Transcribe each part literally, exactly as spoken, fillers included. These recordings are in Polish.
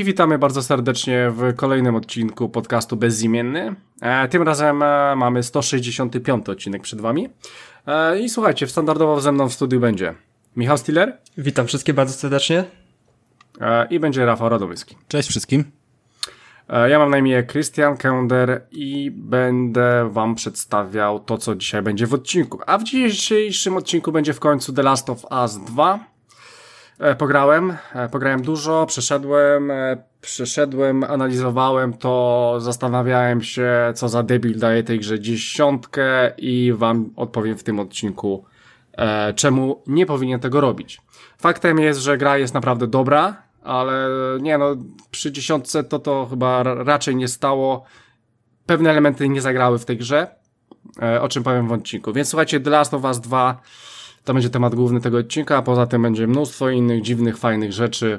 witamy bardzo serdecznie w kolejnym odcinku podcastu Bezimienny. E, tym razem e, mamy sto sześćdziesiąty piąty odcinek przed wami. E, I słuchajcie, standardowo ze mną w studiu będzie Michał Stiller. Witam wszystkich bardzo serdecznie. E, I będzie Rafał Radomyski. Cześć wszystkim. E, ja mam na imię Christian Kender i będę wam przedstawiał to, co dzisiaj będzie w odcinku. A w dzisiejszym odcinku będzie w końcu The Last of Us dwa. Pograłem, pograłem dużo, przeszedłem, przeszedłem, analizowałem to, zastanawiałem się, co za debil daje tej grze dziesiątkę i wam odpowiem w tym odcinku, e, czemu nie powinien tego robić. Faktem jest, że gra jest naprawdę dobra, ale nie no, przy dziesiątce to to chyba raczej nie stało. Pewne elementy nie zagrały w tej grze, e, o czym powiem w odcinku. Więc słuchajcie, The Last of Us dwa to będzie temat główny tego odcinka, a poza tym będzie mnóstwo innych dziwnych, fajnych rzeczy.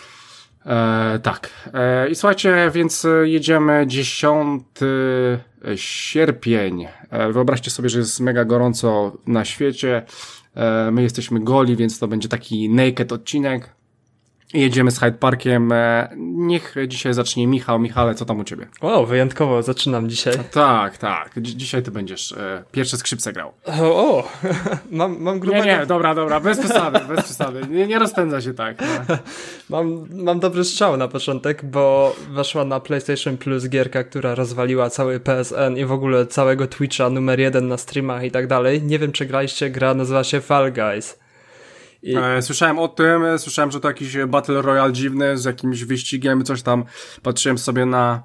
E, tak. E, I słuchajcie, więc jedziemy dziesiąty sierpień. E, wyobraźcie sobie, że jest mega gorąco na świecie. E, my jesteśmy goli, więc to będzie taki naked odcinek. I jedziemy z Hyde Parkiem. E, niech dzisiaj zacznie Michał. Michale, co tam u ciebie? Wow, wyjątkowo zaczynam dzisiaj. Tak, tak. Dzi- dzisiaj ty będziesz e, pierwsze skrzypce grał. O, o. mam, mam grubego... Nie, nie, dobra, dobra, bez przesady, bez przesady. Nie, nie rozpędza się tak. No. mam, mam dobry strzał na początek, bo weszła na PlayStation Plus gierka, która rozwaliła cały P S N i w ogóle całego Twitcha, numer jeden na streamach i tak dalej. Nie wiem, czy graliście, gra nazywa się Fall Guys. I... E, słyszałem o tym, słyszałem, że to jakiś Battle Royale dziwny z jakimś wyścigiem, coś tam, patrzyłem sobie na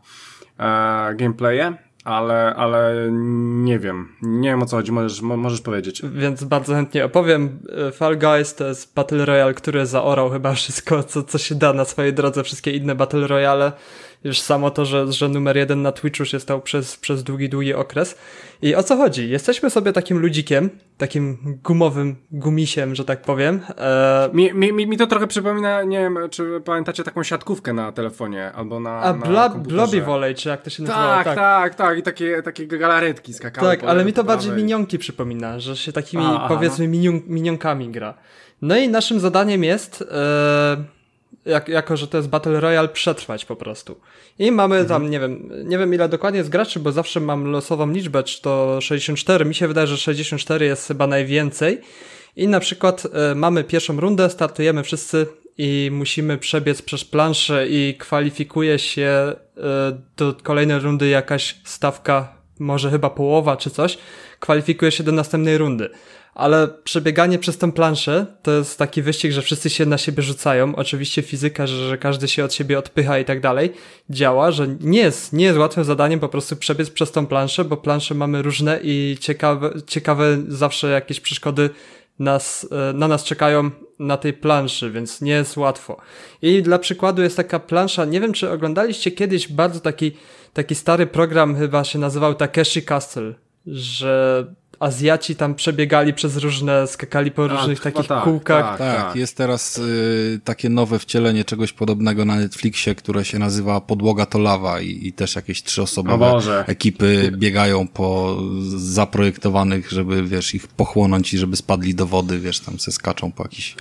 e, gameplaye, ale, ale nie wiem, nie wiem o co chodzi, możesz, możesz powiedzieć. Więc bardzo chętnie opowiem. Fall Guys to jest Battle Royale, który zaorał chyba wszystko, co, co się da na swojej drodze, wszystkie inne Battle Royale. Już samo to, że, że numer jeden na Twitchu się stał przez, przez długi, długi okres. I o co chodzi? Jesteśmy sobie takim ludzikiem, takim gumowym gumisiem, że tak powiem. E... Mi, mi, mi to trochę przypomina, nie wiem, czy pamiętacie taką siatkówkę na telefonie albo na, A na bla, komputerze. Blobby Volley, czy jak to się nazywało? Tak, tak, tak, tak. I takie, takie galaretki skakały. Tak, po, ale mi to po bardziej prawej. minionki przypomina, że się takimi, A, powiedzmy, minion, minionkami gra. No i naszym zadaniem jest... E... Jak, jako, że to jest Battle Royale, przetrwać po prostu. I mamy mhm. tam, nie wiem, nie wiem ile dokładnie jest graczy, bo zawsze mam losową liczbę, czy to sześćdziesiąt cztery. Mi się wydaje, że sześćdziesiąt cztery jest chyba najwięcej. I na przykład e, mamy pierwszą rundę, startujemy wszyscy i musimy przebiec przez planszę i kwalifikuje się e, do kolejnej rundy jakaś stawka, może chyba połowa czy coś, kwalifikuje się do następnej rundy. Ale przebieganie przez tę planszę to jest taki wyścig, że wszyscy się na siebie rzucają. Oczywiście fizyka, że, że każdy się od siebie odpycha i tak dalej działa, że nie jest, nie jest łatwym zadaniem po prostu przebiec przez tą planszę, bo plansze mamy różne i ciekawe, ciekawe zawsze jakieś przeszkody nas, na nas czekają na tej planszy, więc nie jest łatwo. I dla przykładu jest taka plansza, nie wiem czy oglądaliście kiedyś bardzo taki, taki stary program, chyba się nazywał Takeshi Castle, że Azjaci tam przebiegali przez różne, skakali po różnych tak, takich tak, kółkach. Tak, tak, jest teraz y, takie nowe wcielenie czegoś podobnego na Netflixie, które się nazywa Podłoga to lawa i, i też jakieś trzyosobowe ekipy biegają po zaprojektowanych, żeby, wiesz, ich pochłonąć i żeby spadli do wody, wiesz, tam se skaczą po jakichś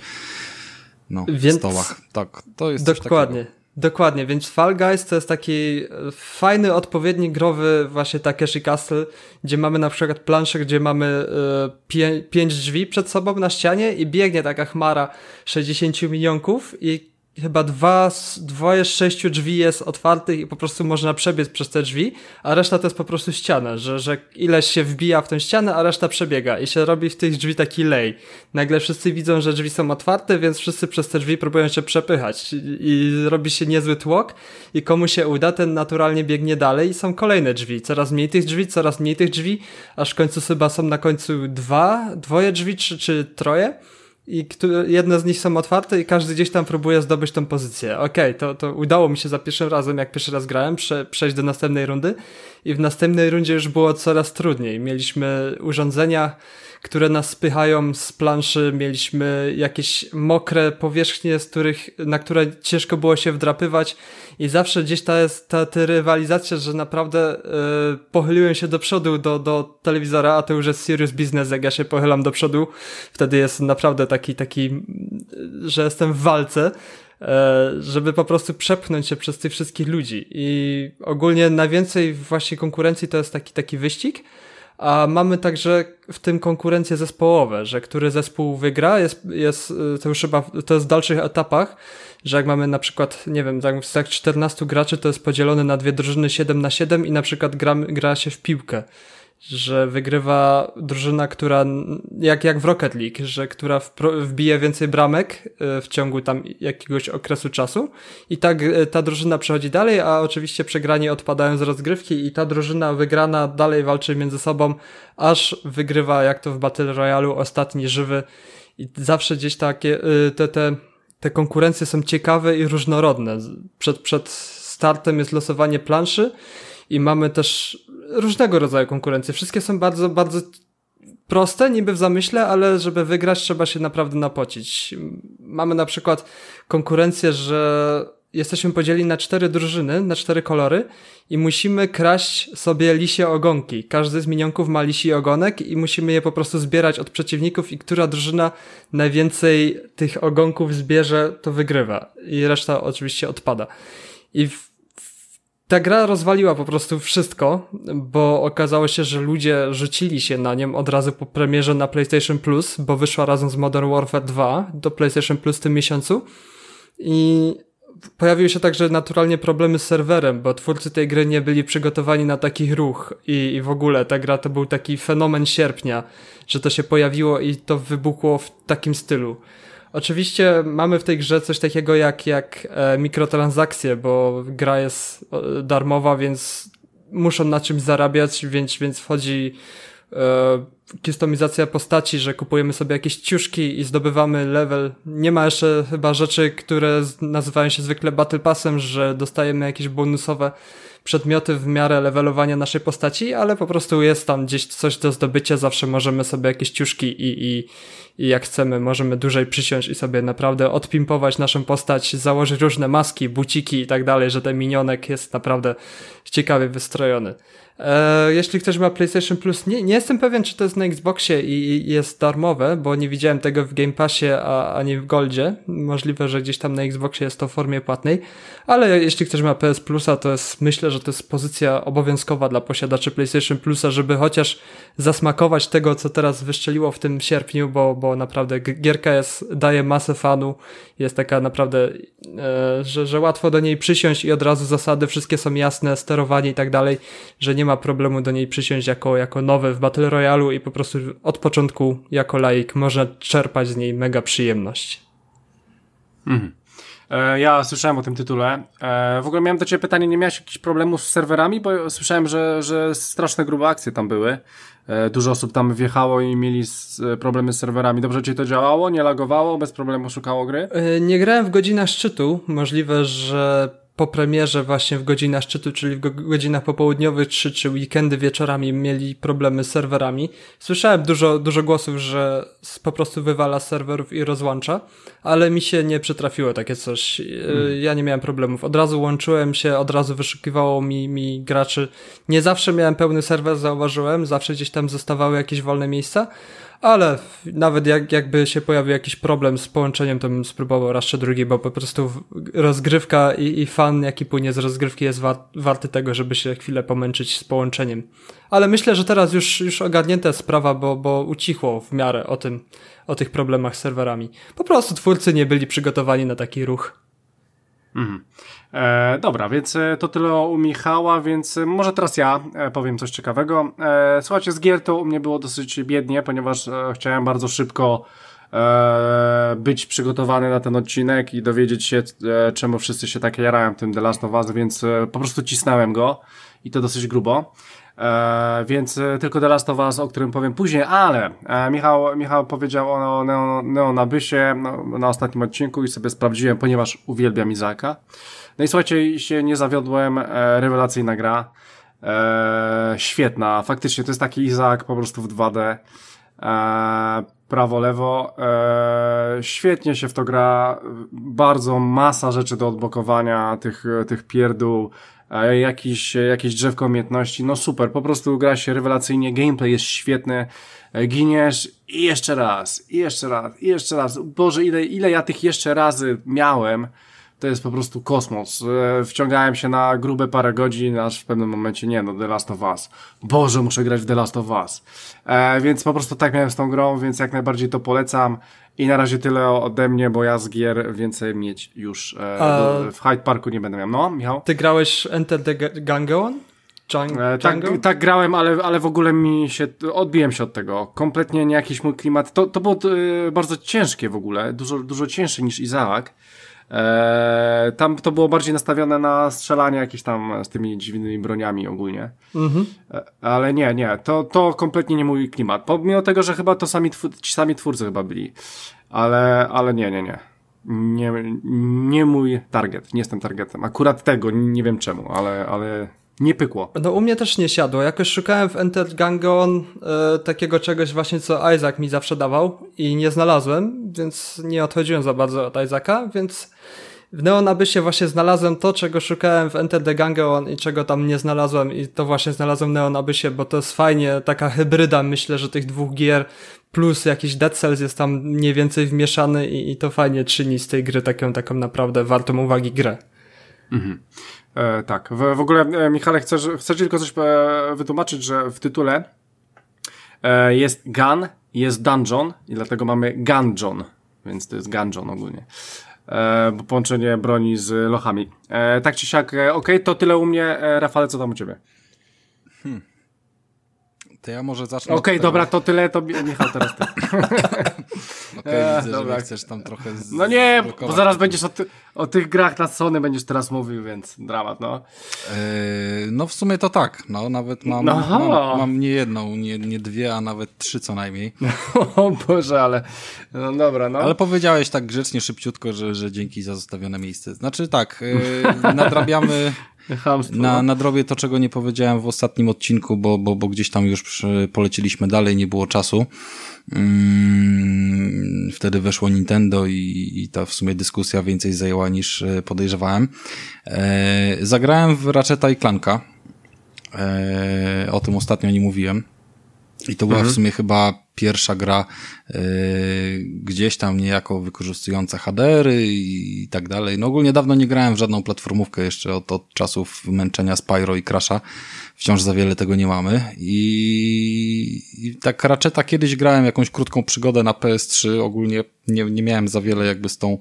no, Więc stołach. Tak, to jest dokładnie. Dokładnie, więc Fall Guys to jest taki fajny, odpowiedni growy właśnie Takeshi Castle, gdzie mamy na przykład planszę, gdzie mamy y, pię- pięć drzwi przed sobą na ścianie i biegnie taka chmara sześćdziesięciu minionków i chyba dwa, dwoje z sześciu drzwi jest otwartych i po prostu można przebiec przez te drzwi, a reszta to jest po prostu ściana, że, że ileś się wbija w tę ścianę, a reszta przebiega i się robi w tych drzwi taki lej. Nagle wszyscy widzą, że drzwi są otwarte, więc wszyscy przez te drzwi próbują się przepychać i, i robi się niezły tłok i komu się uda, ten naturalnie biegnie dalej i są kolejne drzwi. Coraz mniej tych drzwi, coraz mniej tych drzwi, aż w końcu chyba są na końcu dwa, dwoje drzwi czy, czy troje. I jedne z nich są otwarte i każdy gdzieś tam próbuje zdobyć tą pozycję. Okej, okay, to, to udało mi się za pierwszym razem, jak pierwszy raz grałem, prze, przejść do następnej rundy i w następnej rundzie już było coraz trudniej. Mieliśmy urządzenia, które nas spychają z planszy, mieliśmy jakieś mokre powierzchnie, z których, na które ciężko było się wdrapywać i zawsze gdzieś ta jest ta, ta rywalizacja, że naprawdę yy, pochyliłem się do przodu do, do telewizora, a to już jest serious business, jak ja się pochylam do przodu, wtedy jest naprawdę taki, taki, że jestem w walce. żeby po prostu przepchnąć się przez tych wszystkich ludzi. I ogólnie najwięcej właśnie konkurencji to jest taki, taki wyścig, a mamy także w tym konkurencje zespołowe, że który zespół wygra, jest, jest to już chyba, to jest w dalszych etapach, że jak mamy na przykład, nie wiem, tak czternastu graczy, to jest podzielone na dwie drużyny siedem na siedem i na przykład gra, gra się w piłkę, że wygrywa drużyna, która, jak, jak w Rocket League, że która wbije więcej bramek w ciągu tam jakiegoś okresu czasu i tak ta drużyna przechodzi dalej, a oczywiście przegrani odpadają z rozgrywki i ta drużyna wygrana dalej walczy między sobą, aż wygrywa, jak to w Battle Royale'u, ostatni żywy i zawsze gdzieś takie te, te, te konkurencje są ciekawe i różnorodne. Przed, przed startem jest losowanie planszy i mamy też różnego rodzaju konkurencje. Wszystkie są bardzo, bardzo proste, niby w zamyśle, ale żeby wygrać, trzeba się naprawdę napocić. Mamy na przykład konkurencję, że jesteśmy podzieleni na cztery drużyny, na cztery kolory i musimy kraść sobie lisie ogonki. Każdy z minionków ma lisi ogonek i musimy je po prostu zbierać od przeciwników i która drużyna najwięcej tych ogonków zbierze, to wygrywa. I reszta oczywiście odpada. I w Ta gra rozwaliła po prostu wszystko, bo okazało się, że ludzie rzucili się na nią od razu po premierze na PlayStation Plus, bo wyszła razem z Modern Warfare dwa do PlayStation Plus w tym miesiącu i pojawiły się także naturalnie problemy z serwerem, bo twórcy tej gry nie byli przygotowani na taki ruch i, i w ogóle ta gra to był taki fenomen sierpnia, że to się pojawiło i to wybuchło w takim stylu. Oczywiście mamy w tej grze coś takiego jak, jak e, mikrotransakcje, bo gra jest e, darmowa, więc muszą na czymś zarabiać, więc, więc wchodzi e, kustomizacja postaci, że kupujemy sobie jakieś ciuszki i zdobywamy level. Nie ma jeszcze chyba rzeczy, które nazywają się zwykle Battle Passem, że dostajemy jakieś bonusowe przedmioty w miarę levelowania naszej postaci, ale po prostu jest tam gdzieś coś do zdobycia, zawsze możemy sobie jakieś ciuszki i, i, i jak chcemy, możemy dłużej przysiąść i sobie naprawdę odpimpować naszą postać, założyć różne maski, buciki i tak dalej, że ten minionek jest naprawdę ciekawie wystrojony. E, jeśli ktoś ma PlayStation Plus, nie, nie jestem pewien, czy to jest na Xboxie i, i jest darmowe, bo nie widziałem tego w Game Passie, a, ani w Goldzie. Możliwe, że gdzieś tam na Xboxie jest to w formie płatnej, ale jeśli ktoś ma P S Plusa, to jest, myślę, że to jest pozycja obowiązkowa dla posiadaczy PlayStation Plusa, żeby chociaż zasmakować tego, co teraz wyszczeliło w tym sierpniu, bo, bo naprawdę gierka jest, daje masę fanu, jest taka naprawdę, e, że, że łatwo do niej przysiąść i od razu zasady wszystkie są jasne, sterowanie i tak dalej, że nie ma problemu do niej przysiąść jako, jako nowe w Battle Royale'u i po prostu od początku jako laik można czerpać z niej mega przyjemność. Mhm. E, ja słyszałem o tym tytule. E, w ogóle miałem do ciebie pytanie, nie miałeś jakichś problemów z serwerami? Bo słyszałem, że, że straszne grube akcje tam były. E, dużo osób tam wjechało i mieli z, e, problemy z serwerami. Dobrze ci to działało? Nie lagowało? Bez problemu szukało gry? E, nie grałem w godzinach szczytu. Możliwe, że po premierze właśnie w godzinach szczytu, czyli w godzinach popołudniowych czy, czy weekendy wieczorami mieli problemy z serwerami. Słyszałem dużo, dużo głosów, że po prostu wywala z serwerów i rozłącza, ale mi się nie przytrafiło takie coś. Hmm. Ja nie miałem problemów. Od razu łączyłem się, od razu wyszukiwało mi, mi graczy. Nie zawsze miałem pełny serwer, zauważyłem, zawsze gdzieś tam zostawały jakieś wolne miejsca, ale nawet jak, jakby się pojawił jakiś problem z połączeniem, to bym spróbował raz czy drugi, bo po prostu rozgrywka i, i fan, jaki płynie z rozgrywki jest war, warty tego, żeby się chwilę pomęczyć z połączeniem. Ale myślę, że teraz już, już ogarnięta jest sprawa, bo, bo ucichło w miarę o tym, o tych problemach z serwerami. Po prostu twórcy nie byli przygotowani na taki ruch. Mhm. E, dobra, więc to tyle u Michała, więc może teraz ja e, powiem coś ciekawego. E, słuchajcie, z gier to u mnie było dosyć biednie, ponieważ e, chciałem bardzo szybko e, być przygotowany na ten odcinek i dowiedzieć się, e, czemu wszyscy się tak jarają tym The Last of Us, więc e, po prostu cisnąłem go i to dosyć grubo. E, więc e, tylko The Last of Us, o którym powiem później, ale e, Michał, Michał powiedział o Neo, Neo Nabysie no, na ostatnim odcinku i sobie sprawdziłem, ponieważ uwielbiam Izaaka. No i słuchajcie, się nie zawiodłem, e, rewelacyjna gra, e, świetna, faktycznie to jest taki Izaak po prostu w dwa D, e, prawo, lewo, e, świetnie się w to gra, bardzo masa rzeczy do odblokowania, tych, tych pierdół, e, jakieś, jakieś drzewko umiejętności, no super, po prostu gra się rewelacyjnie, gameplay jest świetny, e, giniesz i jeszcze raz, i jeszcze raz, i jeszcze raz, Boże, ile, ile ja tych jeszcze razy miałem, to jest po prostu kosmos. Wciągałem się na grube parę godzin, aż w pewnym momencie, nie no, The Last of Us. Boże, muszę grać w The Last of Us. E, więc po prostu tak miałem z tą grą, więc jak najbardziej to polecam. I na razie tyle ode mnie, bo ja z gier więcej mieć już e, A... do, w Hyde Parku nie będę miał. No, Michał? Ty grałeś Enter the Gungeon? E, tak, tak grałem, ale, ale w ogóle mi się, odbiłem się od tego. Kompletnie nie jakiś mój klimat. To, to było e, bardzo ciężkie w ogóle, dużo, dużo cięższe niż Izaak. E, tam to było bardziej nastawione na strzelanie jakieś tam z tymi dziwnymi broniami ogólnie. Mhm. E, ale nie, nie, to, to kompletnie nie mój klimat. Pomimo tego, że chyba to sami, tw- ci sami twórcy chyba byli. Ale, ale nie, nie, nie. Nie, nie mój target, nie jestem targetem. Akurat tego, nie wiem czemu, ale, ale nie pykło. No u mnie też nie siadło. Jakoś szukałem w Enter Gungeon e, takiego czegoś właśnie, co Isaac mi zawsze dawał i nie znalazłem, więc nie odchodziłem za bardzo od Isaaca, więc w Neon Abyssie właśnie znalazłem to, czego szukałem w Enter the Gungeon i czego tam nie znalazłem i to właśnie znalazłem w Neon Abyssie, bo to jest fajnie, taka hybryda, myślę, że tych dwóch gier plus jakiś Dead Cells jest tam mniej więcej wmieszany i, i to fajnie czyni z tej gry taką, taką naprawdę wartą uwagi grę. Mhm. E, tak, w, w ogóle e, Michale, chcesz, chcesz tylko coś e, wytłumaczyć, że w tytule e, jest gun, jest dungeon i dlatego mamy gungeon, więc to jest gungeon ogólnie, e, bo połączenie broni z lochami. E, tak czy siak, e, okej, okay, to tyle u mnie. E, Rafale, co tam u ciebie? Hmm. To ja może zacznę. Okej, okay, dobra, to tyle, to Michał, teraz ty. Okej, okay, widzę, dobra. Że chcesz tam trochę z... No nie, bo zaraz będziesz o, ty, o tych grach na Sony będziesz teraz mówił, więc dramat, no. Yy, no w sumie to tak, no nawet mam, no, mam, mam nie jedną, nie, nie dwie, a nawet trzy co najmniej. O Boże, ale no dobra, no. Ale powiedziałeś tak grzecznie, szybciutko, że, że dzięki za zostawione miejsce. Znaczy tak, yy, nadrabiamy... Na, nadrobię to, czego nie powiedziałem w ostatnim odcinku, bo, bo, bo gdzieś tam już przy, polecieliśmy dalej, nie było czasu. Hmm, wtedy weszło Nintendo i, i ta w sumie dyskusja więcej zajęła niż podejrzewałem. E, zagrałem w Ratcheta i Clanka. E, o tym ostatnio nie mówiłem. I to była mhm. w sumie chyba pierwsza gra yy, gdzieś tam niejako wykorzystująca H D R-y i tak dalej. No ogólnie dawno nie grałem w żadną platformówkę jeszcze od, od czasów męczenia Spyro i Crasha. Wciąż za wiele tego nie mamy. I, i tak Ratcheta kiedyś grałem jakąś krótką przygodę na P S trzy. Ogólnie nie, nie miałem za wiele jakby z tą,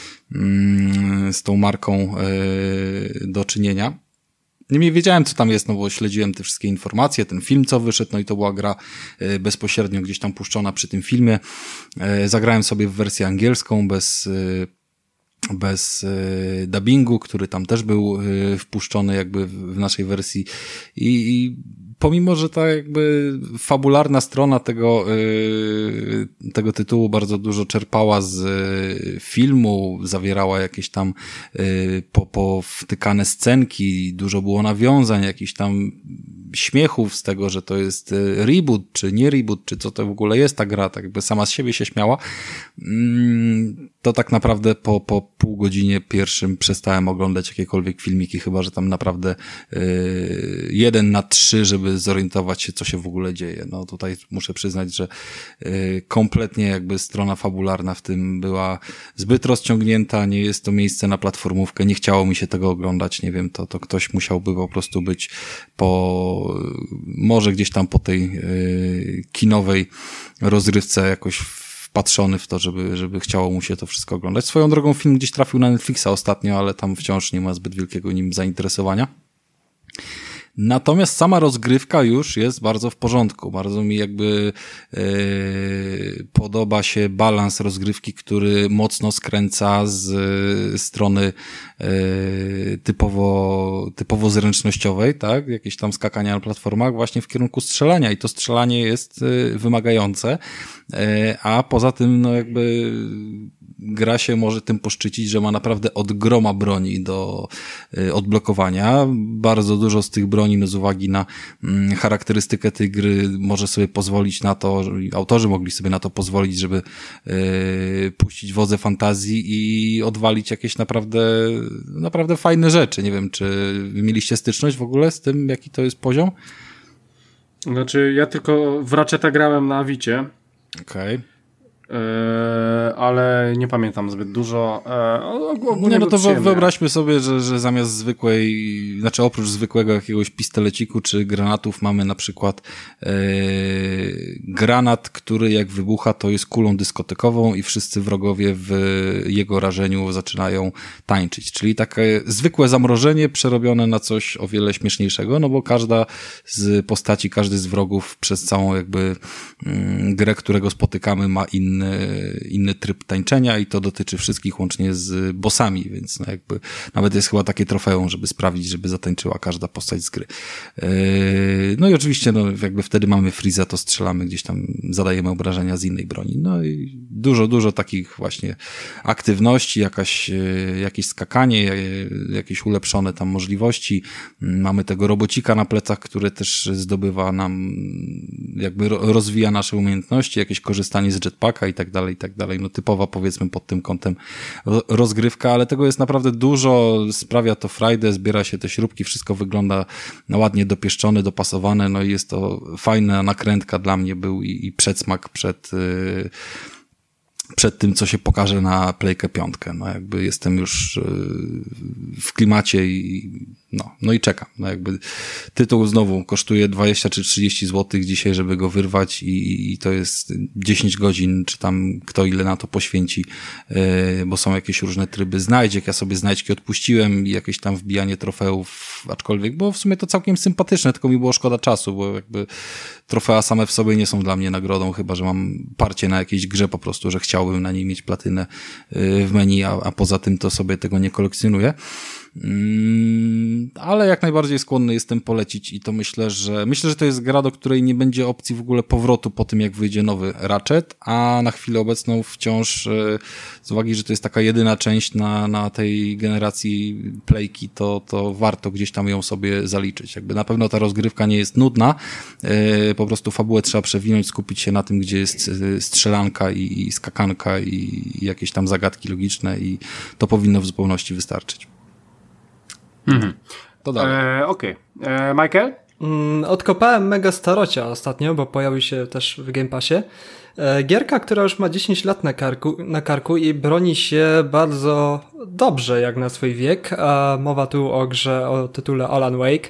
mm, z tą marką yy, do czynienia. Nie wiedziałem, co tam jest, no bo śledziłem te wszystkie informacje, ten film, co wyszedł, no i to była gra y, bezpośrednio gdzieś tam puszczona przy tym filmie. Y, zagrałem sobie w wersję angielską, bez, y, bez y, dubbingu, który tam też był y, wpuszczony jakby w, w naszej wersji i, i pomimo, że ta jakby fabularna strona tego, yy, tego tytułu bardzo dużo czerpała z yy, filmu, zawierała jakieś tam yy, po, powtykane scenki, dużo było nawiązań, jakichś tam śmiechów z tego, że to jest yy, reboot, czy nie reboot, czy co to w ogóle jest ta gra, tak jakby sama z siebie się śmiała. Yy, to tak naprawdę po, po pół godzinie pierwszym przestałem oglądać jakiekolwiek filmiki, chyba że tam naprawdę yy, jeden na trzy, żeby zorientować się, co się w ogóle dzieje. No tutaj muszę przyznać, że y, kompletnie jakby strona fabularna w tym była zbyt rozciągnięta, nie jest to miejsce na platformówkę, nie chciało mi się tego oglądać, nie wiem, to, to ktoś musiałby po prostu być po, może gdzieś tam po tej y, kinowej rozrywce jakoś wpatrzony w to, żeby, żeby chciało mu się to wszystko oglądać. Swoją drogą film gdzieś trafił na Netflixa ostatnio, ale tam wciąż nie ma zbyt wielkiego nim zainteresowania. Natomiast sama rozgrywka już jest bardzo w porządku. Bardzo mi jakby yy, podoba się balans rozgrywki, który mocno skręca z yy, strony yy, typowo, typowo zręcznościowej, tak? Jakieś tam skakania na platformach właśnie w kierunku strzelania i to strzelanie jest yy, wymagające, yy, a poza tym no jakby gra się może tym poszczycić, że ma naprawdę od groma broni do y, odblokowania. Bardzo dużo z tych broni, no z uwagi na y, charakterystykę tej gry może sobie pozwolić na to, autorzy mogli sobie na to pozwolić, żeby y, puścić wodze fantazji i odwalić jakieś naprawdę naprawdę fajne rzeczy. Nie wiem, czy wy mieliście styczność w ogóle z tym, jaki to jest poziom? Znaczy, ja tylko w Ratcheta grałem na Avicie. Okej. Okay. Yy, ale nie pamiętam zbyt dużo. Yy, nie, no to przyjemnie. Wyobraźmy sobie, że, że zamiast zwykłej, znaczy oprócz zwykłego jakiegoś pistoleciku czy granatów mamy na przykład yy, granat, który jak wybucha to jest kulą dyskotekową i wszyscy wrogowie w jego rażeniu zaczynają tańczyć. Czyli takie zwykłe zamrożenie przerobione na coś o wiele śmieszniejszego, no bo każda z postaci, każdy z wrogów przez całą jakby yy, grę, którego spotykamy ma inny Inny, inny tryb tańczenia i to dotyczy wszystkich łącznie z bossami, więc no jakby nawet jest chyba takie trofeum, żeby sprawdzić, żeby zatańczyła każda postać z gry. Yy, no i oczywiście no jakby wtedy mamy Freeza, to strzelamy gdzieś tam, zadajemy obrażenia z innej broni. No i dużo, dużo takich właśnie aktywności, jakaś, jakieś skakanie, jakieś ulepszone tam możliwości. Mamy tego robocika na plecach, który też zdobywa nam, jakby rozwija nasze umiejętności, jakieś korzystanie z jetpacka i tak dalej, i tak dalej. No typowa powiedzmy pod tym kątem rozgrywka, ale tego jest naprawdę dużo, sprawia to frajdę, zbiera się te śrubki, wszystko wygląda ładnie dopieszczone, dopasowane, no i jest to fajna nakrętka dla mnie był i, i przedsmak przed yy, przed tym, co się pokaże na Playkę piątkę. No jakby jestem już yy, w klimacie i no, no i czekam. No jakby tytuł znowu kosztuje dwadzieścia czy trzydzieści złotych dzisiaj, żeby go wyrwać i, i to jest dziesięć godzin, czy tam kto ile na to poświęci, yy, bo są jakieś różne tryby znajdziek. Ja sobie znajdźki odpuściłem i jakieś tam wbijanie trofeów, aczkolwiek, bo w sumie to całkiem sympatyczne, tylko mi było szkoda czasu, bo jakby trofea same w sobie nie są dla mnie nagrodą, chyba że mam parcie na jakiejś grze po prostu, że chciałbym na niej mieć platynę w menu, a, a poza tym to sobie tego nie kolekcjonuję. Mm, ale jak najbardziej skłonny jestem polecić i to myślę, że myślę, że to jest gra, do której nie będzie opcji w ogóle powrotu po tym, jak wyjdzie nowy Ratchet, a na chwilę obecną wciąż z uwagi, że to jest taka jedyna część na, na tej generacji Playki, to, to warto gdzieś tam ją sobie zaliczyć. Jakby na pewno ta rozgrywka nie jest nudna, po prostu fabułę trzeba przewinąć, skupić się na tym, gdzie jest strzelanka i, i skakanka i, i jakieś tam zagadki logiczne i to powinno w zupełności wystarczyć. Mhm. To dalej. E, Okej. Okay. Michael? Mm, odkopałem Mega Starocia ostatnio, bo pojawił się też w Game Passie. E, gierka, która już ma dziesięć lat na karku, na karku i broni się bardzo dobrze jak na swój wiek. A mowa tu o grze o tytule Alan Wake.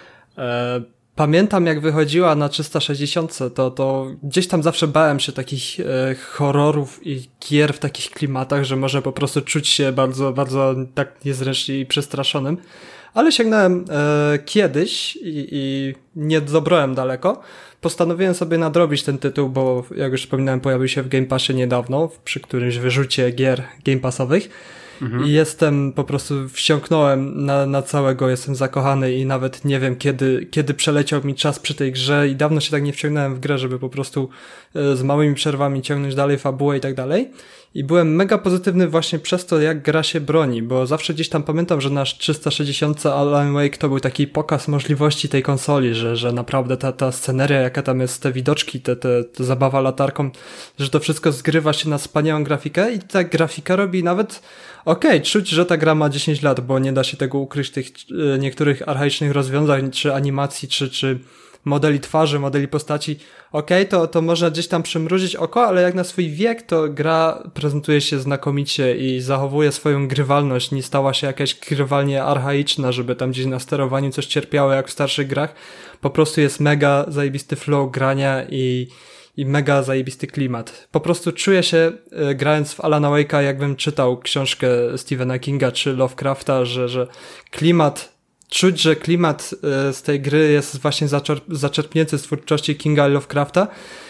E, Pamiętam, jak wychodziła na trzysta sześćdziesiąt, to, to gdzieś tam zawsze bałem się takich e, horrorów i gier w takich klimatach, że może po prostu czuć się bardzo, bardzo tak niezręcznie i przestraszonym. Ale sięgnąłem e, kiedyś i, i nie dobrałem daleko. Postanowiłem sobie nadrobić ten tytuł, bo jak już wspominałem, pojawił się w Game Passie niedawno, przy którymś wyrzucie gier Game Passowych. Mhm. I jestem, po prostu wsiąknąłem na, na całego, jestem zakochany i nawet nie wiem, kiedy, kiedy przeleciał mi czas przy tej grze i dawno się tak nie wciągnąłem w grę, żeby po prostu e, z małymi przerwami ciągnąć dalej fabułę i tak dalej. I byłem mega pozytywny właśnie przez to, jak gra się broni, bo zawsze gdzieś tam pamiętam, że nasz trzysta sześćdziesiąt Alan Wake to był taki pokaz możliwości tej konsoli, że, że naprawdę ta, ta sceneria, jaka tam jest, te widoczki, te, te, te zabawa latarką, że to wszystko zgrywa się na wspaniałą grafikę i ta grafika robi nawet okej, okay, czuć, że ta gra ma dziesięć lat, bo nie da się tego ukryć, tych y, niektórych archaicznych rozwiązań, czy animacji, czy, czy modeli twarzy, modeli postaci. Okej, okay, to, to można gdzieś tam przymrużyć oko, ale jak na swój wiek, to gra prezentuje się znakomicie i zachowuje swoją grywalność. Nie stała się jakaś grywalnie archaiczna, żeby tam gdzieś na sterowaniu coś cierpiało jak w starszych grach. Po prostu jest mega zajebisty flow grania i i mega zajebisty klimat. Po prostu czuję się, e, grając w Alana Wake'a, jakbym czytał książkę Stephena Kinga czy Lovecrafta, że, że klimat, czuć, że klimat e, z tej gry jest właśnie zaczerp- zaczerpnięty z twórczości Kinga i Lovecrafta.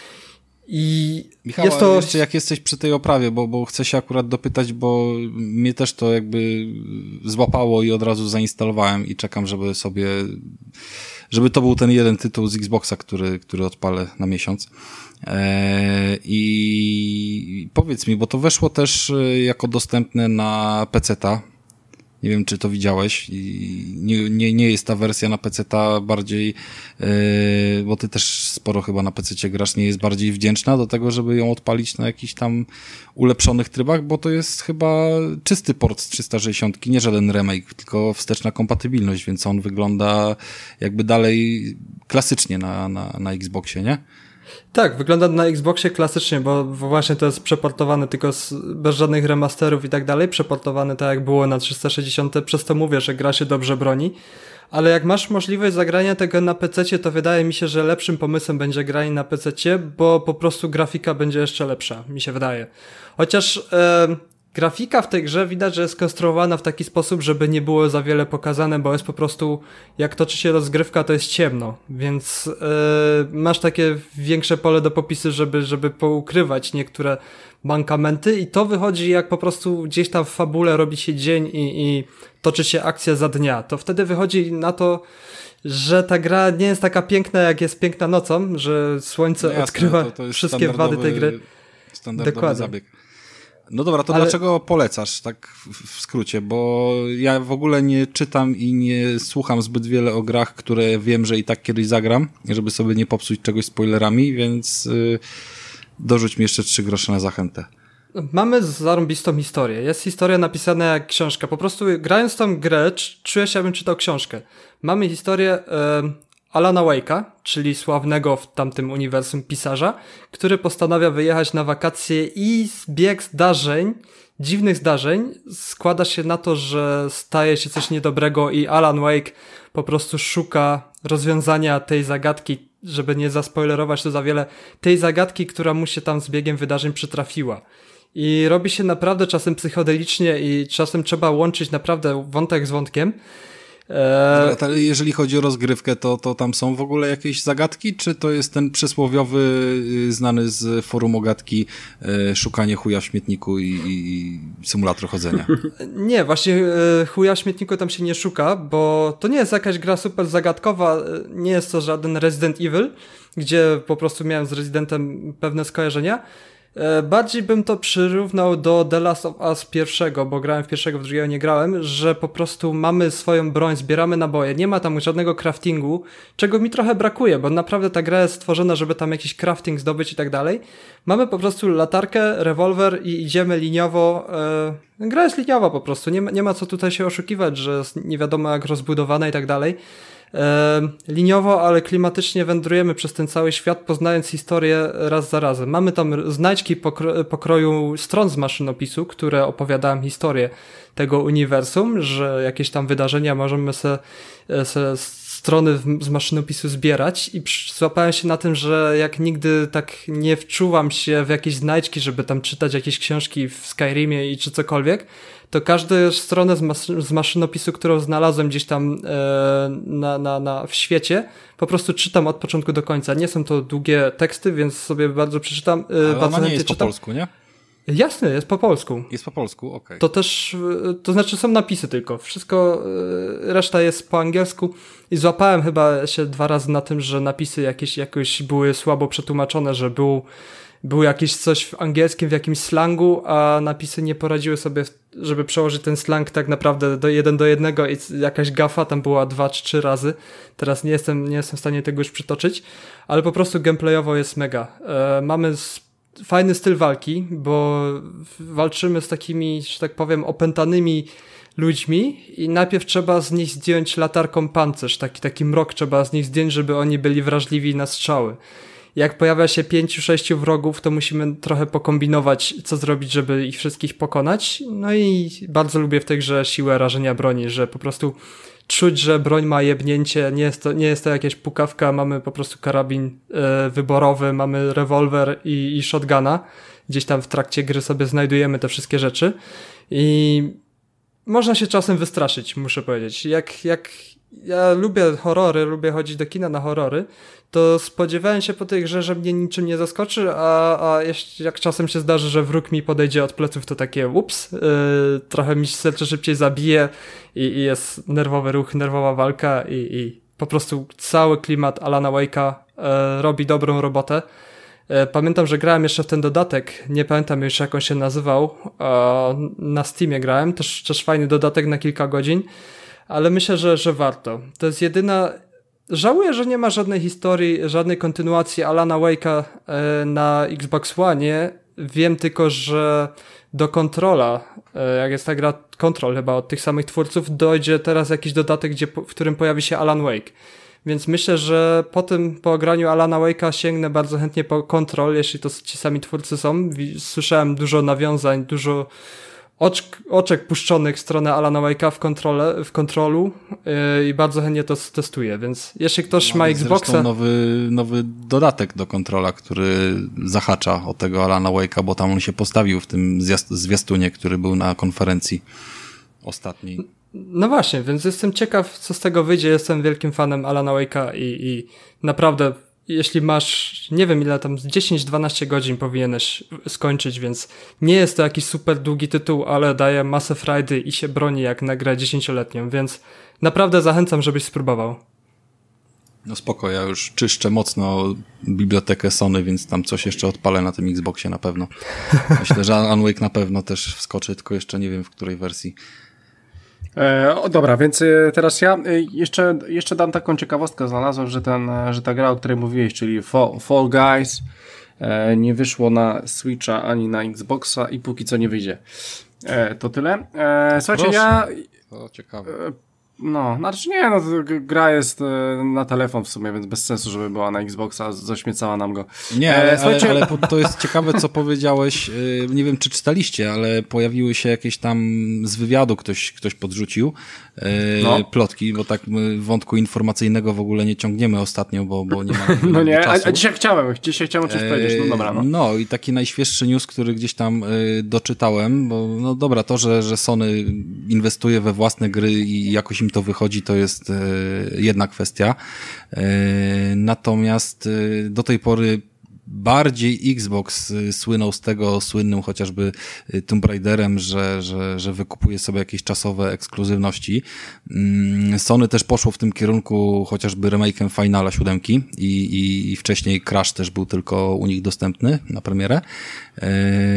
I Michał, jest to... jeszcze jak jesteś przy tej oprawie, bo, bo chcę się akurat dopytać, bo mnie też to jakby złapało i od razu zainstalowałem i czekam, żeby sobie... żeby to był ten jeden tytuł z Xboxa, który, który odpalę na miesiąc. Eee, I powiedz mi, bo to weszło też jako dostępne na peceta. Nie wiem, czy to widziałeś. I nie, nie, nie jest ta wersja na peceta bardziej, yy, bo ty też sporo chyba na pececie grasz, nie jest bardziej wdzięczna do tego, żeby ją odpalić na jakichś tam ulepszonych trybach, bo to jest chyba czysty port z trzysta sześćdziesiąt, nie żaden remake, tylko wsteczna kompatybilność, więc on wygląda jakby dalej klasycznie na, na, na Xboxie, nie? Tak, wygląda na Xboxie klasycznie, bo właśnie to jest przeportowane tylko z, bez żadnych remasterów i tak dalej, przeportowane tak jak było na trzysta sześćdziesiąt, przez to mówię, że gra się dobrze broni. Ale jak masz możliwość zagrania tego na pececie, to wydaje mi się, że lepszym pomysłem będzie granie na pececie, bo po prostu grafika będzie jeszcze lepsza, mi się wydaje. Chociaż e, grafika w tej grze widać, że jest skonstruowana w taki sposób, żeby nie było za wiele pokazane, bo jest po prostu, jak toczy się rozgrywka, to jest ciemno, więc e, masz takie większe pole do popisu, żeby, żeby poukrywać niektóre mankamenty i to wychodzi, jak po prostu gdzieś tam w fabule robi się dzień i, i toczy się akcja za dnia. To wtedy wychodzi na to, że ta gra nie jest taka piękna, jak jest piękna nocą, że słońce no jasne, odkrywa to, to wszystkie wady tej gry. Standardowy Dokładnie. zabieg. No dobra, to Ale... dlaczego polecasz, tak w skrócie? Bo ja w ogóle nie czytam i nie słucham zbyt wiele o grach, które wiem, że i tak kiedyś zagram, żeby sobie nie popsuć czegoś spoilerami, więc yy, dorzuć mi jeszcze trzy grosze na zachętę. Mamy zarąbistą historię. Jest historia napisana jak książka. Po prostu grając tą grę, czuję się, jakbym czytał książkę. Mamy historię yy, Alana Wake'a, czyli sławnego w tamtym uniwersum pisarza, który postanawia wyjechać na wakacje i zbieg zdarzeń, dziwnych zdarzeń, składa się na to, że staje się coś niedobrego i Alan Wake po prostu szuka rozwiązania tej zagadki, żeby nie zaspoilerować to za wiele, tej zagadki, która mu się tam z biegiem wydarzeń przytrafiła. I robi się naprawdę czasem psychodelicznie i czasem trzeba łączyć naprawdę wątek z wątkiem. Ale jeżeli chodzi o rozgrywkę, to, to tam są w ogóle jakieś zagadki, czy to jest ten przysłowiowy, znany z forum ogatki, e, szukanie chuja w śmietniku i, i symulator chodzenia? Nie, właśnie e, chuja w śmietniku tam się nie szuka, bo to nie jest jakaś gra super zagadkowa, nie jest to żaden Resident Evil, gdzie po prostu miałem z Residentem pewne skojarzenia. Bardziej bym to przyrównał do The Last of Us pierwszego, bo grałem w pierwszego, w drugiego nie grałem, że po prostu mamy swoją broń, zbieramy naboje, nie ma tam żadnego craftingu, czego mi trochę brakuje, bo naprawdę ta gra jest stworzona, żeby tam jakiś crafting zdobyć i tak dalej. Mamy po prostu latarkę, rewolwer i idziemy liniowo. Yy, gra jest liniowa po prostu, nie ma, nie ma co tutaj się oszukiwać, że jest nie wiadomo jak rozbudowana i tak dalej. E, liniowo, ale klimatycznie wędrujemy przez ten cały świat, poznając historię raz za razem. Mamy tam znajdźki pokro- pokroju stron z maszynopisu, które opowiadają historię tego uniwersum, że jakieś tam wydarzenia możemy se, se strony z maszynopisu zbierać i złapałem się na tym, że jak nigdy tak nie wczuwam się w jakieś znajdźki, żeby tam czytać jakieś książki w Skyrimie i czy cokolwiek, to każdą stronę z, mas- z maszynopisu, którą znalazłem gdzieś tam e, na, na, na, w świecie, po prostu czytam od początku do końca. Nie są to długie teksty, więc sobie bardzo przeczytam. E, Ale ona nie jest czytam. Po polsku, nie? Jasne, jest po polsku. Jest po polsku, okej. Okay. To też, to znaczy są napisy tylko. Wszystko, reszta jest po angielsku i złapałem chyba się dwa razy na tym, że napisy jakieś jakoś były słabo przetłumaczone, że był Był jakiś coś w angielskim, w jakimś slangu, a napisy nie poradziły sobie, żeby przełożyć ten slang tak naprawdę do jeden do jednego i jakaś gafa tam była dwa czy trzy razy. Teraz nie jestem, nie jestem w stanie tego już przytoczyć, ale po prostu gameplayowo jest mega. E, mamy fajny styl walki, bo walczymy z takimi, że tak powiem, opętanymi ludźmi i najpierw trzeba z nich zdjąć latarką pancerz, taki, taki mrok trzeba z nich zdjąć, żeby oni byli wrażliwi na strzały. Jak pojawia się pięciu, sześciu wrogów, to musimy trochę pokombinować, co zrobić, żeby ich wszystkich pokonać. No i bardzo lubię w tej grze siłę rażenia broni, że po prostu czuć, że broń ma jebnięcie, nie jest to, nie jest to jakaś pukawka, mamy po prostu karabin e, wyborowy, mamy rewolwer i, i shotguna. Gdzieś tam w trakcie gry sobie znajdujemy te wszystkie rzeczy i można się czasem wystraszyć, muszę powiedzieć. Jak, jak ja lubię horrory, lubię chodzić do kina na horrory, to spodziewałem się po tej grze, że mnie niczym nie zaskoczy, a, a jeśli, jak czasem się zdarzy, że wróg mi podejdzie od pleców, to takie ups, yy, trochę mi serce szybciej zabije i, i jest nerwowy ruch, nerwowa walka i, i po prostu cały klimat Alana Wake'a yy, robi dobrą robotę. Yy, pamiętam, że grałem jeszcze w ten dodatek, nie pamiętam już jak on się nazywał, yy, na Steamie grałem, też, też fajny dodatek na kilka godzin, ale myślę, że, że warto. To jest jedyna... Żałuję, że nie ma żadnej historii, żadnej kontynuacji Alana Wake'a e, na Xbox One. Wiem tylko, że do Controla, e, jak jest ta gra Control chyba od tych samych twórców, dojdzie teraz jakiś dodatek, gdzie, w którym pojawi się Alan Wake. Więc myślę, że po tym, po graniu Alana Wake'a sięgnę bardzo chętnie po Control, jeśli to ci sami twórcy są. Słyszałem dużo nawiązań, dużo oczk, oczek puszczonych w stronę Alana Wake'a w, kontrole, w Controlu yy, i bardzo chętnie to testuję, więc jeśli ktoś no, ma Xboxa... Zresztą nowy, nowy dodatek do Controla, który zahacza o tego Alana Wake'a, bo tam on się postawił w tym zwiastunie, który był na konferencji ostatniej. No właśnie, więc jestem ciekaw, co z tego wyjdzie. Jestem wielkim fanem Alana Wake'a i, i naprawdę, jeśli masz, nie wiem ile tam, dziesięć dwanaście godzin powinieneś skończyć, więc nie jest to jakiś super długi tytuł, ale daje masę frajdy i się broni jak na grę dziesięcioletnią, więc naprawdę zachęcam, żebyś spróbował. No spoko, ja już czyszczę mocno bibliotekę Sony, więc tam coś jeszcze odpalę na tym Xboxie na pewno. Myślę, że Alan Wake na pewno też wskoczy, tylko jeszcze nie wiem w której wersji. E, o, dobra, więc e, teraz ja e, jeszcze, jeszcze dam taką ciekawostkę, znalazłem, że, ten, że ta gra, o której mówiłeś, czyli Fall, Fall Guys e, nie wyszło na Switcha ani na Xboxa i póki co nie wyjdzie. E, to tyle. E, słuchajcie, Proszę. ja... To ciekawe. E, No, znaczy nie, no gra jest na telefon w sumie, więc bez sensu, żeby była na Xboxa, zaśmiecała nam go. Nie, ale, ale, ale to jest ciekawe, co powiedziałeś, nie wiem, czy czytaliście, ale pojawiły się jakieś tam z wywiadu, ktoś, ktoś podrzucił no. plotki, bo tak wątku informacyjnego w ogóle nie ciągniemy ostatnio, bo, bo nie ma No nie, czasu. A, a dzisiaj chciałem, dzisiaj chciałem coś powiedzieć, no dobra. No. no i taki najświeższy news, który gdzieś tam doczytałem, bo no dobra, to, że, że Sony inwestuje we własne gry i jakoś im to wychodzi, to jest e, jedna kwestia. E, natomiast e, do tej pory bardziej Xbox e, słynął z tego, słynnym chociażby Tomb Raiderem, że, że, że wykupuje sobie jakieś czasowe ekskluzywności. Mm, Sony też poszło w tym kierunku chociażby remake'em Finala siódemki i, i, i wcześniej Crash też był tylko u nich dostępny na premierę. E,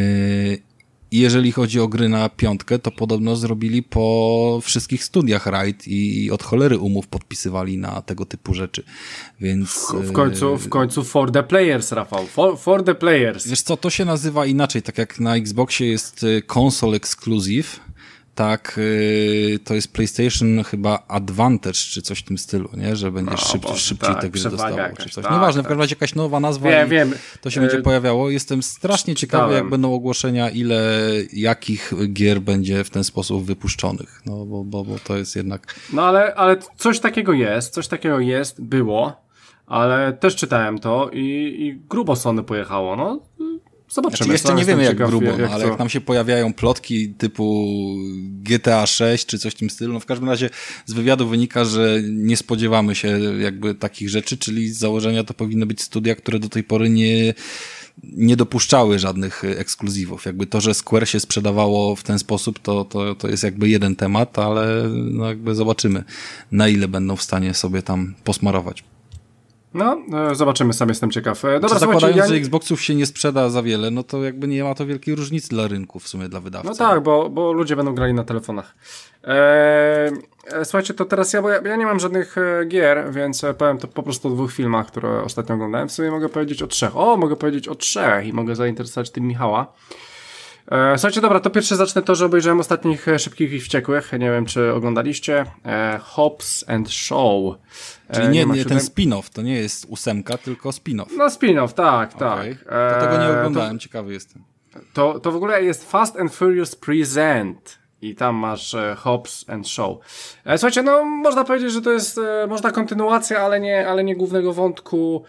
I jeżeli chodzi o gry na piątkę, to podobno zrobili po wszystkich studiach rajd i od cholery umów podpisywali na tego typu rzeczy. Więc w, w końcu, w końcu for the players, Rafał. For, for the players. Wiesz co, to się nazywa inaczej. Tak jak na Xboxie jest console exclusive, tak, yy, to jest PlayStation chyba Advantage, czy coś w tym stylu, nie? Że będziesz no, szybciej, bo, szybciej tak, te gry dostało, czy coś. Tak, Nieważne, tak. w każdym razie jakaś nowa nazwa wiem, i wiem. to się będzie y- pojawiało. Jestem strasznie ciekawy, czytałem. jak będą ogłoszenia, ile, jakich gier będzie w ten sposób wypuszczonych, no bo, bo, bo to jest jednak... No ale, ale coś takiego jest, coś takiego jest, było, ale też czytałem to i, i grubo Sony pojechało, no... Zobaczymy. Znaczy jeszcze nie wiemy jak ciekaw, grubo, jak, jak no, ale to... jak nam się pojawiają plotki typu G T A sześć czy coś w tym stylu, no w każdym razie z wywiadu wynika, że nie spodziewamy się jakby takich rzeczy, czyli z założenia to powinny być studia, które do tej pory nie, nie dopuszczały żadnych ekskluzywów. Jakby to, że Square się sprzedawało w ten sposób, to, to, to jest jakby jeden temat, ale no jakby zobaczymy, na ile będą w stanie sobie tam posmarować. No, zobaczymy, sam jestem ciekaw. Dobra, Czy zakładając, ja... że Xboxów się nie sprzeda za wiele, no to jakby nie ma to wielkiej różnicy dla rynku w sumie, dla wydawcy. No tak, bo, bo ludzie będą grali na telefonach. Eee, słuchajcie, to teraz ja, bo ja, ja nie mam żadnych e, gier, więc powiem to po prostu o dwóch filmach, które ostatnio oglądałem. W sumie mogę powiedzieć o trzech. O, mogę powiedzieć o trzech i mogę zainteresować tym Michała. E, słuchajcie, dobra, to pierwsze zacznę to, że obejrzałem ostatnich e, Szybkich i Wściekłych. Nie wiem, czy oglądaliście. E, Hobbs and Shaw. E, Czyli nie, nie, nie ten spin-off, to nie jest ósemka, tylko spin-off. No spin-off, tak, okay. tak. E, to tego nie oglądałem, to, ciekawy jestem. To, to w ogóle jest Fast and Furious Present. I tam masz e, Hobbs and Shaw. E, słuchajcie, no można powiedzieć, że to jest e, można kontynuacja, ale nie, ale nie głównego wątku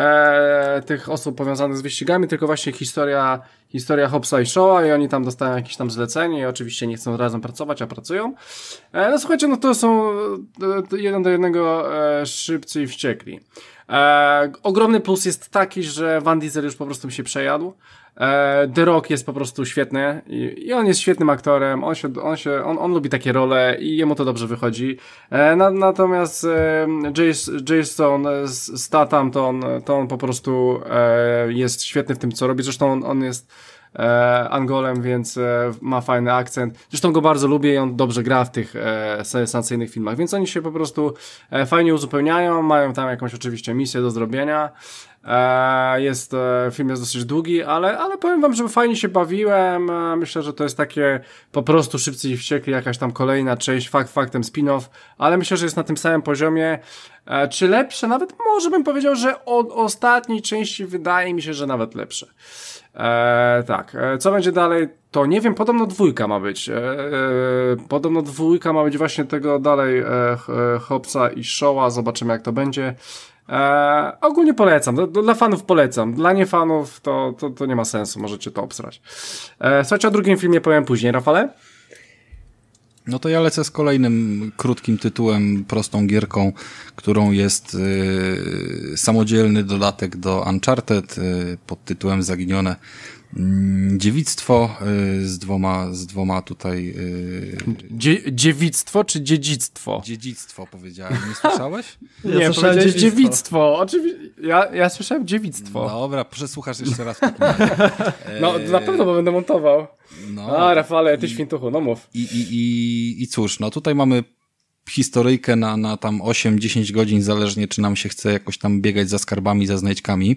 e, tych osób powiązanych z wyścigami, tylko właśnie historia, historia Hobbsa i Shawa i oni tam dostają jakieś tam zlecenie i oczywiście nie chcą razem pracować, a pracują. E, no słuchajcie, no to są e, jeden do jednego e, Szybcy i Wściekli. E, ogromny plus jest taki, że Van Diesel już po prostu mi się przejadł. The Rock jest po prostu świetny i, i on jest świetnym aktorem, on się, on się, on, on lubi takie role i jemu to dobrze wychodzi. E, na, natomiast e, Jason Statham to on, to on po prostu e, jest świetny w tym, co robi. Zresztą on, on jest e, Angolem, więc e, ma fajny akcent. Zresztą go bardzo lubię i on dobrze gra w tych e, sensacyjnych filmach, więc oni się po prostu e, fajnie uzupełniają, mają tam jakąś oczywiście misję do zrobienia. E, jest, e, film jest dosyć długi, ale, ale powiem wam, że fajnie się bawiłem. E, myślę, że to jest takie po prostu Szybcy i Wściekli, jakaś tam kolejna część, fakt faktem spin-off, ale myślę, że jest na tym samym poziomie. E, czy lepsze? Nawet może bym powiedział, że od ostatniej części wydaje mi się, że nawet lepsze. E, tak, e, co będzie dalej, to nie wiem, podobno dwójka ma być. E, e, podobno dwójka ma być właśnie tego dalej e, Hobbsa i Shawa, zobaczymy jak to będzie. E, ogólnie polecam, dla, dla fanów polecam, dla niefanów to, to, to nie ma sensu, możecie to obsrać. E, słuchajcie, o drugim filmie powiem później, Rafale? No to ja lecę z kolejnym krótkim tytułem, prostą gierką, którą jest y, samodzielny dodatek do Uncharted y, pod tytułem Zaginione dziewictwo y, z dwoma, z dwoma tutaj... Y, Dzie, dziewictwo czy dziedzictwo? Dziedzictwo powiedziałem, nie słyszałeś? Ja nie, powiedziałeś dziewictwo. dziewictwo. Oczywiście, ja, ja słyszałem dziewictwo. Dobra, przesłuchasz jeszcze raz. No, na pewno, bo będę montował. No. A, Rafale, ty świntuchu, no mów. I, i, i, i cóż, no tutaj mamy historyjkę na, na tam osiem dziesięć godzin, zależnie czy nam się chce jakoś tam biegać za skarbami, za znajdźkami.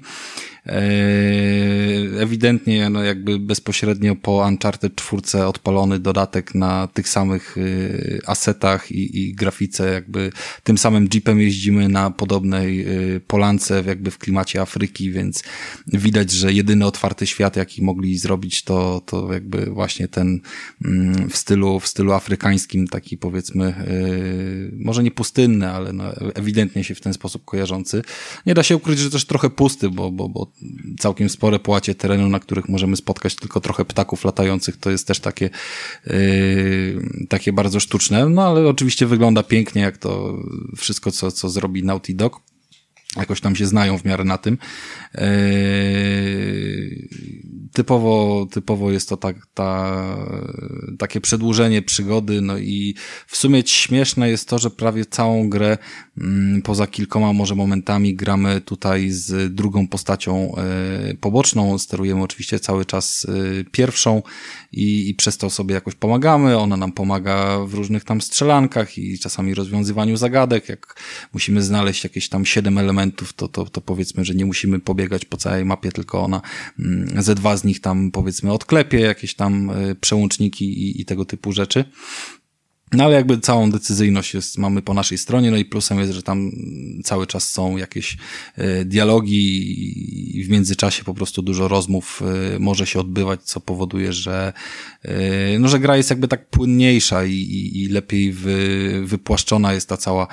Ewidentnie, no jakby bezpośrednio po Uncharted czwórce odpalony dodatek na tych samych asetach i, i grafice, jakby tym samym jeepem jeździmy na podobnej polance, jakby w klimacie Afryki, więc widać, że jedyny otwarty świat, jaki mogli zrobić, to, to jakby właśnie ten w stylu, w stylu afrykańskim, taki powiedzmy może nie pustynny, ale no ewidentnie się w ten sposób kojarzący. Nie da się ukryć, że też trochę pusty, bo, bo, bo całkiem spore połacie terenu, na których możemy spotkać tylko trochę ptaków latających, to jest też takie yy, takie bardzo sztuczne, no ale oczywiście wygląda pięknie, jak to wszystko, co, co zrobi Naughty Dog. Jakoś tam się znają w miarę na tym. Eee, typowo, typowo jest to tak, ta, takie przedłużenie przygody, no i w sumie śmieszne jest to, że prawie całą grę, m, poza kilkoma może momentami, gramy tutaj z drugą postacią e, poboczną, sterujemy oczywiście cały czas e, pierwszą i, i przez to sobie jakoś pomagamy, ona nam pomaga w różnych tam strzelankach i czasami rozwiązywaniu zagadek, jak musimy znaleźć jakieś tam siedem elementów, to, to, to powiedzmy, że nie musimy pobiegać po całej mapie, tylko ona ze dwa z nich tam powiedzmy odklepie, jakieś tam przełączniki i, i tego typu rzeczy. No ale jakby całą decyzyjność jest, mamy po naszej stronie, no i plusem jest, że tam cały czas są jakieś y, dialogi i w międzyczasie po prostu dużo rozmów y, może się odbywać, co powoduje, że y, no, że gra jest jakby tak płynniejsza i, i, i lepiej wy, wypłaszczona jest ta cała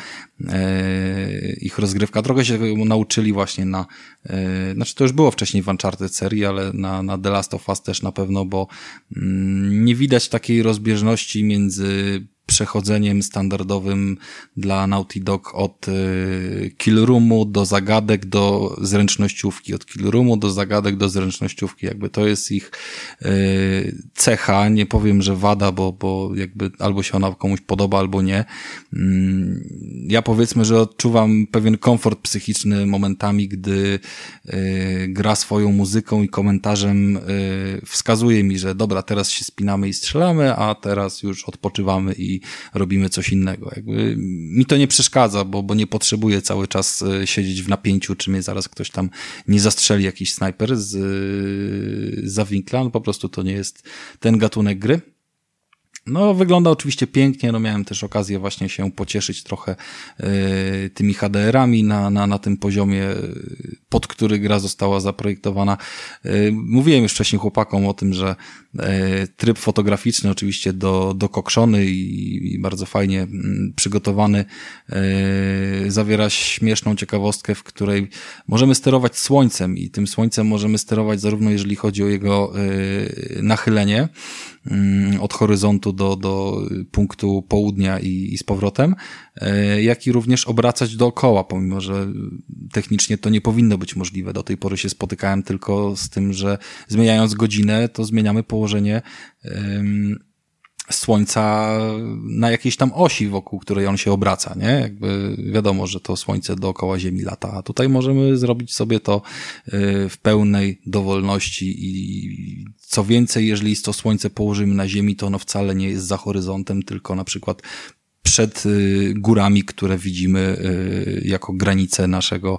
y, ich rozgrywka. Trochę się nauczyli właśnie na, y, znaczy to już było wcześniej w Uncharted serii, ale na, na The Last of Us też na pewno, bo y, nie widać takiej rozbieżności między przechodzeniem standardowym dla Naughty Dog od y, kill roomu do zagadek do zręcznościówki, od kill roomu do zagadek do zręcznościówki, jakby to jest ich y, cecha, nie powiem, że wada, bo, bo jakby albo się ona komuś podoba, albo nie. Y, ja powiedzmy, że odczuwam pewien komfort psychiczny momentami, gdy y, gra swoją muzyką i komentarzem y, wskazuje mi, że dobra, teraz się spinamy i strzelamy, a teraz już odpoczywamy i robimy coś innego. Jakby mi to nie przeszkadza, bo, bo nie potrzebuję cały czas siedzieć w napięciu, czy mnie zaraz ktoś tam nie zastrzeli jakiś snajper z, z zawinkla. No po prostu to nie jest ten gatunek gry. No, wygląda oczywiście pięknie, no miałem też okazję właśnie się pocieszyć trochę y, tymi H D R-ami na, na, na tym poziomie, pod który gra została zaprojektowana. Y, mówiłem już wcześniej chłopakom o tym, że y, tryb fotograficzny oczywiście do, dokokszony i, i bardzo fajnie y, przygotowany y, zawiera śmieszną ciekawostkę, w której możemy sterować słońcem i tym słońcem możemy sterować zarówno jeżeli chodzi o jego y, nachylenie y, od horyzontu do, do punktu południa i, i z powrotem, jak i również obracać dookoła, pomimo że technicznie to nie powinno być możliwe. Do tej pory się spotykałem tylko z tym, że zmieniając godzinę, to zmieniamy położenie um, Słońca na jakiejś tam osi, wokół której on się obraca, nie? Jakby wiadomo, że to Słońce dookoła Ziemi lata, a tutaj możemy zrobić sobie to w pełnej dowolności i co więcej, jeżeli to Słońce położymy na Ziemi, to ono wcale nie jest za horyzontem, tylko na przykład przed górami, które widzimy jako granice naszego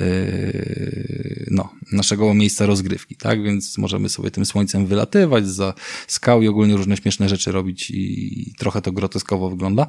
no, naszego miejsca rozgrywki, tak? Więc możemy sobie tym słońcem wylatywać za skał i ogólnie różne śmieszne rzeczy robić i trochę to groteskowo wygląda.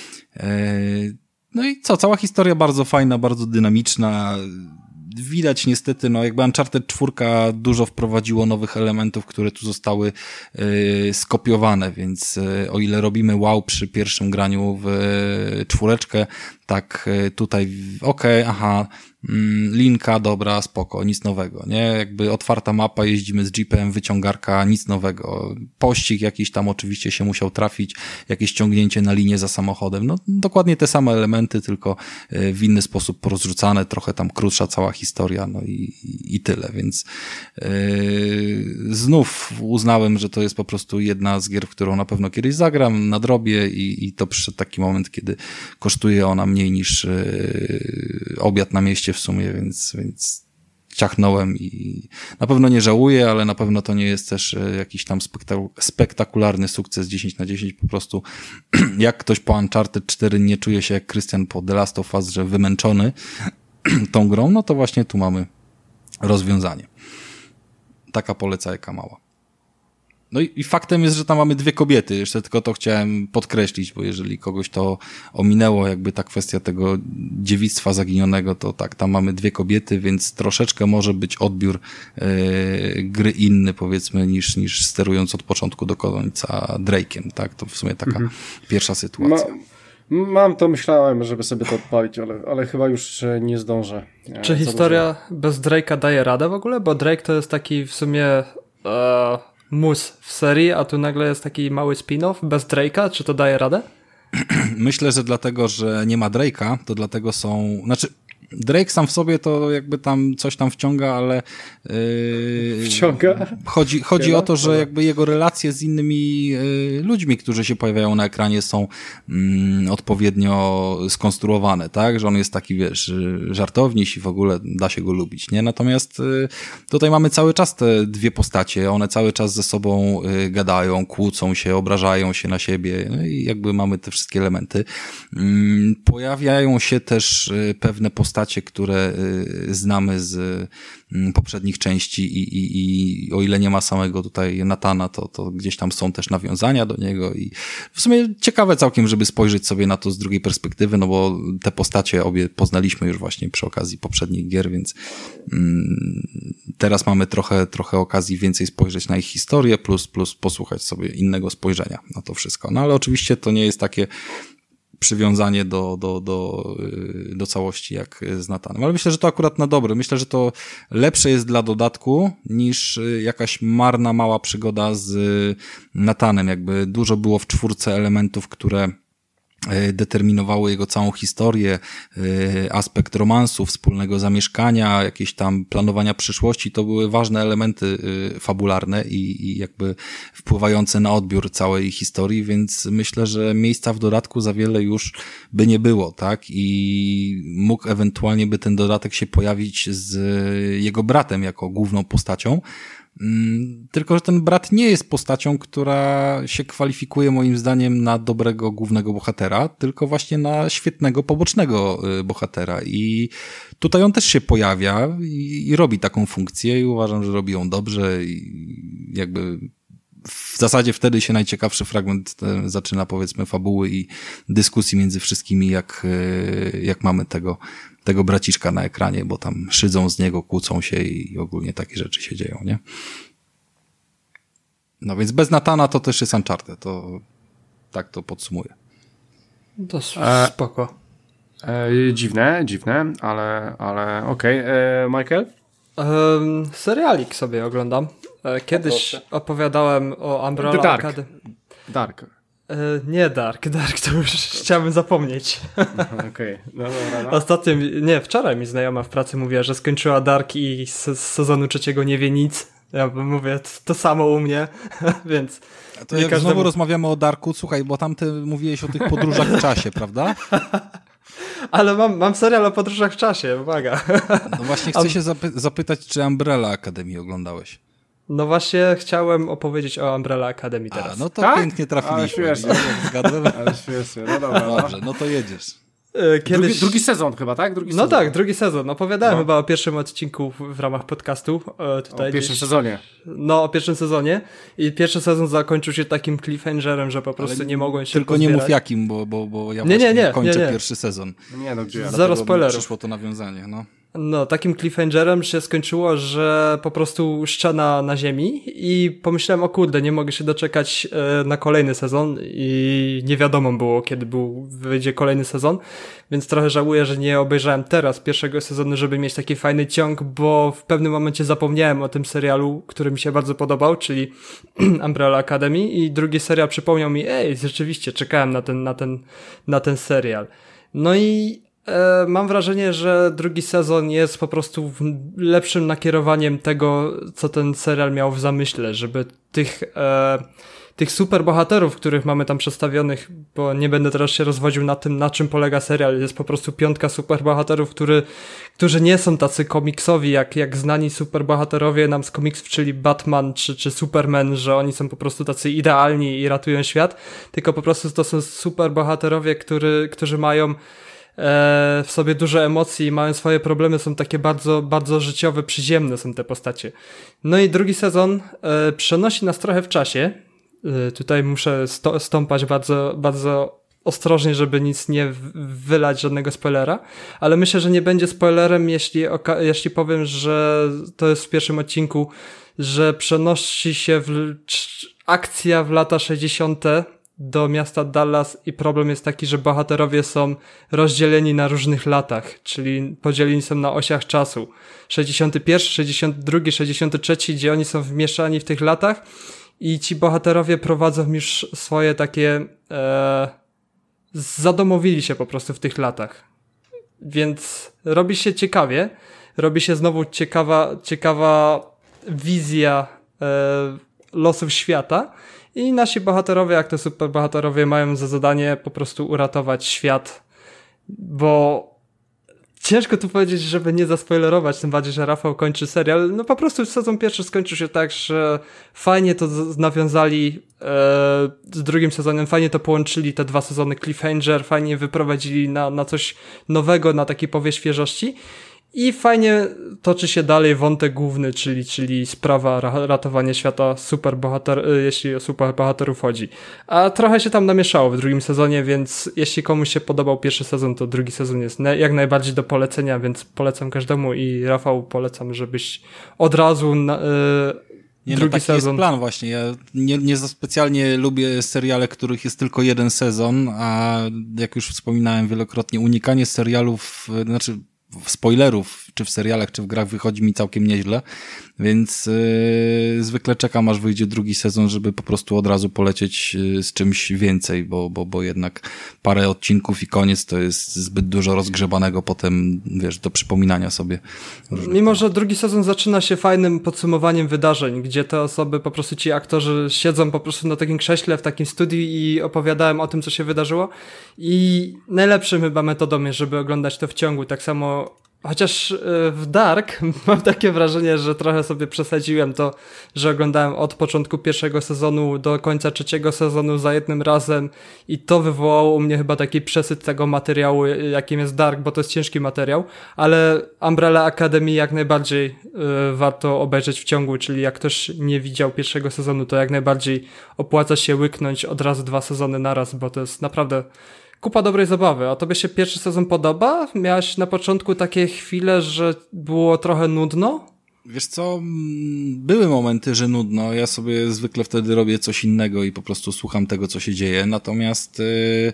No i co? Cała historia bardzo fajna, bardzo dynamiczna. Widać niestety, no jakby Uncharted cztery dużo wprowadziło nowych elementów, które tu zostały y, skopiowane, więc y, o ile robimy wow przy pierwszym graniu w y, czwóreczkę, tak y, tutaj okej, okay, aha, mm, linka, dobra, spoko, nic nowego, nie? Jakby otwarta mapa, jeździmy z jeepem, wyciągarka, nic nowego. Pościg jakiś tam oczywiście się musiał trafić, jakieś ciągnięcie na linię za samochodem, no dokładnie te same elementy, tylko y, w inny sposób porozrzucane, trochę tam krótsza cała historia, no i, i, i tyle, więc yy, znów uznałem, że to jest po prostu jedna z gier, w którą na pewno kiedyś zagram, nadrobię i, i to przyszedł taki moment, kiedy kosztuje ona mniej niż yy, obiad na mieście w sumie, więc, więc ciachnąłem i na pewno nie żałuję, ale na pewno to nie jest też jakiś tam spektak- spektakularny sukces dziesięć na dziesięć, po prostu jak ktoś po Uncharted cztery nie czuje się jak Krystian po The Last of Us, że wymęczony tą grą, no to właśnie tu mamy rozwiązanie. Taka polecajka mała. No i, i faktem jest, że tam mamy dwie kobiety. Jeszcze tylko to chciałem podkreślić, bo jeżeli kogoś to ominęło, jakby ta kwestia tego dziewictwa zaginionego, to tak, tam mamy dwie kobiety, więc troszeczkę może być odbiór yy, gry inny, powiedzmy, niż, niż sterując od początku do końca Drake'iem, tak? To w sumie taka mhm. pierwsza sytuacja. Ma... Mam to, myślałem, żeby sobie to odpalić, ale, ale chyba już nie zdążę. Czy historia dużo... bez Drake'a daje radę w ogóle? Bo Drake to jest taki w sumie e, mus w serii, a tu nagle jest taki mały spin-off bez Drake'a. Czy to daje radę? Myślę, że dlatego, że nie ma Drake'a, to dlatego są... Znaczy, Drake sam w sobie to jakby tam coś tam wciąga, ale yy, wciąga? Chodzi, chodzi o to, że jakby jego relacje z innymi yy, ludźmi, którzy się pojawiają na ekranie, są yy, odpowiednio skonstruowane, tak? Że on jest taki, wiesz, żartowniś i w ogóle da się go lubić, nie? Natomiast yy, tutaj mamy cały czas te dwie postacie, one cały czas ze sobą yy, gadają, kłócą się, obrażają się na siebie, no i jakby mamy te wszystkie elementy. Yy, pojawiają się też yy, pewne postacie, które y, znamy z y, poprzednich części i, i, i o ile nie ma samego tutaj Nathana, to, to gdzieś tam są też nawiązania do niego i w sumie ciekawe całkiem, żeby spojrzeć sobie na to z drugiej perspektywy, no bo te postacie obie poznaliśmy już właśnie przy okazji poprzednich gier, więc y, teraz mamy trochę, trochę okazji więcej spojrzeć na ich historię, plus, plus posłuchać sobie innego spojrzenia na to wszystko. No ale oczywiście to nie jest takie przywiązanie do, do, do, do całości jak z Nathanem. Ale myślę, że to akurat na dobre. Myślę, że to lepsze jest dla dodatku niż jakaś marna, mała przygoda z Nathanem. Jakby dużo było w czwórce elementów, które determinowały jego całą historię, aspekt romansu, wspólnego zamieszkania, jakieś tam planowania przyszłości, to były ważne elementy fabularne i, i jakby wpływające na odbiór całej historii, więc myślę, że miejsca w dodatku za wiele już by nie było, tak? I mógł ewentualnie by ten dodatek się pojawić z jego bratem jako główną postacią. Tylko, że ten brat nie jest postacią, która się kwalifikuje moim zdaniem na dobrego głównego bohatera, tylko właśnie na świetnego pobocznego bohatera i tutaj on też się pojawia i, i robi taką funkcję i uważam, że robi ją dobrze i jakby w zasadzie wtedy się najciekawszy fragment zaczyna, powiedzmy, fabuły i dyskusji między wszystkimi, jak, jak mamy tego, tego braciszka na ekranie, bo tam szydzą z niego, kłócą się i ogólnie takie rzeczy się dzieją, nie? No więc bez Nathana to też jest Uncharted, to tak to podsumuję. To spoko. E, e, dziwne, dziwne, ale, ale okej. Okay. Michael? Um, serialik sobie oglądam. Kiedyś o, opowiadałem o Umbrella Dark. Academy. Dark. E, nie Dark, Dark to już chciałbym zapomnieć. Okej, okay. No dobra. No. Ostatnio, nie, wczoraj mi znajoma w pracy mówiła, że skończyła Dark i z, z sezonu trzeciego nie wie nic. Ja mówię, to samo u mnie, więc... A to jak każdemu... znowu rozmawiamy o Darku, słuchaj, bo tam ty mówiłeś o tych podróżach w czasie, prawda? Ale mam, mam serial o podróżach w czasie, uwaga. No właśnie chcę się zapy- zapytać, czy Umbrella Academy oglądałeś? No właśnie chciałem opowiedzieć o Umbrella Academy teraz. A, no to tak? pięknie trafiliśmy. Ale śmiesznie. Zgadłem. Ale śmiesznie, no dobra. Dobrze, no to jedziesz. Kiedyś... Drugi, drugi sezon chyba, tak? Drugi no sezon. tak, drugi sezon. Opowiadałem no. chyba o pierwszym odcinku w, w ramach podcastu. E, tutaj o pierwszym gdzieś... sezonie. No, o pierwszym sezonie. I pierwszy sezon zakończył się takim cliffhangerem, że po prostu Ale nie mogłem się Tylko pozbierać. nie mów jakim, bo, bo, bo ja nie, nie, nie, kończę nie, nie. pierwszy sezon. Nie, no gdzie ja? Zero spoilerów. Przyszło to nawiązanie, no. No, takim cliffhangerem się skończyło, że po prostu szczena na ziemi i pomyślałem, o kurde, nie mogę się doczekać e, na kolejny sezon i nie wiadomo było, kiedy był, wyjdzie kolejny sezon, więc trochę żałuję, że nie obejrzałem teraz pierwszego sezonu, żeby mieć taki fajny ciąg, bo w pewnym momencie zapomniałem o tym serialu, który mi się bardzo podobał, czyli Umbrella Academy i drugi serial przypomniał mi, ej, rzeczywiście, czekałem na ten, na ten, na ten serial. No i mam wrażenie, że drugi sezon jest po prostu lepszym nakierowaniem tego, co ten serial miał w zamyśle, żeby tych, e, tych superbohaterów, których mamy tam przedstawionych, bo nie będę teraz się rozwodził na tym, na czym polega serial, jest po prostu piątka superbohaterów, który, którzy nie są tacy komiksowi, jak, jak znani superbohaterowie nam z komiksów, czyli Batman czy, czy Superman, że oni są po prostu tacy idealni i ratują świat, tylko po prostu to są superbohaterowie, który, którzy mają w sobie dużo emocji, mają swoje problemy, są takie bardzo, bardzo życiowe, przyziemne są te postacie. No i drugi sezon e, przenosi nas trochę w czasie. E, tutaj muszę sto, stąpać bardzo, bardzo ostrożnie, żeby nic nie wylać, żadnego spoilera, ale myślę, że nie będzie spoilerem, jeśli, oka- jeśli powiem, że to jest w pierwszym odcinku, że przenosi się w, akcja w lata sześćdziesiąte do miasta Dallas i problem jest taki, że bohaterowie są rozdzieleni na różnych latach, czyli podzieleni są na osiach czasu. sześćdziesiąty pierwszy, sześćdziesiąty drugi, sześćdziesiąty trzeci, gdzie oni są wmieszani w tych latach i ci bohaterowie prowadzą już swoje takie e, zadomowili się po prostu w tych latach. Więc robi się ciekawie, robi się znowu ciekawa, ciekawa wizja e, losów świata. I nasi bohaterowie, jak to superbohaterowie, mają za zadanie po prostu uratować świat, bo ciężko tu powiedzieć, żeby nie zaspoilerować, tym bardziej, że Rafał kończy serial. No po prostu sezon pierwszy skończył się tak, że fajnie to nawiązali e, z drugim sezonem, fajnie to połączyli, te dwa sezony cliffhanger, fajnie wyprowadzili na, na coś nowego, na taki powiew świeżości. I fajnie toczy się dalej wątek główny, czyli, czyli sprawa ratowania świata superbohater, jeśli o superbohaterów chodzi. A trochę się tam namieszało w drugim sezonie, więc jeśli komuś się podobał pierwszy sezon, to drugi sezon jest jak najbardziej do polecenia, więc polecam każdemu i Rafał polecam, żebyś od razu na, yy, Nie, drugi no taki sezon. jest plan właśnie. Ja nie, nie za specjalnie lubię seriale, których jest tylko jeden sezon, a jak już wspominałem wielokrotnie, unikanie serialów, znaczy spoilerów, czy w serialach, czy w grach wychodzi mi całkiem nieźle, więc yy, zwykle czekam, aż wyjdzie drugi sezon, żeby po prostu od razu polecieć yy, z czymś więcej, bo, bo, bo jednak parę odcinków i koniec to jest zbyt dużo rozgrzebanego potem, wiesz, do przypominania sobie. Mimo, że drugi sezon zaczyna się fajnym podsumowaniem wydarzeń, gdzie te osoby, po prostu ci aktorzy siedzą po prostu na takim krześle, w takim studiu i opowiadają o tym, co się wydarzyło i najlepszym chyba metodą jest, żeby oglądać to w ciągu, tak samo chociaż w Dark mam takie wrażenie, że trochę sobie przesadziłem to, że oglądałem od początku pierwszego sezonu do końca trzeciego sezonu za jednym razem i to wywołało u mnie chyba taki przesyt tego materiału, jakim jest Dark, bo to jest ciężki materiał, ale Umbrella Academy jak najbardziej y, warto obejrzeć w ciągu, czyli jak ktoś nie widział pierwszego sezonu, to jak najbardziej opłaca się łyknąć od razu dwa sezony naraz, bo to jest naprawdę kupa dobrej zabawy. A tobie się pierwszy sezon podoba? Miałaś na początku takie chwile, że było trochę nudno? Wiesz co, były momenty, że nudno. Ja sobie zwykle wtedy robię coś innego i po prostu słucham tego, co się dzieje. Natomiast yy,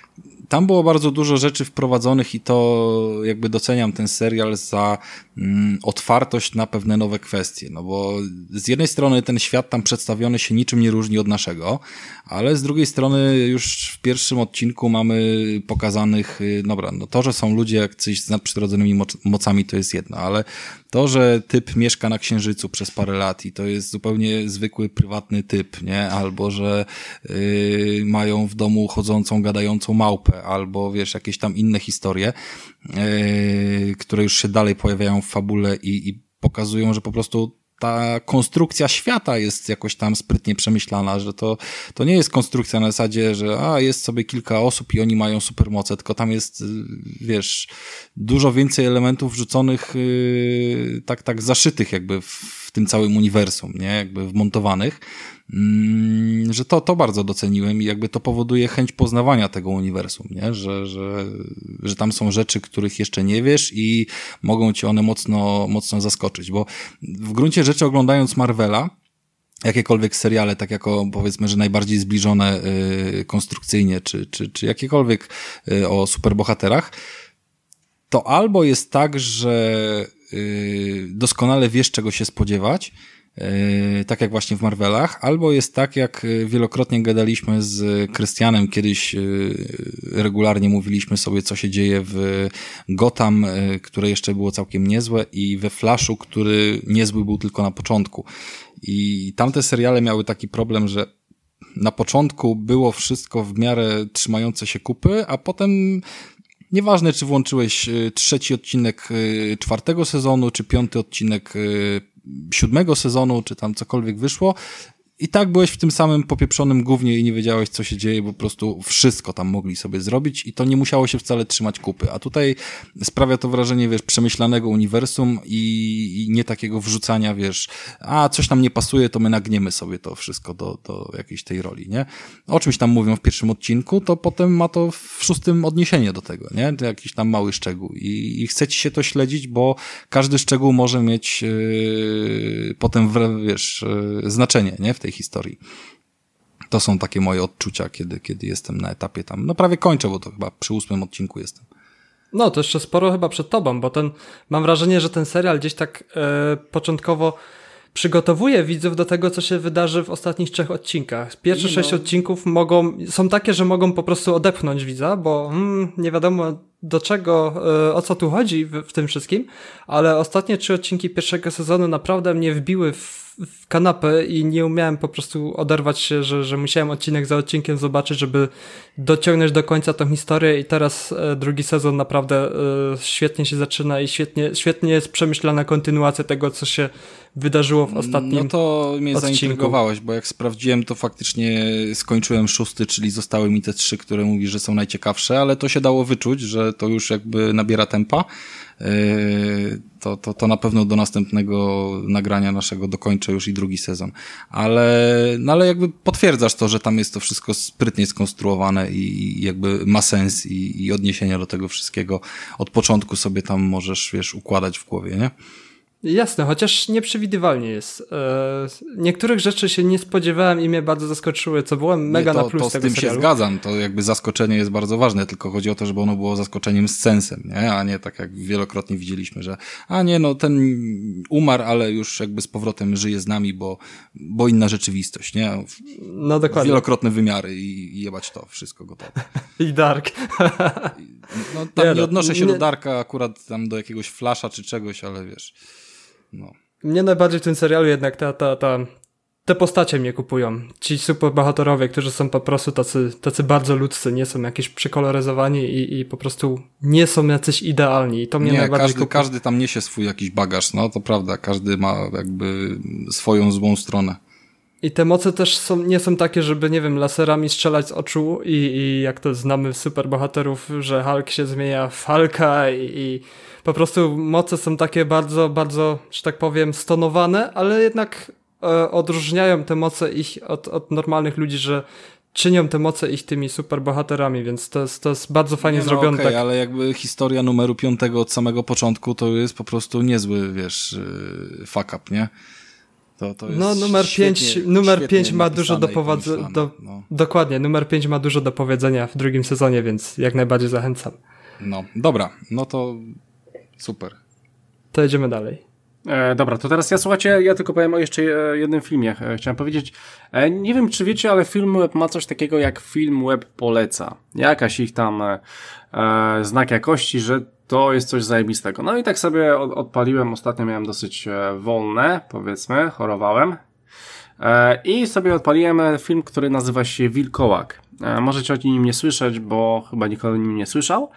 tam było bardzo dużo rzeczy wprowadzonych i to jakby doceniam ten serial za mm, otwartość na pewne nowe kwestie. No bo z jednej strony ten świat tam przedstawiony się niczym nie różni od naszego, ale z drugiej strony już w pierwszym odcinku mamy pokazanych, dobra, no to, że są ludzie jak coś z nadprzyrodzonymi moc- mocami, to jest jedno, ale to, że typ mieszka na Księżycu przez parę lat i to jest zupełnie zwykły, prywatny typ, nie? Albo, że yy, mają w domu chodzącą, gadającą małpę, albo wiesz, jakieś tam inne historie, yy, które już się dalej pojawiają w fabule i, i pokazują, że po prostu ta konstrukcja świata jest jakoś tam sprytnie przemyślana, że to, to nie jest konstrukcja na zasadzie, że a, jest sobie kilka osób i oni mają supermoce, tylko tam jest, wiesz, dużo więcej elementów wrzuconych, yy, tak, tak zaszytych jakby w, w tym całym uniwersum, nie, jakby wmontowanych, yy, że to, to bardzo doceniłem i jakby to powoduje chęć poznawania tego uniwersum, nie, że, że, że tam są rzeczy, których jeszcze nie wiesz i mogą cię one mocno, mocno zaskoczyć, bo w gruncie rzeczy oglądając Marvela, jakiekolwiek seriale, tak jako powiedzmy, że najbardziej zbliżone y, konstrukcyjnie, czy, czy, czy jakiekolwiek y, o superbohaterach, to albo jest tak, że y, doskonale wiesz, czego się spodziewać, Yy, tak jak właśnie w Marvelach, albo jest tak, jak wielokrotnie gadaliśmy z Krystianem, kiedyś yy, regularnie mówiliśmy sobie, co się dzieje w Gotham, yy, które jeszcze było całkiem niezłe, i we Flashu, który niezły był tylko na początku. I tamte seriale miały taki problem, że na początku było wszystko w miarę trzymające się kupy, a potem nieważne, czy włączyłeś trzeci odcinek czwartego sezonu, czy piąty odcinek siódmego sezonu, czy tam cokolwiek wyszło, i tak byłeś w tym samym popieprzonym gównie i nie wiedziałeś, co się dzieje, bo po prostu wszystko tam mogli sobie zrobić i to nie musiało się wcale trzymać kupy. A tutaj sprawia to wrażenie, wiesz, przemyślanego uniwersum i, i nie takiego wrzucania, wiesz, a coś nam nie pasuje, to my nagniemy sobie to wszystko do, do jakiejś tej roli, nie? O czymś tam mówią w pierwszym odcinku, to potem ma to w szóstym odniesienie do tego, nie? To jakiś tam mały szczegół i, i chce ci się to śledzić, bo każdy szczegół może mieć yy, potem, wiesz, yy, znaczenie, nie? W tej historii. To są takie moje odczucia, kiedy, kiedy jestem na etapie tam. No prawie kończę, bo to chyba przy ósmym odcinku jestem. No, to jeszcze sporo chyba przed tobą, bo ten, mam wrażenie, że ten serial gdzieś tak e, początkowo przygotowuje widzów do tego, co się wydarzy w ostatnich trzech odcinkach. Pierwsze no. sześć odcinków mogą, są takie, że mogą po prostu odepchnąć widza, bo hmm, nie wiadomo do czego, e, o co tu chodzi w, w tym wszystkim, ale ostatnie trzy odcinki pierwszego sezonu naprawdę mnie wbiły w w kanapę i nie umiałem po prostu oderwać się, że, że musiałem odcinek za odcinkiem zobaczyć, żeby dociągnąć do końca tą historię i teraz e, drugi sezon naprawdę e, świetnie się zaczyna i świetnie, świetnie jest przemyślana kontynuacja tego, co się wydarzyło w ostatnim No to mnie odcinku. Zaintrygowałeś, bo jak sprawdziłem, to faktycznie skończyłem szósty, czyli zostały mi te trzy, które mówisz, że są najciekawsze, ale to się dało wyczuć, że to już jakby nabiera tempa. To, to, to na pewno do następnego nagrania naszego dokończę już i drugi sezon. Ale, no ale jakby potwierdzasz to, że tam jest to wszystko sprytnie skonstruowane i, i jakby ma sens i, i odniesienia do tego wszystkiego od początku sobie tam możesz, wiesz, układać w głowie, nie? Jasne, chociaż nieprzewidywalnie jest. E, niektórych rzeczy się nie spodziewałem i mnie bardzo zaskoczyły, co byłem mega nie, to, na plus to tego z tym serialu. się zgadzam, to jakby zaskoczenie jest bardzo ważne, tylko chodzi o to, żeby ono było zaskoczeniem z sensem, nie? A nie tak jak wielokrotnie widzieliśmy, że a nie, no ten umarł, ale już jakby z powrotem żyje z nami, bo, bo inna rzeczywistość, nie? No dokładnie. Wielokrotne wymiary i, i jebać to, wszystko gotowe. I Dark. No tam nie, nie odnoszę się nie... do Darka, akurat tam do jakiegoś Flasha czy czegoś, ale wiesz... No. Mnie najbardziej w tym serialu jednak ta, ta, ta, te postacie mnie kupują. Ci superbohaterowie, którzy są po prostu tacy, tacy bardzo ludzcy, nie są jakieś przekoloryzowani i, i po prostu nie są jacyś idealni. I to mnie nie, najbardziej każdy, kupuje. każdy tam niesie swój jakiś bagaż, no to prawda, każdy ma jakby swoją złą stronę. I te moce też są, nie są takie, żeby, nie wiem, laserami strzelać z oczu i, i jak to znamy w superbohaterów, że Hulk się zmienia w Hulka i, i po prostu moce są takie bardzo, bardzo, że tak powiem, stonowane, ale jednak e, odróżniają te moce ich od, od normalnych ludzi, że czynią te moce ich tymi superbohaterami, więc to jest, to jest bardzo fajnie nie, no zrobione. Okay, tak. Ale jakby historia numeru piątego od samego początku to jest po prostu niezły, wiesz, fuck up, nie? To, to jest no numer pięć, numer pięć ma dużo do powodzenia. Do, no. Dokładnie, numer pięć ma dużo do powiedzenia w drugim sezonie, więc jak najbardziej zachęcam. No, dobra, no to super. To jedziemy dalej. E, dobra, to teraz ja słuchajcie, ja tylko powiem o jeszcze jednym filmie. E, chciałem powiedzieć, e, nie wiem czy wiecie, ale Filmweb ma coś takiego jak Filmweb poleca. Jakaś ich tam e, e, znak jakości, że to jest coś zajebistego. No i tak sobie od, odpaliłem, ostatnio miałem dosyć e, wolne, powiedzmy, chorowałem. E, I sobie odpaliłem film, który nazywa się Wilkołak. E, możecie o nim nie słyszeć, bo chyba nikt o nim nie słyszał.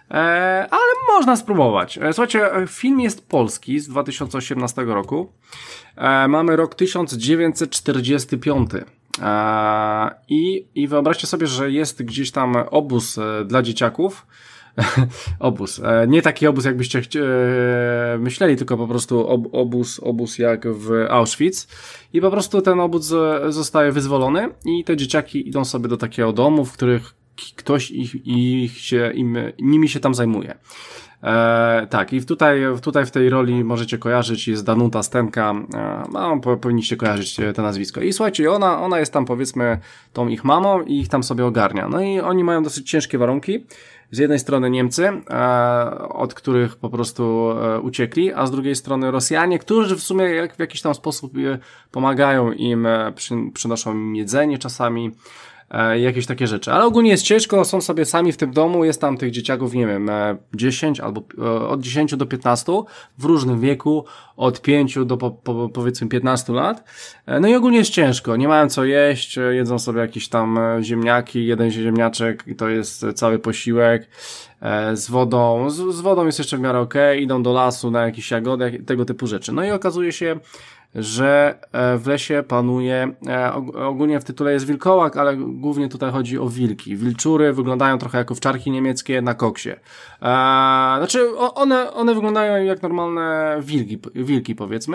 E, ale można spróbować. E, słuchajcie, film jest polski z dwa tysiące osiemnastego roku. E, mamy rok tysiąc dziewięćset czterdziesty piąty. E, i, I wyobraźcie sobie, że jest gdzieś tam obóz e, dla dzieciaków. Obóz. E, nie taki obóz, jakbyście chci- e, myśleli, tylko po prostu ob- obóz, obóz jak w Auschwitz. I po prostu ten obóz zostaje wyzwolony i te dzieciaki idą sobie do takiego domu, w których ktoś ich, ich się, im, nimi się tam zajmuje. E, tak, i tutaj, tutaj w tej roli możecie kojarzyć, jest Danuta Stenka, e, no, powinniście kojarzyć te nazwisko. I słuchajcie, ona, ona jest tam powiedzmy tą ich mamą i ich tam sobie ogarnia. No i oni mają dosyć ciężkie warunki. Z jednej strony Niemcy, e, od których po prostu e, uciekli, a z drugiej strony Rosjanie, którzy w sumie jak, w jakiś tam sposób e, pomagają im, e, przy, przynoszą im jedzenie czasami, e, jakieś takie rzeczy. Ale ogólnie jest ciężko, są sobie sami w tym domu, jest tam tych dzieciaków, nie wiem, e, dziesięć albo e, od dziesięciu do piętnastu w różnym wieku, od pięciu do po, po, powiedzmy piętnastu lat. E, no i ogólnie jest ciężko, nie mają co jeść, e, jedzą sobie jakieś tam e, ziemniaki, jeden ziemniaczek i to jest cały posiłek. E, z wodą, z, z wodą jest jeszcze w miarę okej, okay, idą do lasu na jakieś jagody, tego typu rzeczy. No i okazuje się, że w lesie panuje, ogólnie w tytule jest wilkołak, ale głównie tutaj chodzi o wilki. Wilczury wyglądają trochę jak owczarki niemieckie na koksie. Eee, znaczy one, one wyglądają jak normalne wilki, wilki powiedzmy.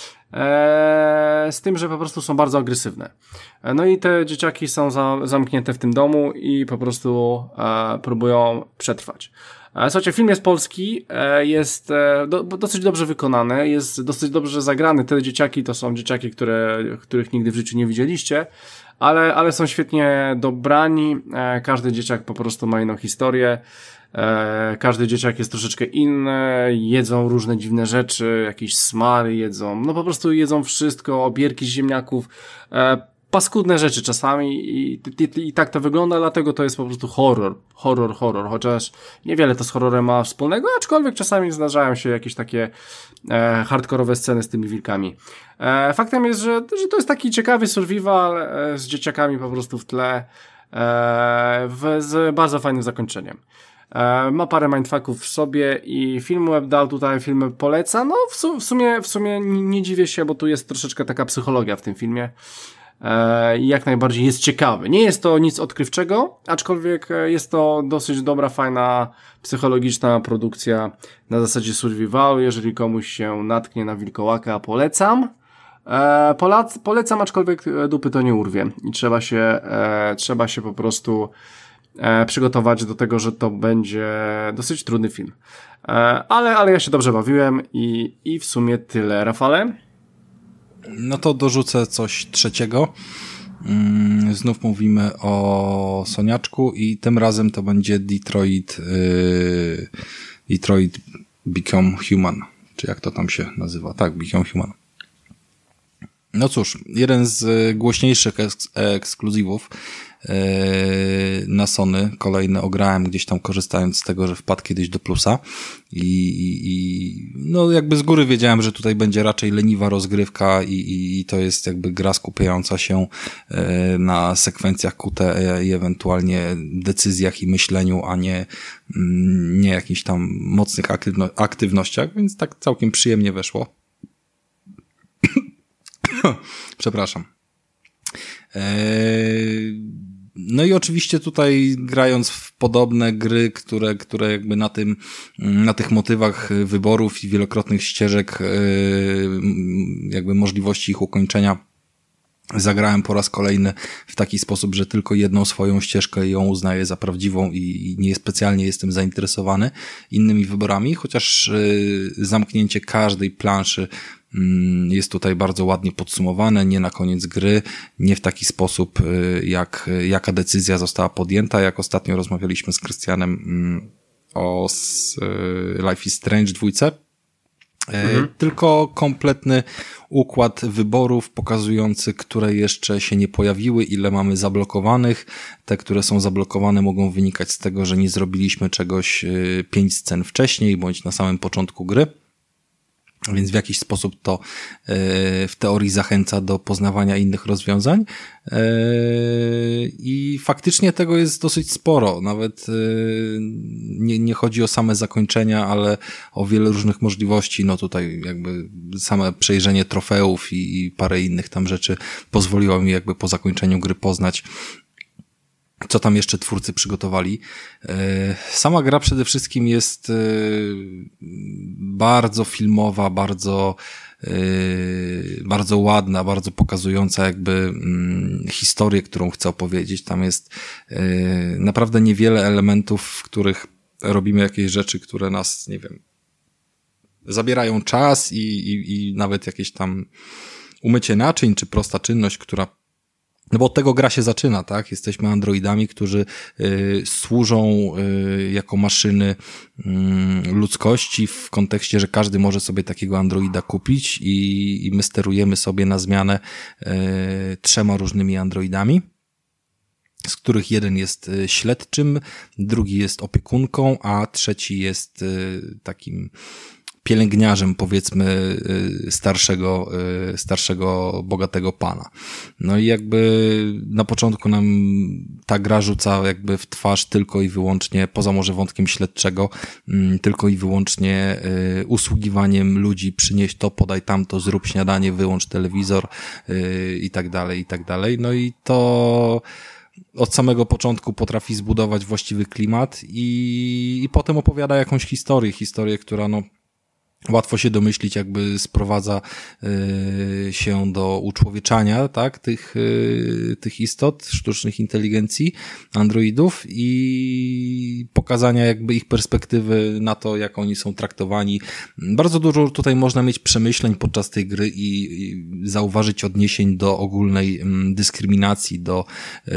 Eee, z tym, że po prostu są bardzo agresywne. E, no i te dzieciaki są za, zamknięte w tym domu i po prostu e, próbują przetrwać. Słuchajcie, film jest polski, jest do, dosyć dobrze wykonany, jest dosyć dobrze zagrany. Te dzieciaki to są dzieciaki, które, których nigdy w życiu nie widzieliście, ale, ale są świetnie dobrani. Każdy dzieciak po prostu ma inną historię. Każdy dzieciak jest troszeczkę inny, jedzą różne dziwne rzeczy, jakieś smary jedzą, no po prostu jedzą wszystko, obierki z ziemniaków, paskudne rzeczy czasami i, i, i tak to wygląda, dlatego to jest po prostu horror, horror, horror, chociaż niewiele to z horrorem ma wspólnego, aczkolwiek czasami zdarzają się jakieś takie e, hardkorowe sceny z tymi wilkami. E, faktem jest, że, że to jest taki ciekawy survival e, z dzieciakami po prostu w tle, e, w, z bardzo fajnym zakończeniem. E, ma parę mindfucków w sobie i film web dał tutaj, film poleca, no w, su, w sumie, w sumie nie, nie dziwię się, bo tu jest troszeczkę taka psychologia w tym filmie. I jak najbardziej jest ciekawy. Nie jest to nic odkrywczego, aczkolwiek jest to dosyć dobra, fajna, psychologiczna produkcja na zasadzie survivalu. Jeżeli komuś się natknie na wilkołaka, polecam. E, Polac, polecam, aczkolwiek dupy to nie urwie i trzeba się, e, trzeba się po prostu e, przygotować do tego, że to będzie dosyć trudny film. E, ale, ale ja się dobrze bawiłem i, i w sumie tyle. Rafale? No to dorzucę coś trzeciego. Znów mówimy o Soniaczku i tym razem to będzie Detroit yy, Detroit Become Human, czy jak to tam się nazywa? Tak, Become Human. No cóż, jeden z głośniejszych eks- ekskluzywów yy, na Sony, kolejny ograłem gdzieś tam korzystając z tego, że wpadł kiedyś do plusa i, i, i no jakby z góry wiedziałem, że tutaj będzie raczej leniwa rozgrywka i, i, i to jest jakby gra skupiająca się yy, na sekwencjach Q T E i ewentualnie decyzjach i myśleniu, a nie, yy, nie jakichś tam mocnych aktywno- aktywnościach, więc tak całkiem przyjemnie weszło. Przepraszam. Eee, no i oczywiście tutaj grając w podobne gry, które, które jakby na tym, na tych motywach wyborów i wielokrotnych ścieżek, jakby możliwości ich ukończenia, zagrałem po raz kolejny w taki sposób, że tylko jedną swoją ścieżkę ją uznaję za prawdziwą i niespecjalnie jestem zainteresowany innymi wyborami, chociaż zamknięcie każdej planszy jest tutaj bardzo ładnie podsumowane, nie na koniec gry, nie w taki sposób, jak, jaka decyzja została podjęta, jak ostatnio rozmawialiśmy z Krystianem o Life is Strange dwójce. Mhm. Tylko kompletny układ wyborów pokazujący, które jeszcze się nie pojawiły, ile mamy zablokowanych. Te, które są zablokowane, mogą wynikać z tego, że nie zrobiliśmy czegoś pięć scen wcześniej, bądź na samym początku gry. Więc w jakiś sposób to w teorii zachęca do poznawania innych rozwiązań i faktycznie tego jest dosyć sporo. Nawet nie, nie chodzi o same zakończenia, ale o wiele różnych możliwości. No tutaj jakby same przejrzenie trofeów i, i parę innych tam rzeczy pozwoliło mi jakby po zakończeniu gry poznać, co tam jeszcze twórcy przygotowali. Sama gra przede wszystkim jest bardzo filmowa, bardzo bardzo ładna, bardzo pokazująca jakby historię, którą chcę opowiedzieć. Tam jest naprawdę niewiele elementów, w których robimy jakieś rzeczy, które nas, nie wiem, zabierają czas i, i, i nawet jakieś tam umycie naczyń, czy prosta czynność, która No bo od tego gra się zaczyna, tak? Jesteśmy androidami, którzy y, służą y, jako maszyny y, ludzkości w kontekście, że każdy może sobie takiego androida kupić i, i my sterujemy sobie na zmianę y, trzema różnymi androidami, z których jeden jest śledczym, drugi jest opiekunką, a trzeci jest y, takim pielęgniarzem, powiedzmy, starszego, starszego, bogatego pana. No i jakby na początku nam ta gra rzuca jakby w twarz tylko i wyłącznie, poza może wątkiem śledczego, tylko i wyłącznie usługiwaniem ludzi, przynieś to, podaj tamto, zrób śniadanie, wyłącz telewizor i tak dalej, i tak dalej. No i to od samego początku potrafi zbudować właściwy klimat i, i potem opowiada jakąś historię, historię, która no łatwo się domyślić, jakby sprowadza y, się do uczłowieczania, tak, tych, y, tych istot, sztucznych inteligencji, androidów i pokazania jakby ich perspektywy na to, jak oni są traktowani. Bardzo dużo tutaj można mieć przemyśleń podczas tej gry i, i zauważyć odniesień do ogólnej y, dyskryminacji, do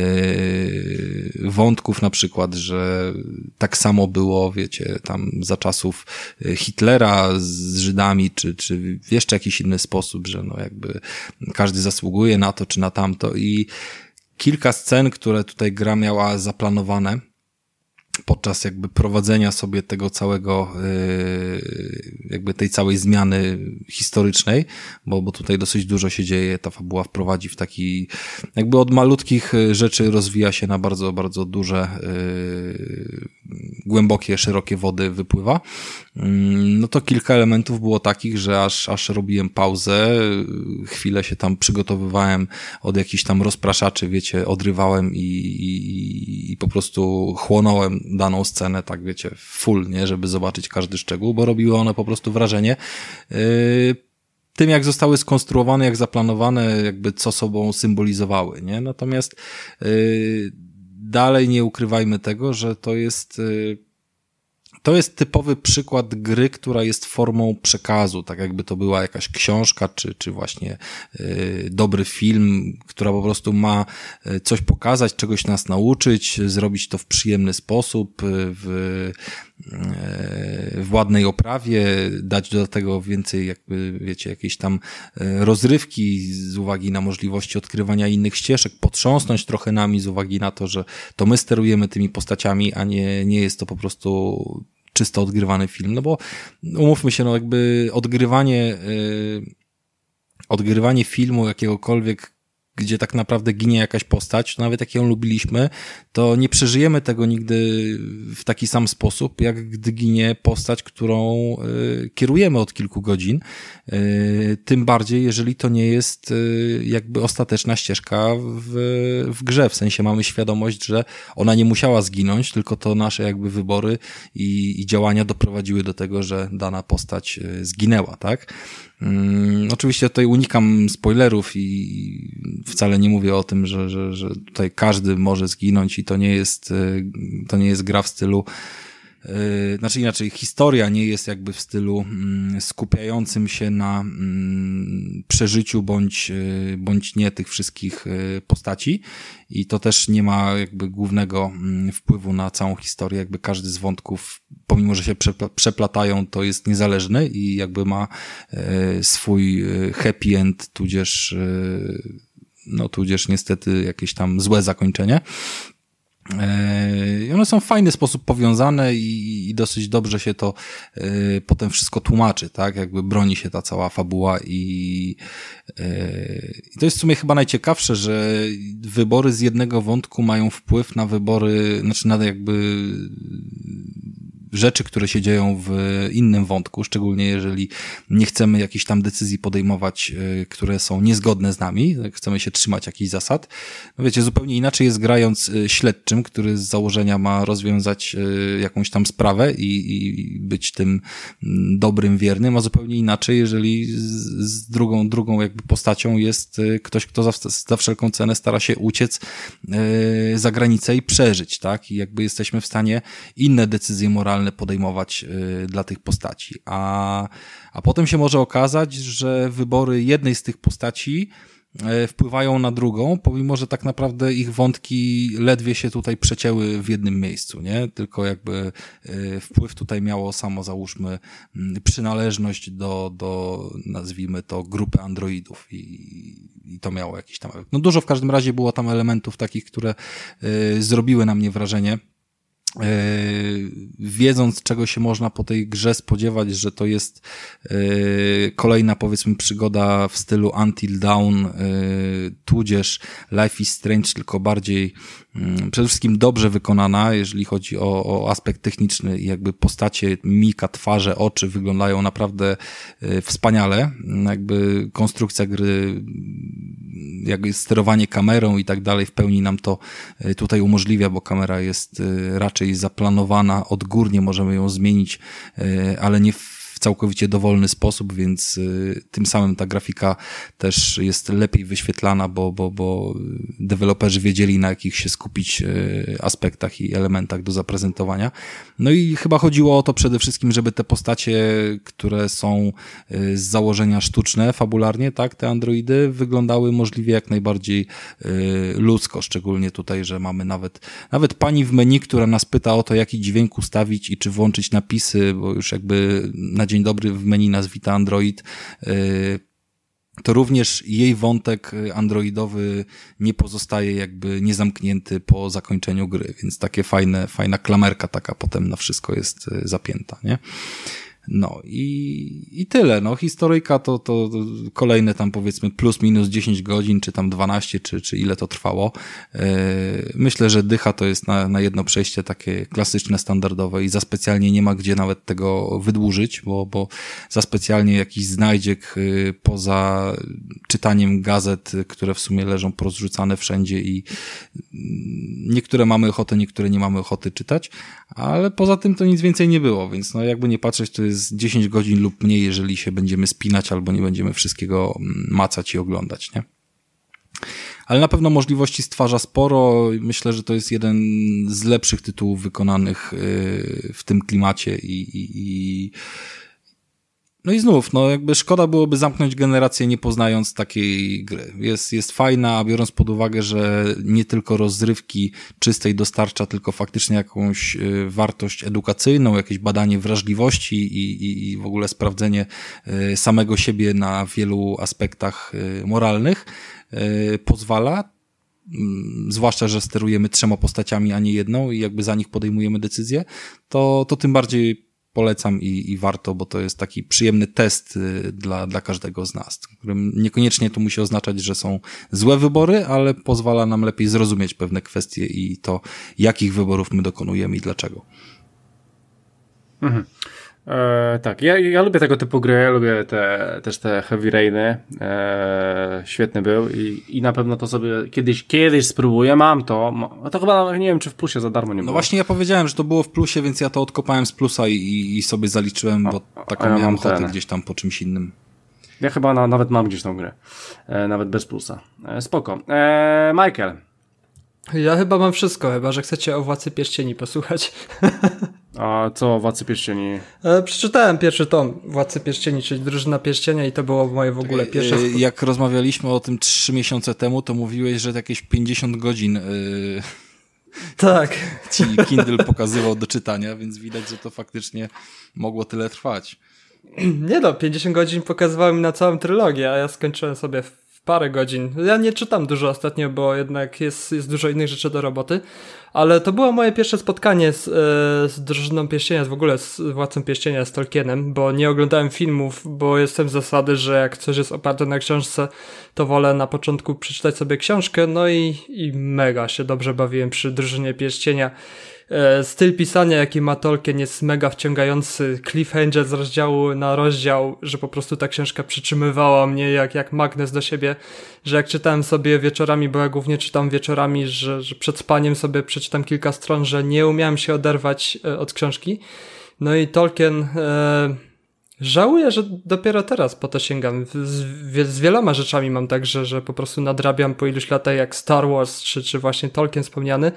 y, wątków na przykład, że tak samo było, wiecie, tam za czasów Hitlera z Żydami, czy, czy w jeszcze jakiś inny sposób, że no jakby każdy zasługuje na to, czy na tamto i kilka scen, które tutaj gra miała zaplanowane podczas jakby prowadzenia sobie tego całego, jakby tej całej zmiany historycznej, bo, bo tutaj dosyć dużo się dzieje, ta fabuła wprowadzi w taki, jakby od malutkich rzeczy rozwija się na bardzo, bardzo duże, głębokie, szerokie wody wypływa. No to kilka elementów było takich, że aż, aż robiłem pauzę, chwilę się tam przygotowywałem od jakichś tam rozpraszaczy, wiecie, odrywałem i, i, i po prostu chłonąłem daną scenę, tak wiecie, full, nie, żeby zobaczyć każdy szczegół, bo robiły one po prostu wrażenie yy, tym, jak zostały skonstruowane, jak zaplanowane, jakby co sobą symbolizowały, nie, natomiast yy, dalej nie ukrywajmy tego, że to jest yy, to jest typowy przykład gry, która jest formą przekazu, tak jakby to była jakaś książka, czy, czy właśnie y, dobry film, która po prostu ma coś pokazać, czegoś nas nauczyć, zrobić to w przyjemny sposób, w, y, w ładnej oprawie, dać do tego więcej, jakby wiecie, jakiejś tam rozrywki z uwagi na możliwości odkrywania innych ścieżek, potrząsnąć trochę nami z uwagi na to, że to my sterujemy tymi postaciami, a nie, nie jest to po prostu czysto odgrywany film, no bo umówmy się, no jakby odgrywanie yy, odgrywanie filmu jakiegokolwiek, gdzie tak naprawdę ginie jakaś postać, to nawet jak ją lubiliśmy, to nie przeżyjemy tego nigdy w taki sam sposób, jak gdy ginie postać, którą y, kierujemy od kilku godzin. Y, tym bardziej, jeżeli to nie jest y, jakby ostateczna ścieżka w, w grze. W sensie mamy świadomość, że ona nie musiała zginąć, tylko to nasze jakby wybory i, i działania doprowadziły do tego, że dana postać y, zginęła, tak? Hmm, oczywiście tutaj unikam spoilerów i wcale nie mówię o tym, że, że, że tutaj każdy może zginąć i to nie jest, to nie jest gra w stylu, yy, znaczy inaczej, historia nie jest jakby w stylu yy, skupiającym się na yy, przeżyciu bądź, yy, bądź nie tych wszystkich yy, postaci i to też nie ma jakby głównego yy, wpływu na całą historię, jakby każdy z wątków, pomimo że się przeplatają, to jest niezależny i jakby ma yy, swój yy, happy end, tudzież yy, no tudzież niestety jakieś tam złe zakończenie. I one są w fajny sposób powiązane i, i dosyć dobrze się to y, potem wszystko tłumaczy, tak? Jakby broni się ta cała fabuła i, y, i to jest w sumie chyba najciekawsze, że wybory z jednego wątku mają wpływ na wybory, znaczy na jakby rzeczy, które się dzieją w innym wątku, szczególnie jeżeli nie chcemy jakichś tam decyzji podejmować, które są niezgodne z nami, chcemy się trzymać jakichś zasad. No wiecie, zupełnie inaczej jest grając śledczym, który z założenia ma rozwiązać jakąś tam sprawę i, i być tym dobrym, wiernym, a zupełnie inaczej, jeżeli z, z drugą, drugą jakby postacią jest ktoś, kto za, za wszelką cenę stara się uciec za granicę i przeżyć, tak? I jakby jesteśmy w stanie inne decyzje moralne podejmować y, dla tych postaci. A, a potem się może okazać, że wybory jednej z tych postaci y, wpływają na drugą, pomimo że tak naprawdę ich wątki ledwie się tutaj przecięły w jednym miejscu, nie? Tylko jakby y, wpływ tutaj miało samo, załóżmy, y, przynależność do, do, nazwijmy to, grupy androidów i i to miało jakiś tam... No dużo w każdym razie było tam elementów takich, które y, zrobiły na mnie wrażenie. Yy, wiedząc, czego się można po tej grze spodziewać, że to jest yy, kolejna, powiedzmy, przygoda w stylu Until Dawn, yy, tudzież Life is Strange, tylko bardziej yy, przede wszystkim dobrze wykonana, jeżeli chodzi o, o aspekt techniczny i jakby postacie, mimika, twarze, oczy wyglądają naprawdę yy, wspaniale. Jakby konstrukcja gry, jakby sterowanie kamerą i tak dalej w pełni nam to yy, tutaj umożliwia, bo kamera jest yy, raczej zaplanowana odgórnie, możemy ją zmienić, ale nie w całkowicie dowolny sposób, więc tym samym ta grafika też jest lepiej wyświetlana, bo, bo, bo deweloperzy wiedzieli, na jakich się skupić aspektach i elementach do zaprezentowania. No i chyba chodziło o to przede wszystkim, żeby te postacie, które są z założenia sztuczne, fabularnie, tak, te androidy, wyglądały możliwie jak najbardziej ludzko, szczególnie tutaj, że mamy nawet, nawet pani w menu, która nas pyta o to, jaki dźwięk ustawić i czy włączyć napisy, bo już jakby na dzień dobry w menu nas wita Android, to również jej wątek androidowy nie pozostaje jakby niezamknięty po zakończeniu gry, więc takie fajne, fajna klamerka taka potem na wszystko jest zapięta, nie? No i, i tyle, no historyjka to, to, to kolejne tam powiedzmy plus minus dziesięć godzin, czy tam dwanaście, czy, czy ile to trwało. Yy, myślę, że dycha to jest na, na jedno przejście takie klasyczne, standardowe i za specjalnie nie ma gdzie nawet tego wydłużyć, bo, bo za specjalnie jakiś znajdziek yy, poza czytaniem gazet, które w sumie leżą porozrzucane wszędzie i yy, niektóre mamy ochotę, niektóre nie mamy ochoty czytać, ale poza tym to nic więcej nie było, więc no jakby nie patrzeć, to jest dziesięć godzin lub mniej, jeżeli się będziemy spinać albo nie będziemy wszystkiego macać i oglądać, nie? Ale na pewno możliwości stwarza sporo. Myślę, że to jest jeden z lepszych tytułów wykonanych w tym klimacie i, i, i no i znów, no jakby szkoda byłoby zamknąć generację nie poznając takiej gry. Jest, jest fajna, a biorąc pod uwagę, że nie tylko rozrywki czystej dostarcza, tylko faktycznie jakąś y, wartość edukacyjną, jakieś badanie wrażliwości i, i, i w ogóle sprawdzenie y, samego siebie na wielu aspektach y, moralnych y, pozwala. Zwłaszcza, że sterujemy trzema postaciami, a nie jedną i jakby za nich podejmujemy decyzje, to, to tym bardziej polecam i, i warto, bo to jest taki przyjemny test dla, dla każdego z nas, którym niekoniecznie to musi oznaczać, że są złe wybory, ale pozwala nam lepiej zrozumieć pewne kwestie i to, jakich wyborów my dokonujemy i dlaczego. Mhm. E, tak, ja, ja lubię tego typu gry, ja lubię te, też te Heavy Rainy, e, świetny był i, i na pewno to sobie kiedyś, kiedyś spróbuję, mam to, a to chyba nie wiem, czy w plusie za darmo nie było. No właśnie ja powiedziałem, że to było w plusie, więc ja to odkopałem z plusa i, i sobie zaliczyłem, bo a, taką ja miałem ochotę ten. Gdzieś tam po czymś innym. Ja chyba na, nawet mam gdzieś tą grę, e, nawet bez plusa. E, spoko. E, Michael. Ja chyba mam wszystko, chyba że chcecie o Władcy Pierścieni posłuchać. A co o Władcy Pierścieni? E, przeczytałem pierwszy tom Władcy Pierścieni, czyli Drużyna Pierścienia i to było moje w ogóle pierwsze... E, jak rozmawialiśmy o tym trzy miesiące temu, to mówiłeś, że jakieś pięćdziesiąt godzin e, tak. ci Kindle pokazywał do czytania, więc widać, że to faktycznie mogło tyle trwać. Nie no, pięćdziesiąt godzin pokazywały mi na całą trylogię, a ja skończyłem sobie w w parę godzin. Ja nie czytam dużo ostatnio, bo jednak jest, jest dużo innych rzeczy do roboty, ale to było moje pierwsze spotkanie z, z Drużyną Pierścienia, w ogóle z Władcą Pierścienia, z Tolkienem, bo nie oglądałem filmów, bo jestem z zasady, że jak coś jest oparte na książce, to wolę na początku przeczytać sobie książkę, no i, i mega się dobrze bawiłem przy Drużynie Pierścienia. Styl pisania, jaki ma Tolkien, jest mega wciągający, cliffhanger z rozdziału na rozdział, że po prostu ta książka przytrzymywała mnie jak, jak magnes do siebie, że jak czytałem sobie wieczorami, bo ja głównie czytam wieczorami, że, że przed spaniem sobie przeczytam kilka stron, że nie umiałem się oderwać od książki. No i Tolkien... E, żałuję, że dopiero teraz po to sięgam. Z, z wieloma rzeczami mam tak, że, że po prostu nadrabiam po iluś latach, jak Star Wars, czy, czy właśnie Tolkien wspomniany.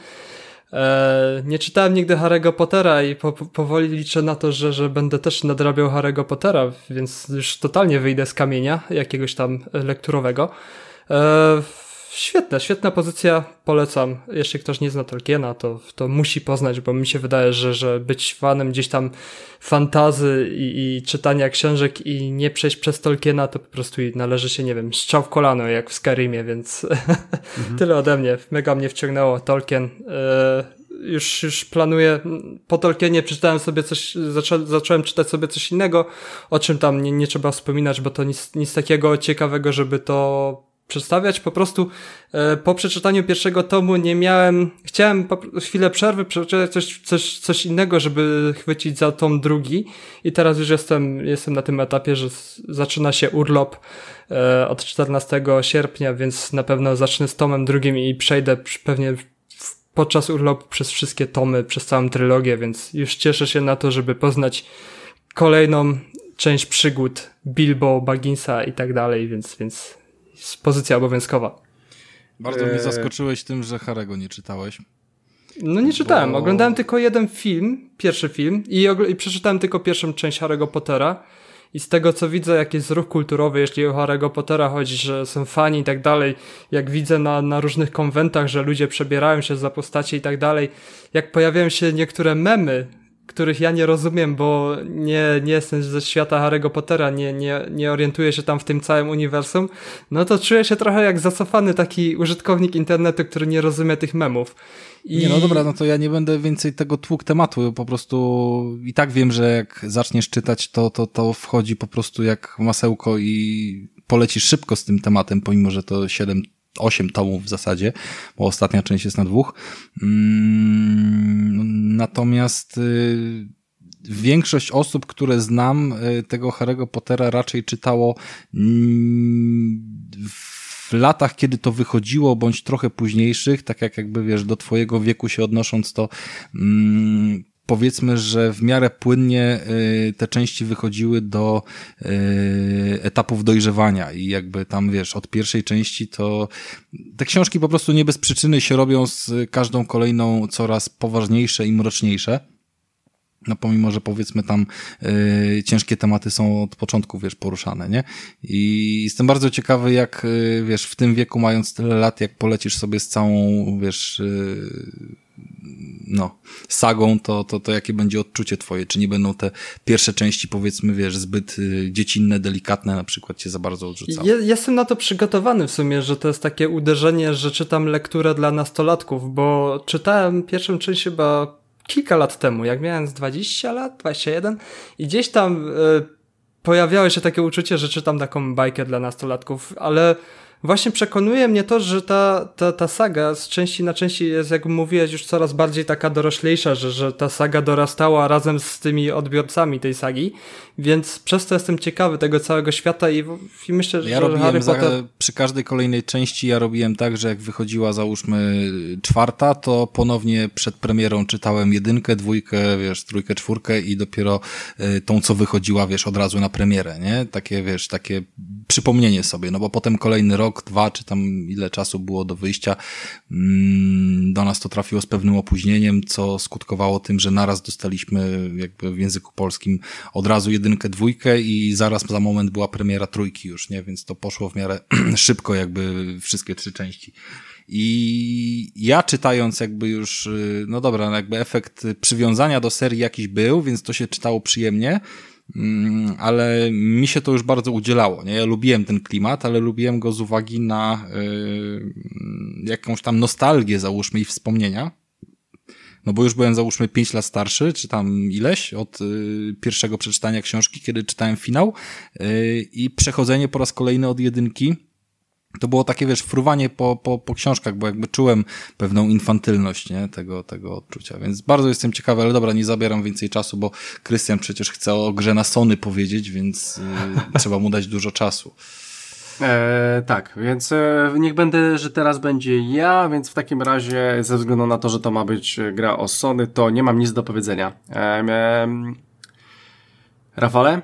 Eee, nie czytałem nigdy Harry'ego Pottera i po, po, powoli liczę na to, że, że będę też nadrabiał Harry'ego Pottera, więc już totalnie wyjdę z kamienia jakiegoś tam lekturowego. Eee, świetna, świetna pozycja, polecam. Jeśli ktoś nie zna Tolkiena, to, to musi poznać, bo mi się wydaje, że, że być fanem gdzieś tam fantazy i, i czytania książek i nie przejść przez Tolkiena, to po prostu należy się, nie wiem, strzał w kolano, jak w Skyrimie, więc mhm. Tyle ode mnie. Mega mnie wciągnęło Tolkien. Yy, już, już planuję, po Tolkienie przeczytałem sobie coś, zaczą, zacząłem czytać sobie coś innego, o czym tam nie, nie trzeba wspominać, bo to nic, nic takiego ciekawego, żeby to przedstawiać. Po prostu e, po przeczytaniu pierwszego tomu nie miałem, chciałem po, chwilę przerwy, przeczytać coś, coś, coś innego, żeby chwycić za tom drugi i teraz już jestem, jestem na tym etapie, że z, zaczyna się urlop e, od czternastego sierpnia, więc na pewno zacznę z tomem drugim i przejdę pewnie podczas urlopu przez wszystkie tomy, przez całą trylogię, więc już cieszę się na to, żeby poznać kolejną część przygód Bilbo, Bagginsa i tak dalej, więc, więc pozycja obowiązkowa. Bardzo mnie zaskoczyłeś tym, że Harry'ego nie czytałeś. No nie czytałem, bo... oglądałem tylko jeden film, pierwszy film i, ogl- i przeczytałem tylko pierwszą część Harry'ego Pottera i z tego co widzę, jaki jest ruch kulturowy, jeśli o Harry'ego Pottera chodzi, że są fani i tak dalej, jak widzę na, na różnych konwentach, że ludzie przebierają się za postacie i tak dalej, jak pojawiają się niektóre memy, których ja nie rozumiem, bo nie, nie jestem ze świata Harry'ego Pottera, nie, nie, nie orientuję się tam w tym całym uniwersum, no to czuję się trochę jak zacofany taki użytkownik internetu, który nie rozumie tych memów. I... Nie, no dobra, no to ja nie będę więcej tego tłukł tematu, po prostu i tak wiem, że jak zaczniesz czytać, to, to, to wchodzi po prostu jak masełko i polecisz szybko z tym tematem, pomimo, że to siedem osiem tomów w zasadzie, bo ostatnia część jest na dwóch. Natomiast y, większość osób, które znam, y, tego Harry'ego Pottera raczej czytało y, w latach, kiedy to wychodziło, bądź trochę późniejszych, tak jak jakby wiesz, do twojego wieku się odnosząc, to y, powiedzmy, że w miarę płynnie y, te części wychodziły do y, etapów dojrzewania i jakby tam, wiesz, od pierwszej części to te książki po prostu nie bez przyczyny się robią z każdą kolejną coraz poważniejsze i mroczniejsze. No pomimo, że powiedzmy tam y, ciężkie tematy są od początku, wiesz, poruszane, nie? I jestem bardzo ciekawy, jak, y, wiesz, w tym wieku mając tyle lat, jak polecisz sobie z całą, wiesz, y, no, sagą, to, to, to jakie będzie odczucie twoje? Czy nie będą te pierwsze części, powiedzmy, wiesz, zbyt y, dziecinne, delikatne, na przykład cię za bardzo odrzucały? Ja, jestem na to przygotowany w sumie, że to jest takie uderzenie, że czytam lekturę dla nastolatków, bo czytałem pierwszą część chyba kilka lat temu, jak miałem z dwadzieścia lat, dwadzieścia jeden i gdzieś tam y, pojawiało się takie uczucie, że czytam taką bajkę dla nastolatków, ale właśnie przekonuje mnie to, że ta, ta, ta saga z części na części jest, jak mówiłeś, już coraz bardziej taka doroślejsza, że, że ta saga dorastała razem z tymi odbiorcami tej sagi, więc przez to jestem ciekawy tego całego świata i, i myślę, że ja robiłem Harry Potter... za, przy każdej kolejnej części ja robiłem tak, że jak wychodziła załóżmy czwarta, to ponownie przed premierą czytałem jedynkę, dwójkę, wiesz, trójkę, czwórkę i dopiero y, tą, co wychodziła, wiesz, od razu na premierę, nie? Takie, wiesz, takie przypomnienie sobie, no bo potem kolejny rok, dwa, czy tam ile czasu było do wyjścia, do nas to trafiło z pewnym opóźnieniem, co skutkowało tym, że naraz dostaliśmy jakby w języku polskim od razu jedynkę, dwójkę i zaraz za moment była premiera trójki już, nie? Więc to poszło w miarę szybko jakby wszystkie trzy części. I ja czytając jakby już, no dobra, jakby efekt przywiązania do serii jakiś był, więc to się czytało przyjemnie. ale mi się to już bardzo udzielało, nie? Ja lubiłem ten klimat, ale lubiłem go z uwagi na yy, jakąś tam nostalgię, załóżmy, i wspomnienia. No bo już byłem, załóżmy, pięć lat starszy, czy tam ileś, od y, pierwszego przeczytania książki, kiedy czytałem finał, y, i przechodzenie po raz kolejny od jedynki, to było takie, wiesz, fruwanie po, po, po książkach, bo jakby czułem pewną infantylność, nie, tego, tego odczucia, więc bardzo jestem ciekawy, ale dobra, nie zabieram więcej czasu, bo Krystian przecież chce o grze na Sony powiedzieć, więc y, trzeba mu dać dużo czasu. E, tak, więc e, niech będę, że teraz będzie ja, więc w takim razie ze względu na to, że to ma być gra o Sony, to nie mam nic do powiedzenia. E, e, Rafale?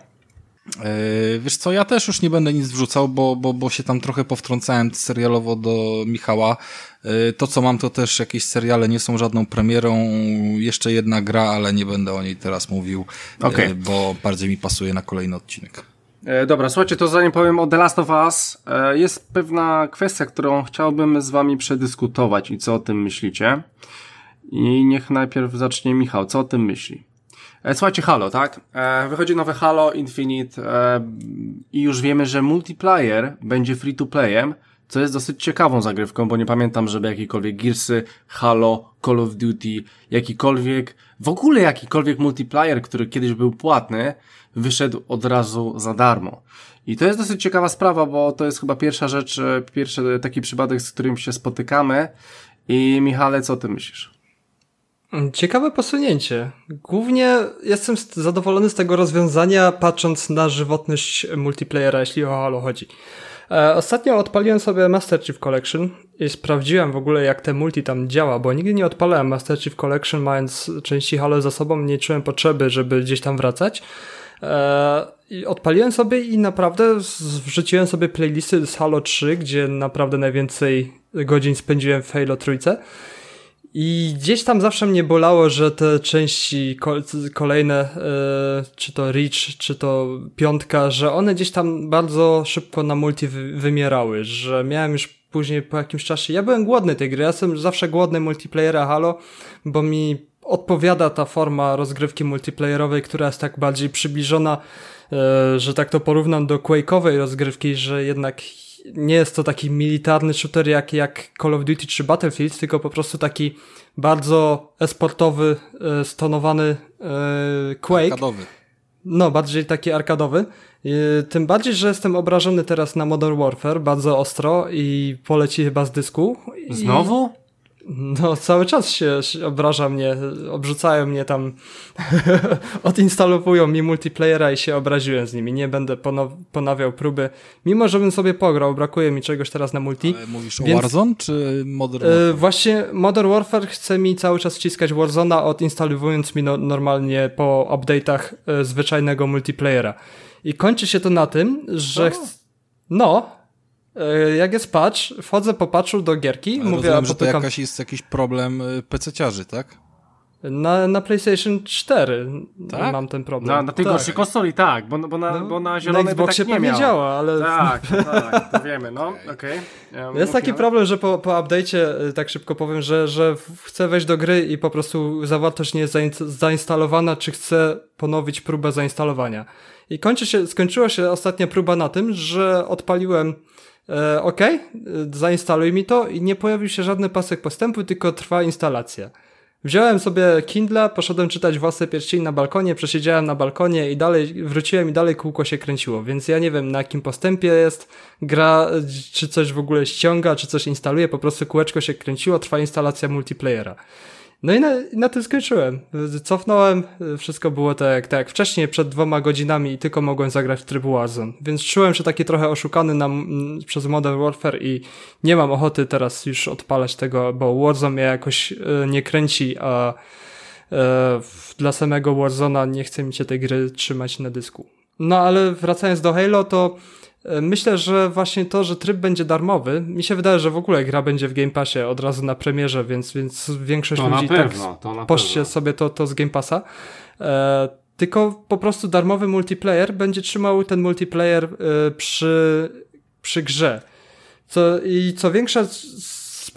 Yy, wiesz co, ja też już nie będę nic wrzucał, bo, bo, bo się tam trochę powtrącałem serialowo do Michała. Yy, to co mam to też jakieś seriale, nie są żadną premierą, jeszcze jedna gra, ale nie będę o niej teraz mówił, okay. yy, bo bardziej mi pasuje na kolejny odcinek. E, dobra, słuchajcie, to zanim powiem o The Last of Us, e, jest pewna kwestia, którą chciałbym z wami przedyskutować i co o tym myślicie. I niech najpierw zacznie Michał, co o tym myśli? E, słuchajcie, Halo, tak? E, wychodzi nowe Halo Infinite e, i już wiemy, że multiplayer będzie free to playem, co jest dosyć ciekawą zagrywką, bo nie pamiętam, żeby jakiekolwiek Gearsy, Halo, Call of Duty, jakikolwiek, w ogóle jakikolwiek multiplayer, który kiedyś był płatny, wyszedł od razu za darmo. I to jest dosyć ciekawa sprawa, bo to jest chyba pierwsza rzecz, pierwszy taki przypadek, z którym się spotykamy. I Michale, co ty myślisz? Ciekawe posunięcie. Głównie jestem zadowolony z tego rozwiązania, patrząc na żywotność multiplayera, jeśli o Halo chodzi. E, ostatnio odpaliłem sobie Master Chief Collection i sprawdziłem w ogóle, jak te multi tam działa, bo nigdy nie odpalałem Master Chief Collection, mając części Halo za sobą, nie czułem potrzeby, żeby gdzieś tam wracać. E, i odpaliłem sobie i naprawdę wrzuciłem sobie playlisty z Halo trzy, gdzie naprawdę najwięcej godzin spędziłem w Halo trójce. I gdzieś tam zawsze mnie bolało, że te części kolejne, czy to Reach, czy to piątka, że one gdzieś tam bardzo szybko na multi wymierały, że miałem już później po jakimś czasie, ja byłem głodny tej gry, ja jestem zawsze głodny multiplayera Halo, bo mi odpowiada ta forma rozgrywki multiplayerowej, która jest tak bardziej przybliżona, że tak to porównam do Quake'owej rozgrywki, że jednak nie jest to taki militarny shooter jak, jak Call of Duty czy Battlefield, tylko po prostu taki bardzo esportowy, e, stonowany e, Quake. Arkadowy. No, bardziej taki arkadowy. E, tym bardziej, że jestem obrażony teraz na Modern Warfare bardzo ostro i poleci chyba z dysku. Znowu? I... No, cały czas się, się obraża mnie, obrzucają mnie tam, odinstalowują mi multiplayera i się obraziłem z nimi. Nie będę ponaw- ponawiał próby, mimo żebym sobie pograł, brakuje mi czegoś teraz na multi. Ale mówisz Więc, o Warzone czy Modern Warfare? Warfare? Właśnie Modern Warfare chce mi cały czas wciskać Warzone'a, odinstalowując mi no, normalnie po update'ach e, zwyczajnego multiplayera. I kończy się to na tym, że... Ch- no... Jak jest patch, wchodzę po patchu do gierki, ale mówię... Rozumiem, że to jakaś, jest jakiś problem pececiarzy, tak? Na, na PlayStation cztery tak? mam ten problem. Na, na tej tak. gorszej konsoli, tak, bo, bo, na, no, bo na zielonej by tak nie miał. działa, ale... Tak, tak, to wiemy, no, okej. Okay. Ja jest taki problem, że po, po update'cie, tak szybko powiem, że, że chcę wejść do gry i po prostu zawartość nie jest zainstalowana, czy chcę ponowić próbę zainstalowania. I kończy się, skończyła się ostatnia próba na tym, że odpaliłem E, ok, zainstaluj mi to i nie pojawił się żadny pasek postępu, tylko trwa instalacja. Wziąłem sobie Kindla, poszedłem czytać Władcę Pierścieni na balkonie, przesiedziałem na balkonie i dalej wróciłem i dalej kółko się kręciło, więc ja nie wiem, na jakim postępie jest gra, czy coś w ogóle ściąga, czy coś instaluje, po prostu kółeczko się kręciło, trwa instalacja multiplayera. No i na, na tym skończyłem. Cofnąłem, wszystko było tak, tak jak wcześniej, przed dwoma godzinami i tylko mogłem zagrać w tryb Warzone. Więc czułem się taki trochę oszukany na, przez Modern Warfare i nie mam ochoty teraz już odpalać tego, bo Warzone mnie jakoś y, nie kręci, a y, dla samego Warzone'a nie chce mi się tej gry trzymać na dysku. No ale wracając do Halo, to myślę, że właśnie to, że tryb będzie darmowy, mi się wydaje, że w ogóle gra będzie w Game Passie od razu na premierze, więc, więc większość to ludzi pewno, tak to poszcie sobie to, to z Game Passa. E, tylko po prostu darmowy multiplayer będzie trzymał ten multiplayer e, przy, przy grze. Co, I co większa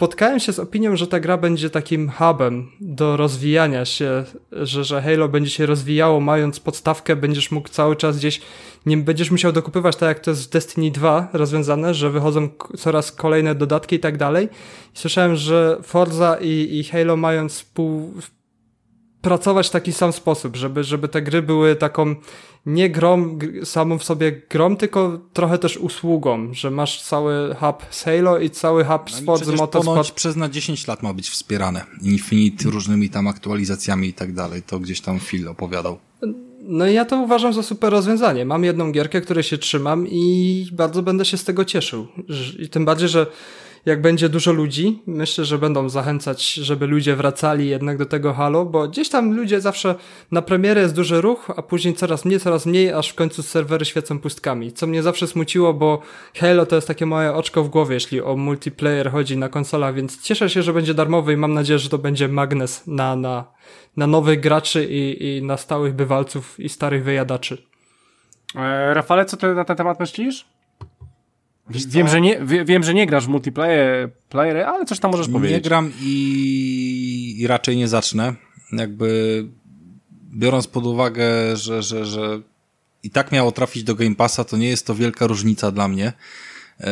spotkałem się z opinią, że ta gra będzie takim hubem do rozwijania się, że, że Halo będzie się rozwijało, mając podstawkę, będziesz mógł cały czas gdzieś, nie będziesz musiał dokupywać tak jak to jest w Destiny dwa rozwiązane, że wychodzą coraz kolejne dodatki i tak dalej. I słyszałem, że Forza i, i Halo mają współ pracować w taki sam sposób, żeby, żeby te gry były taką nie grą, samą w sobie grą, tylko trochę też usługą, że masz cały hub z Halo i cały hub z no Forza Motorsport. Przez na dziesięć lat ma być wspierane. Infinite różnymi tam aktualizacjami i tak dalej. To gdzieś tam Phil opowiadał. No i ja to uważam za super rozwiązanie. Mam jedną gierkę, której się trzymam i bardzo będę się z tego cieszył. I tym bardziej, że jak będzie dużo ludzi, myślę, że będą zachęcać, żeby ludzie wracali jednak do tego Halo, bo gdzieś tam ludzie zawsze na premierę jest duży ruch, a później coraz mniej, coraz mniej, aż w końcu serwery świecą pustkami. Co mnie zawsze smuciło, bo Halo to jest takie moje oczko w głowie, jeśli o multiplayer chodzi na konsolach, więc cieszę się, że będzie darmowy i mam nadzieję, że to będzie magnes na, na, na nowych graczy i, i na stałych bywalców i starych wyjadaczy. E, Rafale, co ty na ten temat myślisz? Wiem, że nie, wiem, że nie grasz w multiplayer, playery, ale coś tam możesz powiedzieć. Nie gram i, i raczej nie zacznę. Jakby biorąc pod uwagę, że, że, że i tak miało trafić do Game Passa, to nie jest to wielka różnica dla mnie. Yy,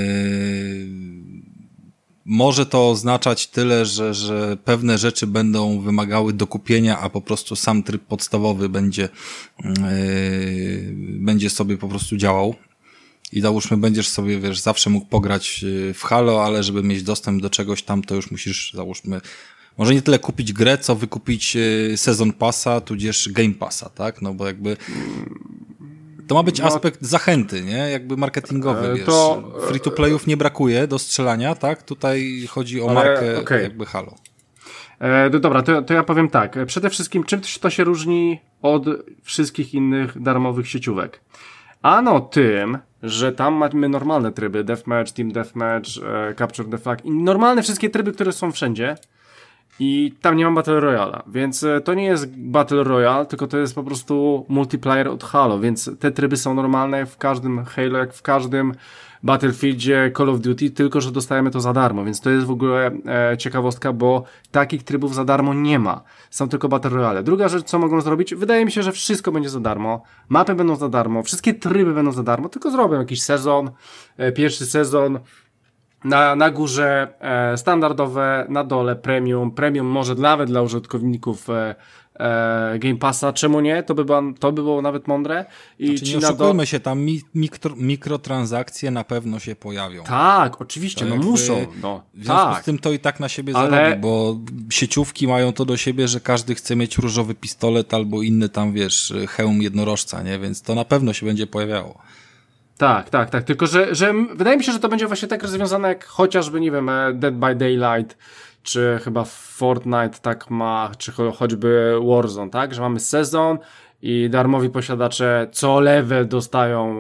może to oznaczać tyle, że, że pewne rzeczy będą wymagały dokupienia, a po prostu sam tryb podstawowy będzie, yy, będzie sobie po prostu działał. I załóżmy, będziesz sobie, wiesz, zawsze mógł pograć w Halo, ale żeby mieć dostęp do czegoś tam, to już musisz, załóżmy, może nie tyle kupić grę, co wykupić Sezon Passa, tudzież Game Passa, tak? No bo jakby to ma być no, aspekt zachęty, nie? Jakby marketingowy, wiesz. To free-to-playów nie brakuje do strzelania, tak? Tutaj chodzi o markę ale, okay. jakby Halo. E, no dobra, to, to ja powiem tak. Przede wszystkim, czym to się różni od wszystkich innych darmowych sieciówek? Ano tym, że tam mamy normalne tryby, Deathmatch, Team Deathmatch, e, Capture the Flag i normalne wszystkie tryby, które są wszędzie i tam nie ma Battle Royale'a, więc e, to nie jest Battle Royale, tylko to jest po prostu multiplayer od Halo, więc te tryby są normalne w każdym Halo, jak w każdym Battlefieldzie, Call of Duty, tylko że dostajemy to za darmo, więc to jest w ogóle e, ciekawostka, bo takich trybów za darmo nie ma. Są tylko Battle Royale. Druga rzecz, co mogą zrobić, wydaje mi się, że wszystko będzie za darmo, mapy będą za darmo, wszystkie tryby będą za darmo, tylko zrobią jakiś sezon, e, pierwszy sezon, na, na górze e, standardowe, na dole premium, premium może nawet dla użytkowników e, e, Game Passa, czemu nie? To by, była, to by było nawet mądre. I znaczy, nie oszukujmy do... się, tam mi, mikro, mikrotransakcje na pewno się pojawią. Tak, oczywiście, to no muszą. No, w związku tak. z tym to i tak na siebie Ale... zarobi, bo sieciówki mają to do siebie, że każdy chce mieć różowy pistolet albo inny tam, wiesz, hełm jednorożca, nie? Więc to na pewno się będzie pojawiało. Tak, tak, tak, tylko że, że wydaje mi się, że to będzie właśnie tak rozwiązane jak chociażby, nie wiem, Dead by Daylight, czy chyba Fortnite tak ma, czy choćby Warzone, tak, że mamy sezon i darmowi posiadacze co level dostają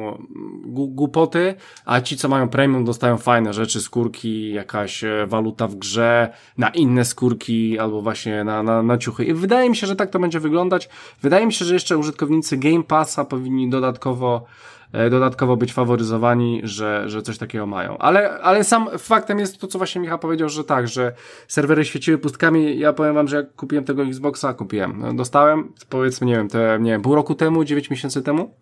głupoty, a ci, co mają premium, dostają fajne rzeczy, skórki, jakaś waluta w grze, na inne skórki, albo właśnie na, na, na ciuchy. I wydaje mi się, że tak to będzie wyglądać. Wydaje mi się, że jeszcze użytkownicy Game Passa powinni dodatkowo dodatkowo być faworyzowani, że, że coś takiego mają. Ale, ale sam faktem jest to, co właśnie Michał powiedział, że tak, że serwery świeciły pustkami. Ja powiem wam, że jak kupiłem tego Xboxa, kupiłem. Dostałem, powiedzmy, nie wiem, te, nie wiem, pół roku temu, dziewięć miesięcy temu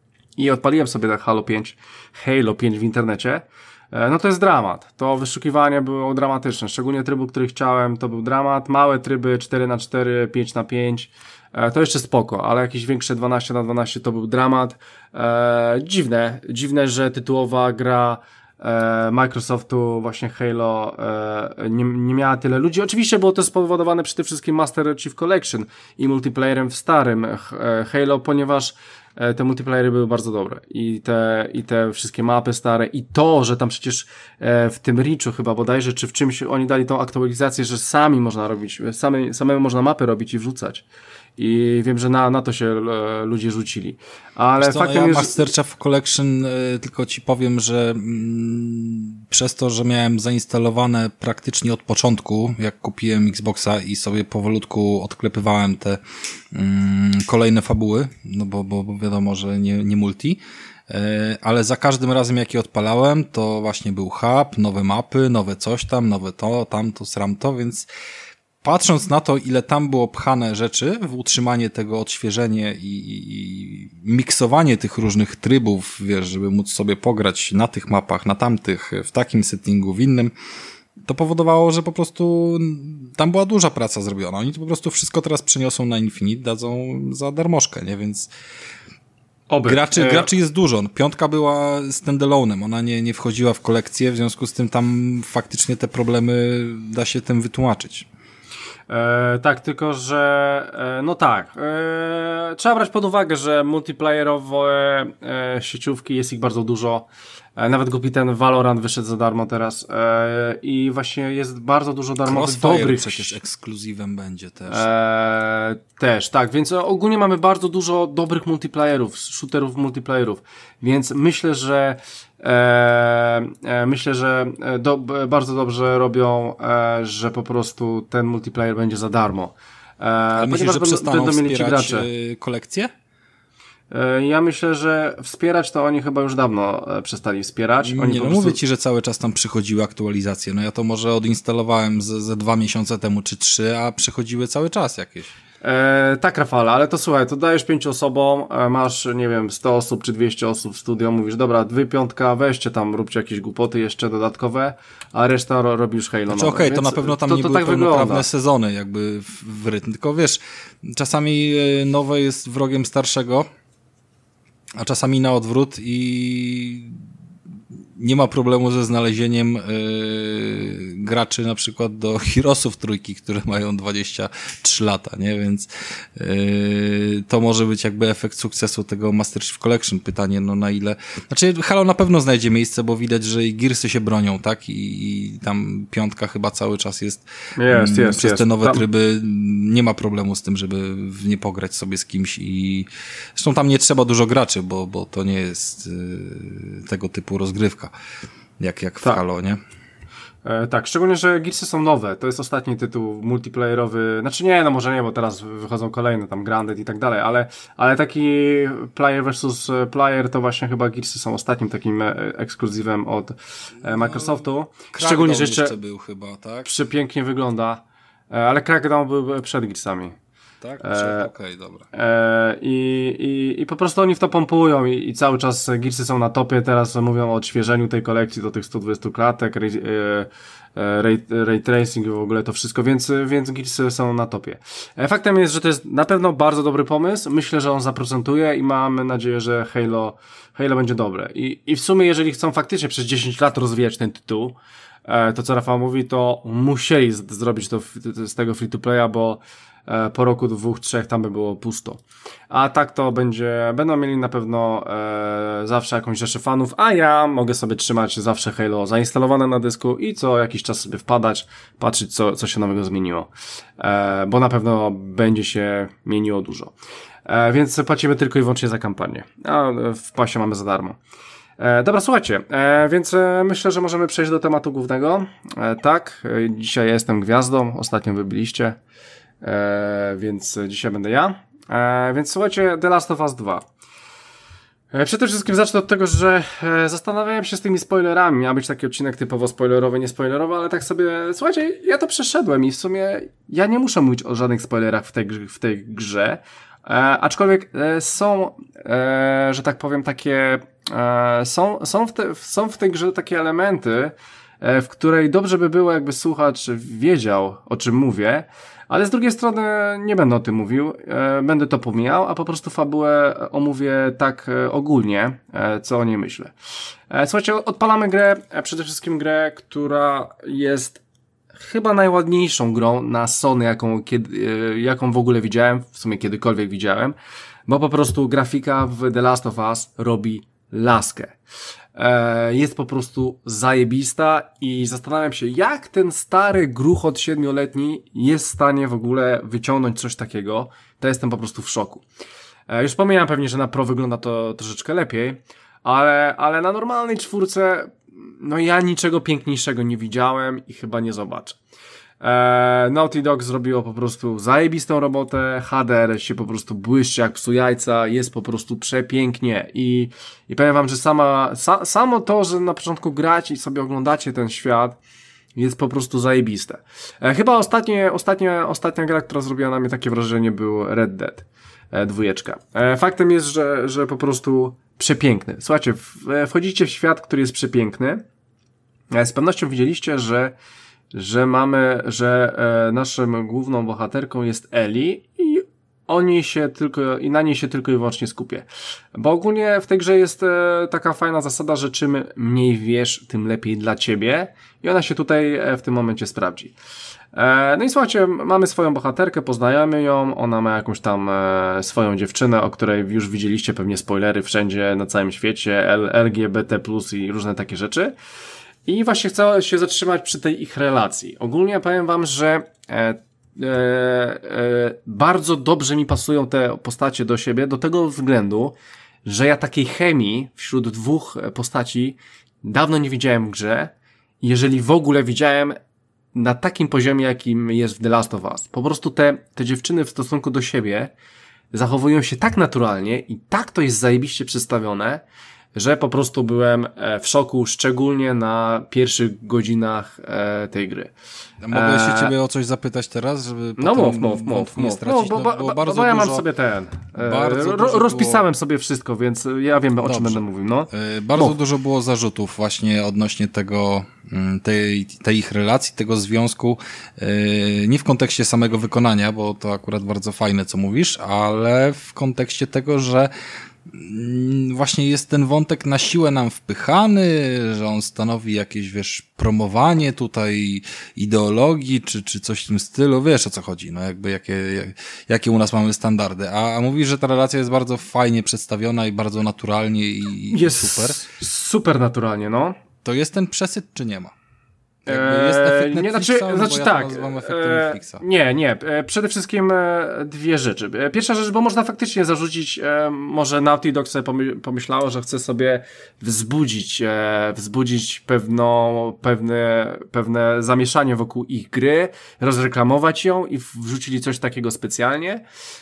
i odpaliłem sobie tak Halo pięć, Halo pięć w internecie. No to jest dramat. To wyszukiwanie było dramatyczne. Szczególnie trybu, który chciałem, to był dramat. Małe tryby cztery na cztery, pięć na pięć. To jeszcze spoko, ale jakieś większe dwanaście na dwanaście to był dramat. E, dziwne, dziwne, że tytułowa gra e, Microsoftu, właśnie Halo, e, nie, nie miała tyle ludzi. Oczywiście było to spowodowane przede wszystkim Master Chief Collection i multiplayerem w starym e, Halo, ponieważ e, te multiplayery były bardzo dobre i te, i te wszystkie mapy stare i to, że tam przecież e, w tym Reachu chyba bodajże, czy w czymś oni dali tą aktualizację, że sami można robić, same, samemu można mapy robić i wrzucać. I wiem, że na, na to się e, ludzie rzucili. Ale co, faktem ja jest, Master Chief Collection, y, tylko ci powiem, że mm, przez to, że miałem zainstalowane praktycznie od początku, jak kupiłem Xboxa i sobie powolutku odklepywałem te mm, kolejne fabuły, no bo, bo, bo wiadomo, że nie, nie multi, ale za każdym razem jak je odpalałem, to właśnie był hub, nowe mapy, nowe coś tam, nowe to, tamto, sramto, więc patrząc na to, ile tam było pchane rzeczy w utrzymanie tego, odświeżenie i, i, i miksowanie tych różnych trybów, wiesz, żeby móc sobie pograć na tych mapach, na tamtych, w takim settingu, w innym, to powodowało, że po prostu tam była duża praca zrobiona. Oni to po prostu wszystko teraz przeniosą na Infinite, dadzą za darmożkę, nie? Więc Oby. Graczy, e... graczy jest dużo. Piątka była standalone'em, ona nie, nie wchodziła w kolekcję, w związku z tym tam faktycznie te problemy da się tym wytłumaczyć. E, tak, tylko że e, no tak, e, trzeba brać pod uwagę, że multiplayerowe e, sieciówki, jest ich bardzo dużo. E, nawet głupi ten Valorant wyszedł za darmo teraz e, i właśnie jest bardzo dużo darmowych Crossfire dobrych. Przecież ekskluzywem będzie też. E, też, tak, więc ogólnie mamy bardzo dużo dobrych multiplayerów, shooterów multiplayerów, więc myślę, że E, e, myślę, że do, bardzo dobrze robią, e, że po prostu ten multiplayer będzie za darmo. E, Ale myślisz, że przestaną będą mieli wspierać kolekcję? E, ja myślę, że wspierać to oni chyba już dawno e, przestali wspierać. Oni nie, po no prostu... mówię ci, że cały czas tam przychodziły aktualizacje. No ja to może odinstalowałem ze, ze dwa miesiące temu czy trzy, a przychodziły cały czas jakieś. E, tak, Rafale, ale to słuchaj, to dajesz pięciu osobom, e, masz, nie wiem, sto osób czy dwieście osób w studio, mówisz, dobra, wy piątka, weźcie tam, róbcie jakieś głupoty jeszcze dodatkowe, a reszta ro, robisz Halo znaczy, okej, okay, to na pewno tam to, nie to były tak pełnoprawne wygląda. Sezony jakby w, w rytm, tylko wiesz, czasami nowe jest wrogiem starszego, a czasami na odwrót i nie ma problemu ze znalezieniem yy, graczy na przykład do Heroesów trójki, które mają dwadzieścia trzy lata, nie? Więc yy, to może być jakby efekt sukcesu tego Master Chief Collection. Pytanie, no na ile... Znaczy Halo na pewno znajdzie miejsce, bo widać, że i Gearsy się bronią, tak? I, i tam piątka chyba cały czas jest... Jest, jest, Przez jest. te nowe tam... tryby nie ma problemu z tym, żeby w nie pograć sobie z kimś i... Zresztą tam nie trzeba dużo graczy, bo, bo to nie jest yy, tego typu rozgrywka. Jak, jak w tak. Halo, nie? E, tak, szczególnie, że Gearsy są nowe. To jest ostatni tytuł multiplayerowy. Znaczy nie, no może nie, bo teraz wychodzą kolejne, tam Grounded i tak dalej, ale, ale taki player versus player to właśnie chyba Gearsy są ostatnim takim ekskluzywem od e, Microsoftu. No, szczególnie, że jeszcze, jeszcze był chyba, tak? przepięknie wygląda. E, ale Crackdown był przed Gearsami. Tak? E, Okej, okay, dobra. E, i, i, I po prostu oni w to pompują i, i cały czas Gearsy są na topie, teraz mówią o odświeżeniu tej kolekcji do tych stu dwudziestu klatek, ray, e, ray, ray tracing w ogóle to wszystko, więc, więc Gearsy są na topie. E, faktem jest, że to jest na pewno bardzo dobry pomysł, myślę, że on zaprocentuje i mamy nadzieję, że Halo, Halo będzie dobre. I, I w sumie jeżeli chcą faktycznie przez dziesięć lat rozwijać ten tytuł, e, to co Rafał mówi, to musieli z, zrobić to z tego free to playa, bo po roku, dwóch, trzech tam by było pusto. A tak to będzie, będą mieli na pewno e, zawsze jakąś rzeszę fanów, a ja mogę sobie trzymać zawsze Halo zainstalowane na dysku i co jakiś czas sobie wpadać, patrzeć co, co się nowego zmieniło. E, bo na pewno będzie się mieniło dużo. E, więc płacimy tylko i wyłącznie za kampanię. A w pasie mamy za darmo. E, dobra, słuchajcie, e, więc e, myślę, że możemy przejść do tematu głównego. E, tak, e, dzisiaj jestem gwiazdą, ostatnio wy byliście. E, więc dzisiaj będę ja. E, więc słuchajcie, The Last of Us dwa. E, przede wszystkim zacznę od tego, że e, zastanawiałem się z tymi spoilerami. Miał być taki odcinek typowo spoilerowy, nie spoilerowy, ale tak sobie, słuchajcie, ja to przeszedłem i w sumie ja nie muszę mówić o żadnych spoilerach w tej, w tej grze. E, aczkolwiek e, są, e, że tak powiem, takie e, są, są, w te, są w tej grze takie elementy, e, w której dobrze by było, jakby słuchacz wiedział, o czym mówię. Ale z drugiej strony nie będę o tym mówił, e, będę to pomijał, a po prostu fabułę omówię tak e, ogólnie, e, co o niej myślę. E, słuchajcie, odpalamy grę, e, przede wszystkim grę, która jest chyba najładniejszą grą na Sony, jaką, kiedy, e, jaką w ogóle widziałem, w sumie kiedykolwiek widziałem, bo po prostu grafika w The Last of Us robi laskę. Jest po prostu zajebista i zastanawiam się, jak ten stary gruchot siedmioletni jest w stanie w ogóle wyciągnąć coś takiego. To jestem po prostu w szoku. Już pomijam pewnie, że na Pro wygląda to troszeczkę lepiej, ale, ale na normalnej czwórce no ja niczego piękniejszego nie widziałem i chyba nie zobaczę. E, Naughty Dog zrobiło po prostu zajebistą robotę, H D R się po prostu błyszczy jak psu jajca, jest po prostu przepięknie i, i powiem wam, że sama, sa, samo to, że na początku gracie i sobie oglądacie ten świat, jest po prostu zajebiste. E, chyba ostatnie, ostatnia, ostatnia gra, która zrobiła na mnie takie wrażenie, był Red Dead e, dwójeczka. E, faktem jest, że, że po prostu przepiękny. Słuchajcie, w, e, wchodzicie w świat, który jest przepiękny. E, z pewnością widzieliście, że że mamy, że e, naszą główną bohaterką jest Ellie i o niej się tylko, i na niej się tylko i wyłącznie skupię. Bo ogólnie w tej grze jest e, taka fajna zasada, że czym mniej wiesz, tym lepiej dla ciebie i ona się tutaj e, w tym momencie sprawdzi. E, no i słuchajcie, mamy swoją bohaterkę, poznajemy ją, ona ma jakąś tam e, swoją dziewczynę, o której już widzieliście pewnie spoilery wszędzie na całym świecie, L G B T plus i różne takie rzeczy. I właśnie chcę się zatrzymać przy tej ich relacji. Ogólnie powiem wam, że e, e, e, bardzo dobrze mi pasują te postacie do siebie, do tego względu, że ja takiej chemii wśród dwóch postaci dawno nie widziałem w grze. Jeżeli w ogóle widziałem na takim poziomie, jakim jest w The Last of Us. Po prostu te, te dziewczyny w stosunku do siebie zachowują się tak naturalnie i tak to jest zajebiście przedstawione, że po prostu byłem w szoku, szczególnie na pierwszych godzinach tej gry. Mogę się ciebie o coś zapytać teraz, żeby no mów, mów, mów, nie stracić, no, bo, no, bo, bardzo bo ja dużo, mam sobie ten, bardzo ro, rozpisałem było... sobie wszystko, więc ja wiem, o Dobrze. czym będę mówił. No. Bardzo mów. dużo było zarzutów właśnie odnośnie tego, tej, tej ich relacji, tego związku, nie w kontekście samego wykonania, bo to akurat bardzo fajne, co mówisz, ale w kontekście tego, że właśnie jest ten wątek na siłę nam wpychany, że on stanowi jakieś, wiesz, promowanie tutaj ideologii, czy, czy coś w tym stylu, wiesz o co chodzi, no jakby jakie, jak, jakie u nas mamy standardy, a, a mówisz, że ta relacja jest bardzo fajnie przedstawiona i bardzo naturalnie i, i jest super. Super naturalnie, no. To jest ten przesyt, czy nie ma? Jakby jest efekt Netflixa, nie, znaczy, no znaczy ja tak, e, nie, nie, przede wszystkim dwie rzeczy. Pierwsza rzecz, bo można faktycznie zarzucić, e, może Naughty Dog sobie pomyślało, że chce sobie wzbudzić, e, wzbudzić pewną, pewne, pewne zamieszanie wokół ich gry, rozreklamować ją i wrzucili coś takiego specjalnie.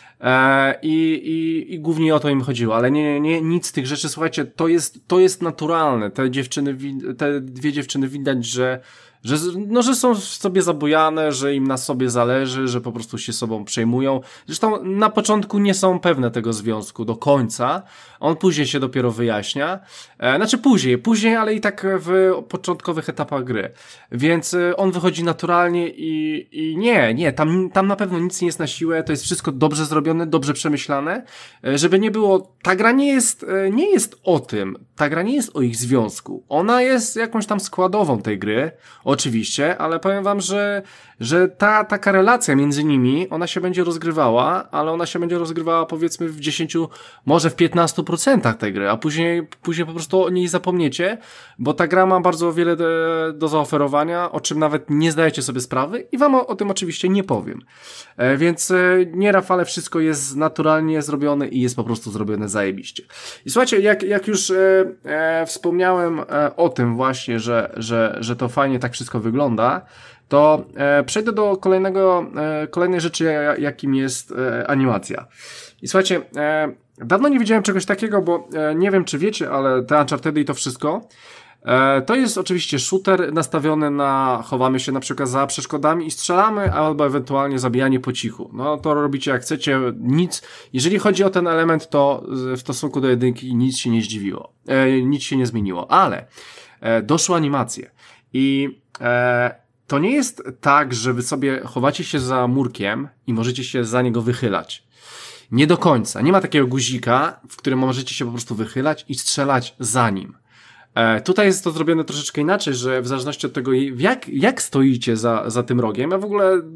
E, i, i, I głównie o to im chodziło, ale nie, nie, nic z tych rzeczy, słuchajcie, to jest, to jest naturalne. Te dziewczyny, te dwie dziewczyny widać, że Że, no, że są sobie zabujane, że im na sobie zależy, że po prostu się sobą przejmują. Zresztą na początku nie są pewne tego związku do końca. On później się dopiero wyjaśnia. E, znaczy później, później, ale i tak w początkowych etapach gry. Więc e, on wychodzi naturalnie i, i nie, nie, tam, tam na pewno nic nie jest na siłę. To jest wszystko dobrze zrobione, dobrze przemyślane. E, żeby nie było, ta gra nie jest, e, nie jest o tym. Ta gra nie jest o ich związku. Ona jest jakąś tam składową tej gry. Oczywiście, ale powiem wam, że, że ta taka relacja między nimi, ona się będzie rozgrywała, ale ona się będzie rozgrywała powiedzmy w dziesięciu, może w piętnastu procentach tej gry, a później, później po prostu o niej zapomniecie, bo ta gra ma bardzo wiele do, do zaoferowania, o czym nawet nie zdajecie sobie sprawy i wam o, o tym oczywiście nie powiem. E, więc e, nie, Rafale, wszystko jest naturalnie zrobione i jest po prostu zrobione zajebiście. I słuchajcie, jak, jak już e, e, wspomniałem e, o tym właśnie, że, że, że to fajnie tak wszystko wygląda, to e, przejdę do kolejnego, e, kolejnej rzeczy, jakim jest e, animacja. I słuchajcie, e, dawno nie widziałem czegoś takiego, bo e, nie wiem, czy wiecie, ale te Uncharted i to wszystko, e, to jest oczywiście shooter nastawiony na chowamy się na przykład za przeszkodami i strzelamy, albo ewentualnie zabijanie po cichu. No to robicie jak chcecie, nic. Jeżeli chodzi o ten element, to w stosunku do jedynki nic się nie zdziwiło, e, nic się nie zmieniło, ale e, doszły animacje. I e, to nie jest tak, że wy sobie chowacie się za murkiem i możecie się za niego wychylać. Nie do końca. Nie ma takiego guzika, w którym możecie się po prostu wychylać i strzelać za nim. E, tutaj jest to zrobione troszeczkę inaczej, że w zależności od tego, jak, jak stoicie za, za tym rogiem, ja w ogóle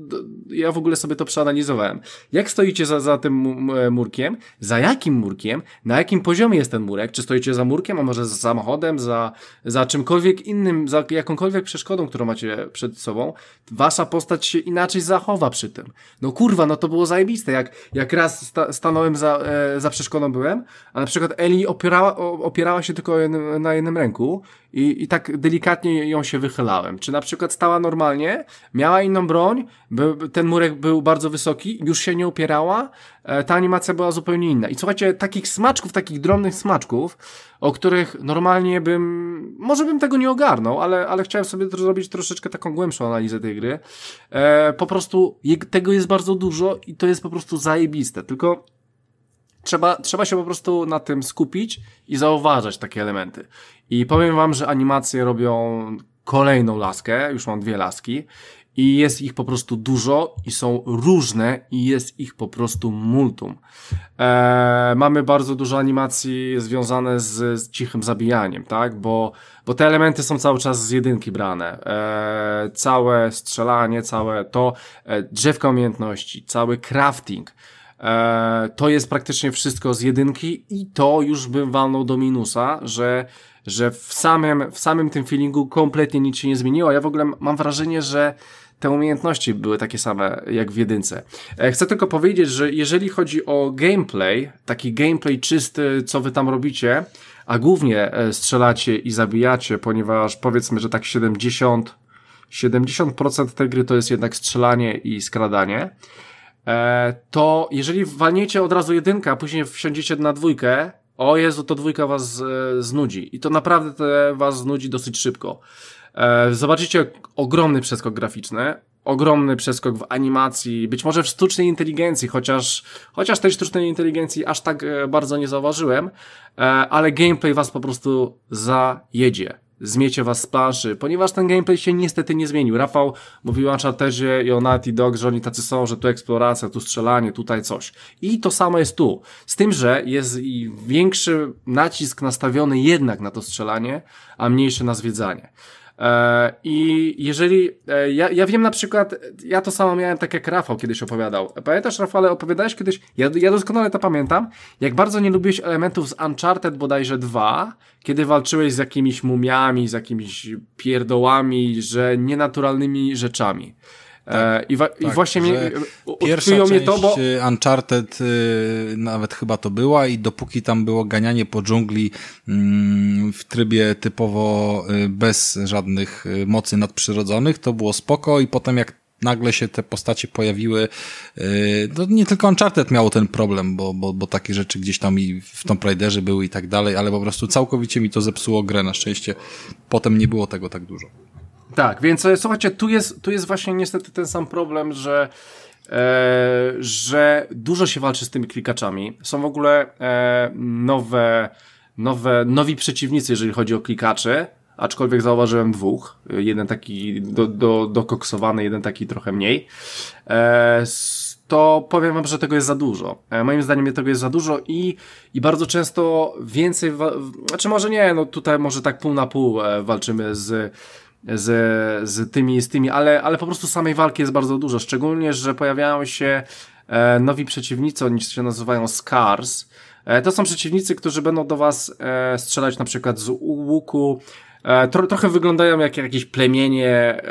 ja w ogóle sobie to przeanalizowałem. Jak stoicie za, za tym murkiem? Za jakim murkiem? Na jakim poziomie jest ten murek? Czy stoicie za murkiem, a może za samochodem, za, za czymkolwiek innym, za jakąkolwiek przeszkodą, którą macie przed sobą? Wasza postać się inaczej zachowa przy tym. No kurwa, no to było zajebiste. Jak, jak raz sta, stanąłem za, e, za przeszkodą byłem, a na przykład Eli opierała, opierała się tylko jednym, na jednym ręku i, i tak delikatnie ją się wychylałem. Czy na przykład stała normalnie, miała inną broń, by, ten murek był bardzo wysoki, już się nie opierała, e, ta animacja była zupełnie inna. I słuchajcie, takich smaczków, takich drobnych smaczków, o których normalnie bym, może bym tego nie ogarnął, ale, ale chciałem sobie zrobić troszeczkę taką głębszą analizę tej gry. E, po prostu je, tego jest bardzo dużo i to jest po prostu zajebiste. Tylko Trzeba, trzeba się po prostu na tym skupić i zauważać takie elementy. I powiem wam, że animacje robią kolejną laskę, już mam dwie laski i jest ich po prostu dużo i są różne i jest ich po prostu multum. Eee, mamy bardzo dużo animacji związane z, z cichym zabijaniem, tak? Bo, bo te elementy są cały czas z jedynki brane. Eee, całe strzelanie, całe to, e, drzewka umiejętności, cały crafting. Eee, to jest praktycznie wszystko z jedynki i to już bym walnął do minusa, że, że w samym, w samym tym feelingu kompletnie nic się nie zmieniło. Ja w ogóle mam wrażenie, że te umiejętności były takie same jak w jedynce. Eee, chcę tylko powiedzieć, że jeżeli chodzi o gameplay, taki gameplay czysty, co wy tam robicie, a głównie strzelacie i zabijacie, ponieważ powiedzmy, że tak siedemdziesiąt procent tej gry to jest jednak strzelanie i skradanie, to jeżeli walniecie od razu jedynkę, a później wsiądziecie na dwójkę, o Jezu, to dwójka was e, znudzi. I to naprawdę te was znudzi dosyć szybko. E, zobaczycie ogromny przeskok graficzny, ogromny przeskok w animacji, być może w sztucznej inteligencji, chociaż, chociaż tej sztucznej inteligencji aż tak e, bardzo nie zauważyłem, e, ale gameplay was po prostu zajedzie. Zmiecie was z planszy, ponieważ ten gameplay się niestety nie zmienił. Rafał mówił o Unchartedzie i o Naughty Dog, że oni tacy są, że tu eksploracja, tu strzelanie, tutaj coś. I to samo jest tu. Z tym, że jest i większy nacisk nastawiony jednak na to strzelanie, a mniejszy na zwiedzanie. I jeżeli, ja, ja wiem na przykład, ja to samo miałem tak jak Rafał kiedyś opowiadał. Pamiętasz, Rafale, opowiadałeś kiedyś, ja, ja doskonale to pamiętam, jak bardzo nie lubiłeś elementów z Uncharted bodajże dwa, kiedy walczyłeś z jakimiś mumiami, z jakimiś pierdołami, że nienaturalnymi rzeczami. Tak, I, wa- tak, i właśnie mnie, pierwsza mnie to, bo Uncharted y, nawet chyba to była i dopóki tam było ganianie po dżungli y, w trybie typowo y, bez żadnych y, mocy nadprzyrodzonych, to było spoko i potem jak nagle się te postacie pojawiły, y, to nie tylko Uncharted miało ten problem, bo, bo, bo takie rzeczy gdzieś tam i w Tomb Raiderze były i tak dalej, ale po prostu całkowicie mi to zepsuło grę, na szczęście potem nie było tego tak dużo. Tak, więc słuchajcie, tu jest, tu jest właśnie niestety ten sam problem, że, e, że dużo się walczy z tymi klikaczami. Są w ogóle e, nowe, nowe, nowi przeciwnicy, jeżeli chodzi o klikaczy, aczkolwiek zauważyłem dwóch. Jeden taki do, do, dokoksowany, jeden taki trochę mniej. E, to powiem wam, że tego jest za dużo. E, moim zdaniem tego jest za dużo i, i bardzo często więcej, wa- znaczy może nie, no tutaj może tak pół na pół e, walczymy z z, z tymi, z tymi, ale, ale po prostu samej walki jest bardzo dużo, szczególnie, że pojawiają się e, nowi przeciwnicy, oni się nazywają Scars. E, to są przeciwnicy, którzy będą do was e, strzelać na przykład z łuku. E, tro, trochę wyglądają jak jakieś plemienie e,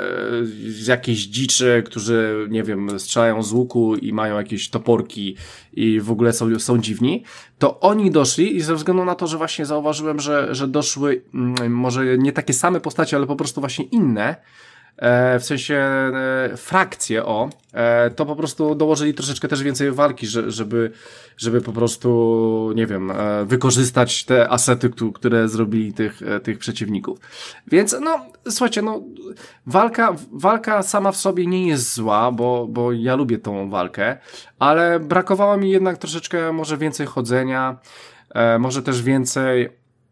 z jakiejś dziczy, którzy, nie wiem, strzelają z łuku i mają jakieś toporki i w ogóle są, są dziwni. To oni doszli i ze względu na to, że właśnie zauważyłem, że, że doszły mm, może nie takie same postacie, ale po prostu właśnie inne, e, w sensie e, frakcje, o, e, to po prostu dołożyli troszeczkę też więcej walki, że, żeby, żeby po prostu, nie wiem, e, wykorzystać te asety, które zrobili tych, e, tych przeciwników. Więc, no, słuchajcie, no, walka, walka sama w sobie nie jest zła, bo, bo ja lubię tą walkę, ale brakowało mi jednak troszeczkę może więcej chodzenia, e, może też więcej,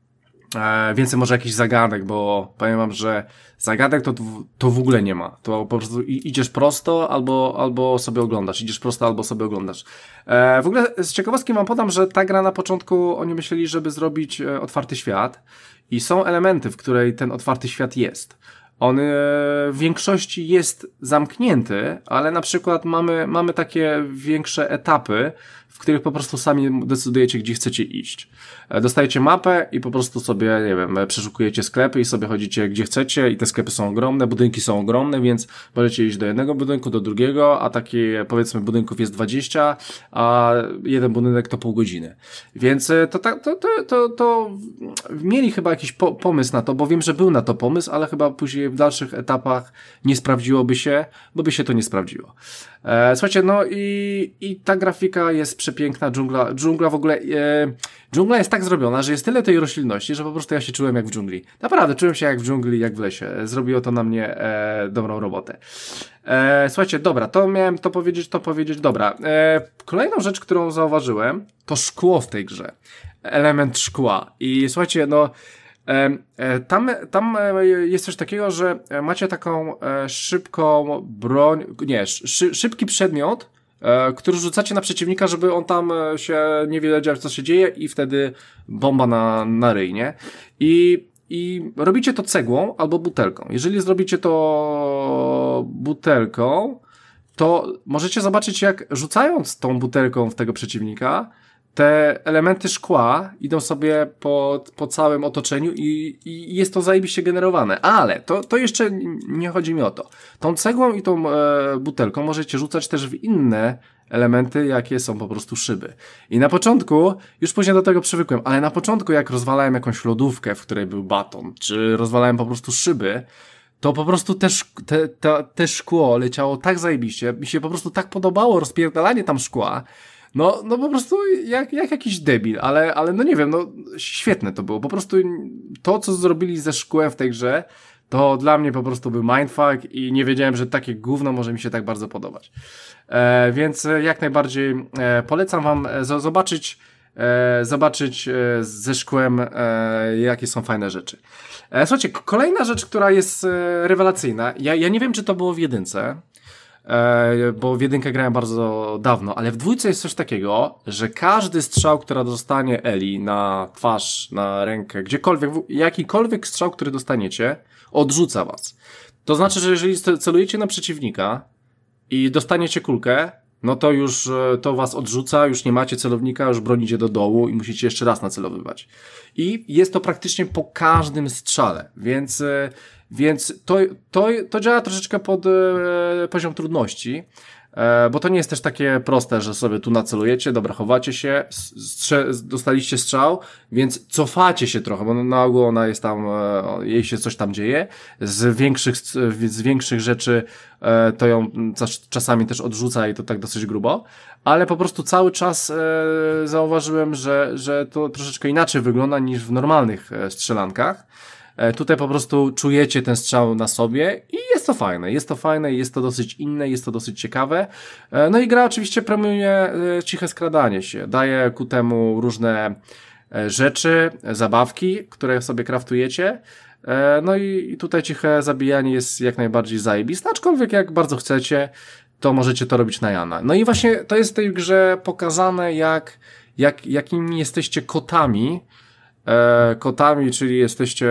e, więcej może jakichś zagadek, bo powiem wam, że zagadek to, to w ogóle nie ma. To po prostu idziesz prosto albo, albo sobie oglądasz. Idziesz prosto albo sobie oglądasz. E, w ogóle z ciekawostki wam podam, że ta gra na początku oni myśleli, żeby zrobić e, otwarty świat i są elementy, w której ten otwarty świat jest. on w większości jest zamknięty, ale na przykład mamy, mamy takie większe etapy, w których po prostu sami decydujecie, gdzie chcecie iść. Dostajecie mapę i po prostu sobie, nie wiem, przeszukujecie sklepy i sobie chodzicie gdzie chcecie i te sklepy są ogromne, budynki są ogromne, więc możecie iść do jednego budynku, do drugiego, a takie, powiedzmy, budynków jest dwadzieścia, a jeden budynek to pół godziny. Więc to, to, to, to, to mieli chyba jakiś po, pomysł na to, bo wiem, że był na to pomysł, ale chyba później w dalszych etapach nie sprawdziłoby się, bo by się to nie sprawdziło. E, słuchajcie, no i, i ta grafika jest przepiękna, dżungla, dżungla w ogóle, e, dżungla jest tak zrobiona, że jest tyle tej roślinności, że po prostu ja się czułem jak w dżungli. Naprawdę, czułem się jak w dżungli, jak w lesie. Zrobiło to na mnie e, dobrą robotę. E, słuchajcie, dobra, to miałem to powiedzieć, to powiedzieć, dobra. E, kolejną rzecz, którą zauważyłem, to szkło w tej grze. Element szkła. I słuchajcie, no Tam, tam jest coś takiego, że macie taką szybką broń, nie, szy, szybki przedmiot, który rzucacie na przeciwnika, żeby on tam się nie wiedział, co się dzieje i wtedy bomba na, na ryj, nie? I, i robicie to cegłą albo butelką. Jeżeli zrobicie to butelką, to możecie zobaczyć, jak rzucając tą butelką w tego przeciwnika, te elementy szkła idą sobie po, po całym otoczeniu i, i jest to zajebiście generowane. Ale to, to jeszcze nie chodzi mi o to. Tą cegłą i tą e, butelką możecie rzucać też w inne elementy, jakie są po prostu szyby. I na początku, już później do tego przywykłem, ale na początku jak rozwalałem jakąś lodówkę, w której był baton, czy rozwalałem po prostu szyby, to po prostu te, te, te, te szkło leciało tak zajebiście, mi się po prostu tak podobało rozpierdalanie tam szkła. No, no po prostu jak, jak jakiś debil, ale, ale no nie wiem, no świetne to było. Po prostu to, co zrobili ze szkłem w tej grze, to dla mnie po prostu był mindfuck i nie wiedziałem, że takie gówno może mi się tak bardzo podobać. E, więc jak najbardziej e, polecam wam z, zobaczyć, e, zobaczyć e, ze szkłem, e, jakie są fajne rzeczy. E, słuchajcie, kolejna rzecz, która jest e, rewelacyjna. Ja, ja nie wiem, czy to było w jedynce, bo w jedynkę grałem bardzo dawno, ale w dwójce jest coś takiego, że każdy strzał, który dostanie Eli na twarz, na rękę, gdziekolwiek, jakikolwiek strzał, który dostaniecie, odrzuca was. To znaczy, że jeżeli celujecie na przeciwnika i dostaniecie kulkę, no to już to was odrzuca, już nie macie celownika, już bronicie do dołu i musicie jeszcze raz nacelowywać. I jest to praktycznie po każdym strzale, więc... Więc to, to, to działa troszeczkę pod e, poziom trudności, e, bo to nie jest też takie proste, że sobie tu nacelujecie, dobra, chowacie się, strze- dostaliście strzał, więc cofacie się trochę, bo na ogół ona jest tam, e, jej się coś tam dzieje, z większych, z większych rzeczy e, to ją czasami też odrzuca i to tak dosyć grubo, ale po prostu cały czas e, zauważyłem, że, że to troszeczkę inaczej wygląda niż w normalnych e, strzelankach. Tutaj po prostu czujecie ten strzał na sobie i jest to fajne, jest to fajne, jest to dosyć inne, jest to dosyć ciekawe. No i gra oczywiście premiuje ciche skradanie się, daje ku temu różne rzeczy, zabawki, które sobie kraftujecie. No i tutaj ciche zabijanie jest jak najbardziej zajebiste, aczkolwiek jak bardzo chcecie, to możecie to robić na Jana. No i właśnie to jest w tej grze pokazane, jak, jak, jakimi jesteście kotami, E, kotami, czyli jesteście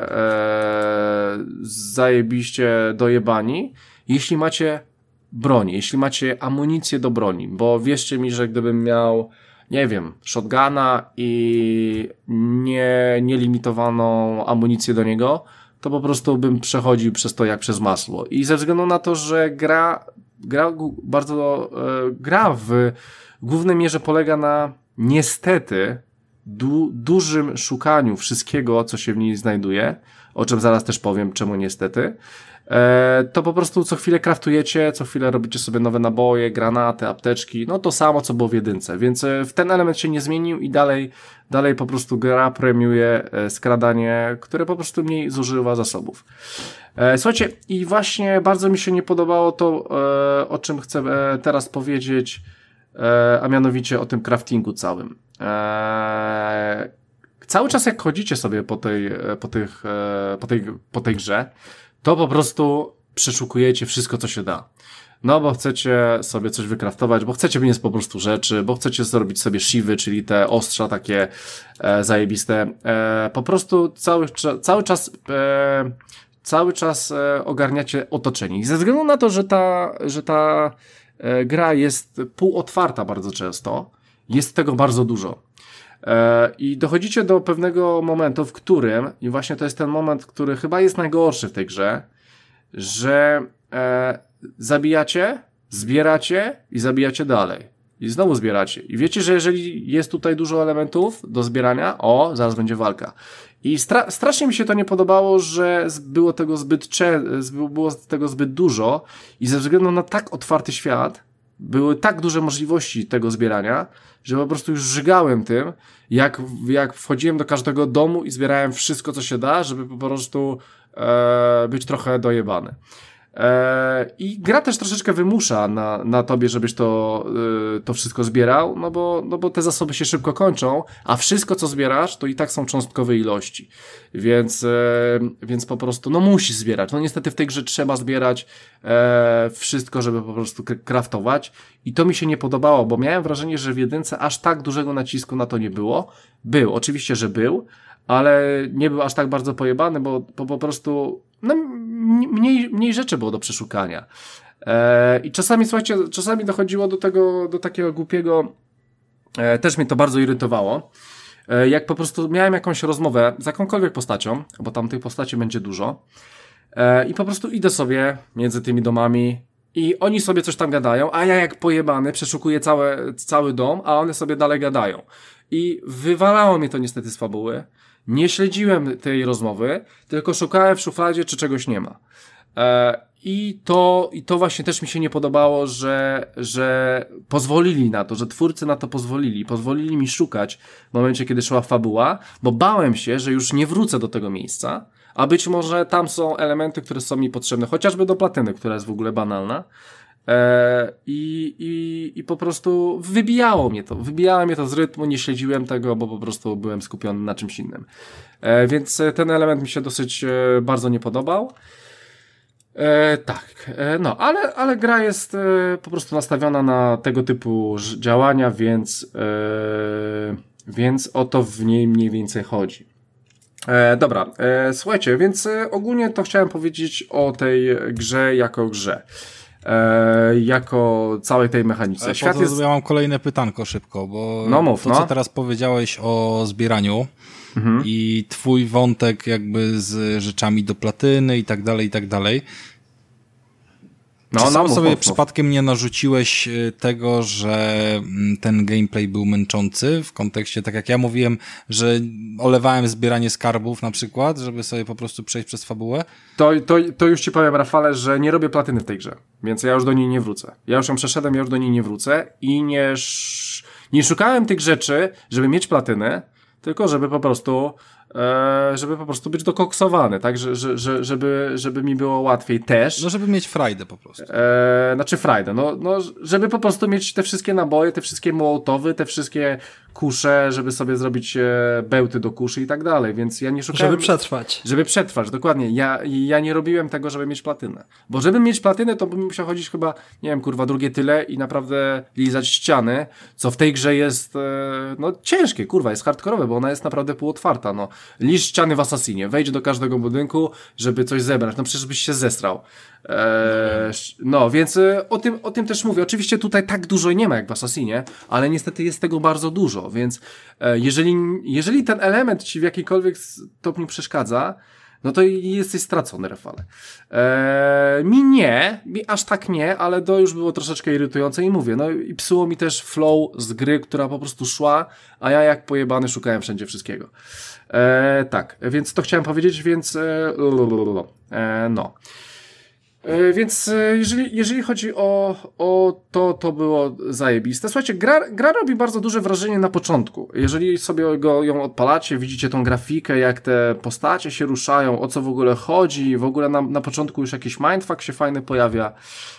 e, zajebiście dojebani, jeśli macie broni, jeśli macie amunicję do broni, bo wierzcie mi, że gdybym miał, nie wiem, shotguna i nie, nielimitowaną amunicję do niego, to po prostu bym przechodził przez to jak przez masło. I ze względu na to, że gra, gra bardzo, e, gra w głównej mierze polega na, niestety, Du, dużym szukaniu wszystkiego, co się w niej znajduje, o czym zaraz też powiem, czemu niestety, e, to po prostu co chwilę kraftujecie, co chwilę robicie sobie nowe naboje, granaty, apteczki, no to samo, co było w jedynce, więc w ten element się nie zmienił i dalej, dalej po prostu gra premiuje skradanie, które po prostu mniej zużywa zasobów. E, słuchajcie, i właśnie bardzo mi się nie podobało to, e, o czym chcę e, teraz powiedzieć, e, a mianowicie o tym craftingu całym. Eee, cały czas jak chodzicie sobie po tej, po tych, e, po tej, po tej grze, to po prostu przeszukujecie wszystko, co się da. No, bo chcecie sobie coś wykraftować, bo chcecie mieć po prostu rzeczy, bo chcecie zrobić sobie shiwy, czyli te ostrza takie e, zajebiste. E, po prostu cały, cały czas e, cały czas e, ogarniacie otoczenie. I ze względu na to, że ta, że ta e, gra jest półotwarta bardzo często, jest tego bardzo dużo. E, I dochodzicie do pewnego momentu, w którym, i właśnie to jest ten moment, który chyba jest najgorszy w tej grze, że e, zabijacie, zbieracie i zabijacie dalej. I znowu zbieracie. I wiecie, że jeżeli jest tutaj dużo elementów do zbierania, o, zaraz będzie walka. I stra- strasznie mi się to nie podobało, że było tego zbyt cze- było tego zbyt dużo i ze względu na tak otwarty świat, były tak duże możliwości tego zbierania, że po prostu już żygałem tym, jak, jak wchodziłem do każdego domu i zbierałem wszystko, co się da, żeby po prostu e, być trochę dojebany. I gra też troszeczkę wymusza na, na tobie, żebyś to, to wszystko zbierał, no bo, no bo te zasoby się szybko kończą, a wszystko, co zbierasz, to i tak są cząstkowe ilości. Więc, więc po prostu, no musisz zbierać. No niestety w tej grze trzeba zbierać e, wszystko, żeby po prostu craftować. I to mi się nie podobało, bo miałem wrażenie, że w jedynce aż tak dużego nacisku na to nie było. Był, oczywiście, że był, ale nie był aż tak bardzo pojebany, bo, bo po prostu no, mniej, mniej rzeczy było do przeszukania. E, I czasami, słuchajcie, czasami dochodziło do tego, do takiego głupiego, e, też mnie to bardzo irytowało, e, jak po prostu miałem jakąś rozmowę z jakąkolwiek postacią, bo tam tych postaci będzie dużo, e, i po prostu idę sobie między tymi domami i oni sobie coś tam gadają, a ja jak pojebany przeszukuję całe, cały dom, a one sobie dalej gadają. I wywalało mnie to niestety z fabuły. Nie śledziłem tej rozmowy, tylko szukałem w szufladzie, czy czegoś nie ma. E, i, to, I to właśnie też mi się nie podobało, że, że pozwolili na to, że twórcy na to pozwolili. Pozwolili mi szukać w momencie, kiedy szła fabuła, bo bałem się, że już nie wrócę do tego miejsca, a być może tam są elementy, które są mi potrzebne, chociażby do platyny, która jest w ogóle banalna. E, i, i, I po prostu wybijało mnie to, wybijało mnie to z rytmu, nie śledziłem tego, bo po prostu byłem skupiony na czymś innym. E, więc ten element mi się dosyć e, bardzo nie podobał. E, tak, e, no, ale, ale gra jest e, po prostu nastawiona na tego typu działania, więc, e, więc o to w niej mniej więcej chodzi. E, dobra, e, słuchajcie, więc e, ogólnie to chciałem powiedzieć o tej grze jako grze. E, jako całej tej mechanice. Ale Świat jest... Ja mam kolejne pytanko szybko, bo no mów, to, no. co teraz powiedziałeś o zbieraniu mhm. i twój wątek jakby z rzeczami do platyny i tak dalej, i tak dalej. No, Czy no, sam mów, sobie mów, przypadkiem mów. nie narzuciłeś tego, że ten gameplay był męczący w kontekście, tak jak ja mówiłem, że olewałem zbieranie skarbów na przykład, żeby sobie po prostu przejść przez fabułę? To, to, to już ci powiem, Rafale, że nie robię platyny w tej grze, więc ja już do niej nie wrócę. Ja już ją przeszedłem, ja już do niej nie wrócę i nie, sz... nie szukałem tych rzeczy, żeby mieć platynę, tylko żeby po prostu e, żeby po prostu być dokoksowany, tak, że, że, że, żeby, żeby mi było łatwiej też. No, żeby mieć frajdę po prostu. E, znaczy frajdę, no, no, żeby po prostu mieć te wszystkie naboje, te wszystkie mołotowy, te wszystkie kusze, żeby sobie zrobić e, bełty do kuszy i tak dalej, więc ja nie szukałem... Żeby przetrwać. Żeby przetrwać, dokładnie. Ja, ja nie robiłem tego, żeby mieć platynę. Bo żeby mieć platynę, to bym musiał chodzić chyba, nie wiem, kurwa, drugie tyle i naprawdę lizać ściany, co w tej grze jest, e, no, ciężkie, kurwa, jest hardkorowe, bo ona jest naprawdę półotwarta, no. Liż ściany w Assassinie, wejdź do każdego budynku, żeby coś zebrać, no przecież byś się zesrał. Eee, no, więc e, o tym, o tym też mówię. Oczywiście tutaj tak dużo nie ma jak w Assassinie, ale niestety jest tego bardzo dużo, więc e, jeżeli, jeżeli ten element ci w jakikolwiek stopniu przeszkadza, no to jesteś stracony, Rafale. Eee, mi nie, mi aż tak nie, ale to już było troszeczkę irytujące i mówię, no i psuło mi też flow z gry, która po prostu szła, a ja jak pojebany szukałem wszędzie wszystkiego. Eee, tak, więc to chciałem powiedzieć, więc e, e, no. Więc jeżeli, jeżeli chodzi o, o to, to było zajebiste. Słuchajcie, gra, gra robi bardzo duże wrażenie na początku. Jeżeli sobie go, ją odpalacie, widzicie tą grafikę, jak te postacie się ruszają, o co w ogóle chodzi, w ogóle na, na początku już jakiś mindfuck się fajny pojawia,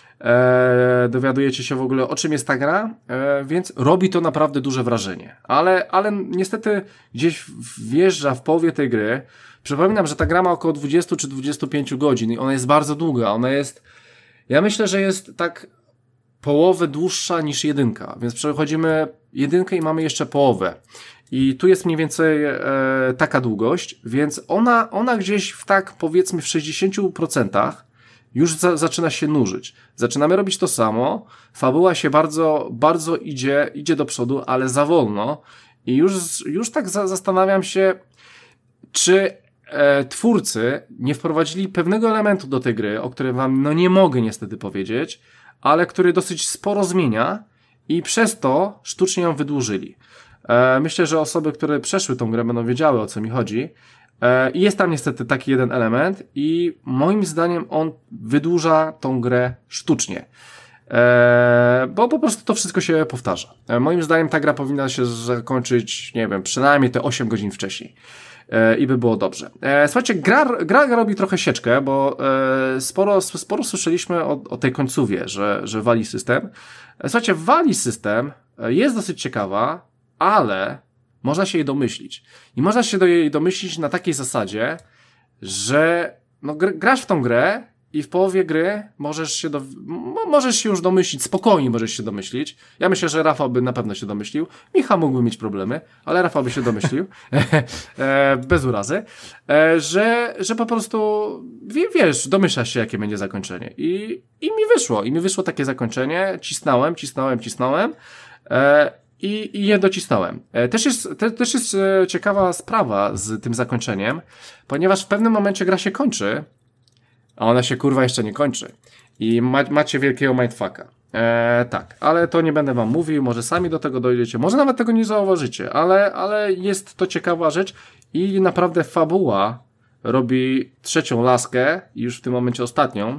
e, dowiadujecie się w ogóle, o czym jest ta gra, e, więc robi to naprawdę duże wrażenie. Ale, ale niestety gdzieś wjeżdża w połowie tej gry. Przypominam, że ta gra ma około dwadzieścia czy dwadzieścia pięć godzin i ona jest bardzo długa. Ona jest, ja myślę, że jest tak połowę dłuższa niż jedynka, więc przechodzimy jedynkę i mamy jeszcze połowę. I tu jest mniej więcej e, taka długość, więc ona, ona gdzieś w tak powiedzmy w sześćdziesięciu procentach już za, zaczyna się nużyć. Zaczynamy robić to samo, fabuła się bardzo, bardzo idzie, idzie do przodu, ale za wolno i już, już tak za, zastanawiam się, czy e, twórcy nie wprowadzili pewnego elementu do tej gry, o którym wam no nie mogę niestety powiedzieć, ale który dosyć sporo zmienia i przez to sztucznie ją wydłużyli. E, myślę, że osoby, które przeszły tą grę będą wiedziały, o co mi chodzi. E, I jest tam niestety taki jeden element i moim zdaniem on wydłuża tą grę sztucznie. E, bo po prostu to wszystko się powtarza. E, moim zdaniem ta gra powinna się zakończyć, nie wiem, przynajmniej te osiem godzin wcześniej. E, I by było dobrze. E, słuchajcie, gra, gra robi trochę sieczkę, bo e, sporo, sporo słyszeliśmy o, o tej końcówie, że, że wali system. E, słuchajcie, wali system jest dosyć ciekawa, ale można się jej domyślić. I można się do jej domyślić na takiej zasadzie, że no, gr- grasz w tą grę i w połowie gry możesz się, do, mo- możesz się już domyślić, spokojnie możesz się domyślić. Ja myślę, że Rafał by na pewno się domyślił. Michał mógłby mieć problemy, ale Rafał by się domyślił. e, bez urazy. E, że, że po prostu wie, wiesz, domyślasz się, jakie będzie zakończenie. I, I mi wyszło. I mi wyszło takie zakończenie. Cisnąłem, cisnąłem, cisnąłem. E, I, i je docisnąłem. E, też jest, te, też jest e, ciekawa sprawa z tym zakończeniem, ponieważ w pewnym momencie gra się kończy, a ona się kurwa jeszcze nie kończy. I ma, macie wielkiego mindfucka. E, tak, ale to nie będę wam mówił, może sami do tego dojdziecie, może nawet tego nie zauważycie, ale, ale jest to ciekawa rzecz i naprawdę fabuła robi trzecią laskę, już w tym momencie ostatnią,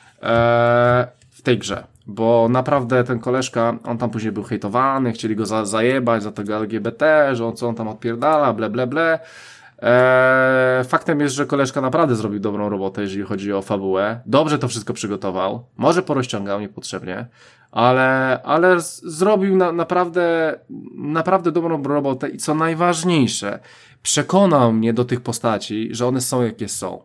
e, w tej grze. Bo naprawdę ten koleżka, on tam później był hejtowany, chcieli go za, zajebać za tego L G B T, że on co on tam odpierdala, ble ble ble. Eee, faktem jest, że koleżka naprawdę zrobił dobrą robotę, jeżeli chodzi o fabułę. Dobrze to wszystko przygotował. Może porozciągał niepotrzebnie, ale, ale z, zrobił na, naprawdę, naprawdę dobrą robotę i co najważniejsze, przekonał mnie do tych postaci, że one są jakie są.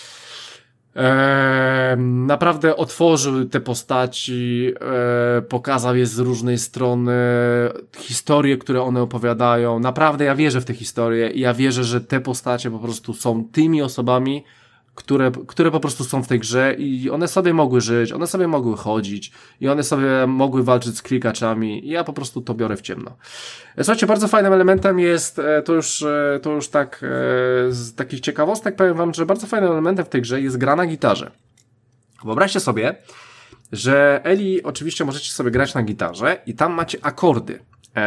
Eee, naprawdę otworzył te postaci, e, pokazał je z różnej strony, historie, które one opowiadają. Naprawdę ja wierzę w te historie i ja wierzę, że te postacie po prostu są tymi osobami, które, które po prostu są w tej grze i one sobie mogły żyć, one sobie mogły chodzić i one sobie mogły walczyć z klikaczami i ja po prostu to biorę w ciemno. Słuchajcie, bardzo fajnym elementem jest, to już, to już tak, z takich ciekawostek powiem wam, że bardzo fajnym elementem w tej grze jest gra na gitarze. Wyobraźcie sobie, że Eli oczywiście możecie sobie grać na gitarze i tam macie akordy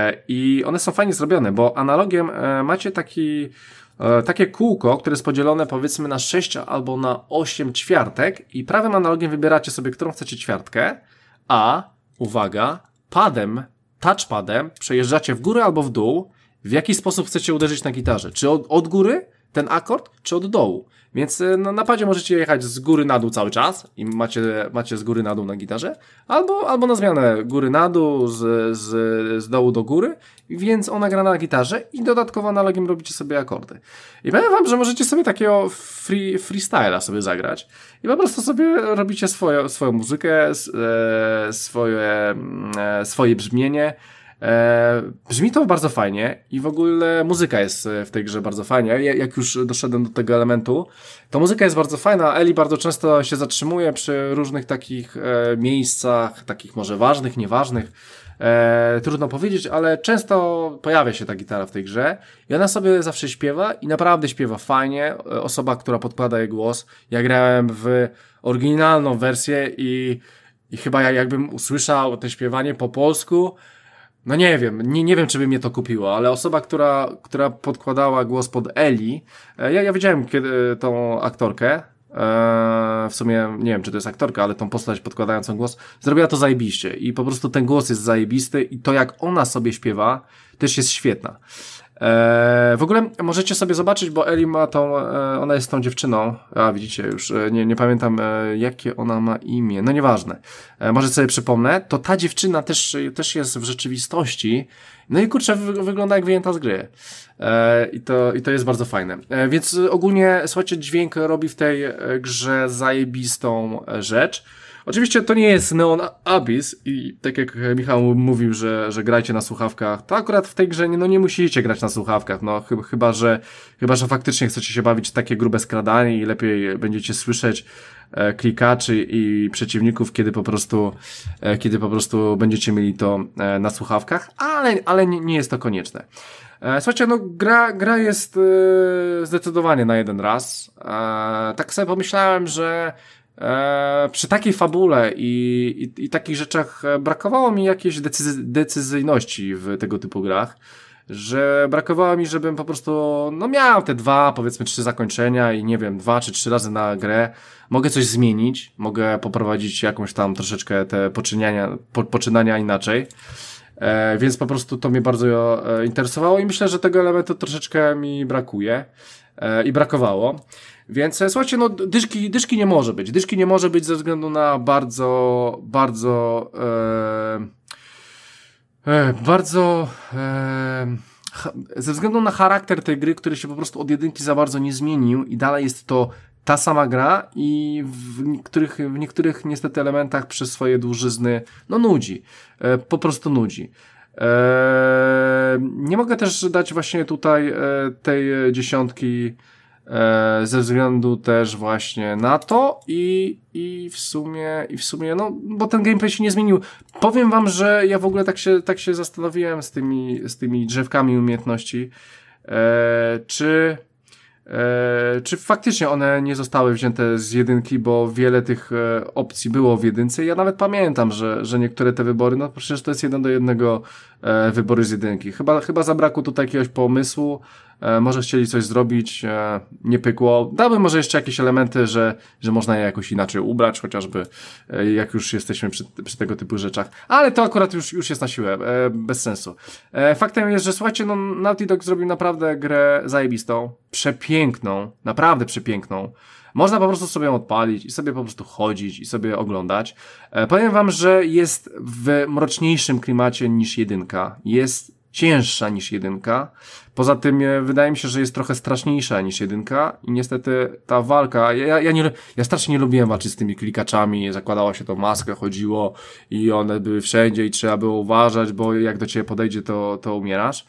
i one są fajnie zrobione, bo analogiem macie taki takie kółko, które jest podzielone powiedzmy na sześć albo na osiem ćwiartek i prawym analogiem wybieracie sobie, którą chcecie ćwiartkę, a, uwaga, padem, touchpadem przejeżdżacie w górę albo w dół, w jaki sposób chcecie uderzyć na gitarze. Czy od, od góry ten akord, czy od dołu. Więc no, na padzie możecie jechać z góry na dół cały czas i macie, macie z góry na dół na gitarze, albo, albo na zmianę góry na dół, z, z, z dołu do góry, więc ona gra na gitarze i dodatkowo analogiem robicie sobie akordy. I powiem wam, że możecie sobie takiego free, freestyla sobie zagrać i po prostu sobie robicie swoje, swoją muzykę, e, swoje, e, swoje brzmienie. E, brzmi to bardzo fajnie i w ogóle muzyka jest w tej grze bardzo fajnie. Ja, jak już doszedłem do tego elementu, to muzyka jest bardzo fajna. Eli bardzo często się zatrzymuje przy różnych takich e, miejscach, takich może ważnych, nieważnych. E, trudno powiedzieć, ale często pojawia się ta gitara w tej grze i ona sobie zawsze śpiewa i naprawdę śpiewa fajnie. Osoba, która podkłada jej głos. Ja grałem w oryginalną wersję i, i chyba jakbym usłyszał to śpiewanie po polsku, no nie wiem, nie, nie wiem, czy by mnie to kupiło, ale osoba, która, która podkładała głos pod Eli, ja, ja widziałem kiedy tą aktorkę, e, w sumie nie wiem, czy to jest aktorka, ale tą postać podkładającą głos, zrobiła to zajebiście i po prostu ten głos jest zajebisty i to jak ona sobie śpiewa, też jest świetna. E, w ogóle możecie sobie zobaczyć, bo Eli ma tą, e, ona jest tą dziewczyną, a widzicie już, e, nie, nie pamiętam e, jakie ona ma imię, no nieważne, e, może sobie przypomnę, to ta dziewczyna też, też jest w rzeczywistości, no i kurczę, wy, wygląda jak wyjęta z gry e, i, to, i to jest bardzo fajne, e, więc ogólnie słuchajcie, dźwięk robi w tej grze zajebistą rzecz. Oczywiście to nie jest Neon Abyss i tak jak Michał mówił, że, że grajcie na słuchawkach, to akurat w tej grze nie, no nie musicie grać na słuchawkach, no chyba, chyba, że, chyba, że faktycznie chcecie się bawić w takie grube skradanie i lepiej będziecie słyszeć e, klikaczy i przeciwników, kiedy po prostu, e, kiedy po prostu będziecie mieli to e, na słuchawkach, ale, ale nie, nie jest to konieczne. E, słuchajcie, no gra, gra jest e, zdecydowanie na jeden raz. E, tak sobie pomyślałem, że e, przy takiej fabule i, i, i takich rzeczach brakowało mi jakiejś decyzy, decyzyjności w tego typu grach, że brakowało mi, żebym po prostu no miał te dwa, powiedzmy trzy zakończenia i nie wiem, dwa czy trzy razy na grę mogę coś zmienić, mogę poprowadzić jakąś tam troszeczkę te poczyniania, po, poczynania inaczej. E, więc po prostu to mnie bardzo e, interesowało i myślę, że tego elementu troszeczkę mi brakuje e, i brakowało. Więc e, słuchajcie, no dyszki, dyszki nie może być. Dyszki nie może być ze względu na bardzo, bardzo, e, e, bardzo, e, ha, ze względu na charakter tej gry, który się po prostu od jedynki za bardzo nie zmienił i dalej jest to ta sama gra i w niektórych, w niektórych niestety elementach przez swoje dłużyzny no nudzi, e, po prostu nudzi. E, nie mogę też dać właśnie tutaj e, tej dziesiątki e, ze względu też właśnie na to i, i w sumie, i w sumie, no, bo ten gameplay się nie zmienił. Powiem wam, że ja w ogóle tak się, tak się zastanowiłem z tymi, z tymi drzewkami umiejętności, e, czy E, czy faktycznie one nie zostały wzięte z jedynki, bo wiele tych e, opcji było w jedynce. Ja nawet pamiętam, że, że niektóre te wybory, no przecież to jest jeden do jednego e, wybory z jedynki. Chyba, chyba zabrakło tutaj jakiegoś pomysłu, e, może chcieli coś zrobić, e, nie pykło. Dałbym może jeszcze jakieś elementy, że, że można je jakoś inaczej ubrać, chociażby e, jak już jesteśmy przy, przy tego typu rzeczach. Ale to akurat już, już jest na siłę, e, bez sensu. E, faktem jest, że słuchajcie, no Naughty Dog zrobił naprawdę grę zajebistą, przepiękną, naprawdę przepiękną. Można po prostu sobie ją odpalić i sobie po prostu chodzić i sobie oglądać. E, powiem wam, że jest w mroczniejszym klimacie niż jedynka. Jest cięższa niż jedynka. Poza tym e, wydaje mi się, że jest trochę straszniejsza niż jedynka i niestety ta walka, ja, ja, nie, ja strasznie nie lubiłem walczyć z tymi klikaczami, zakładało się to maskę, chodziło i one były wszędzie i trzeba było uważać, bo jak do ciebie podejdzie, to, to umierasz.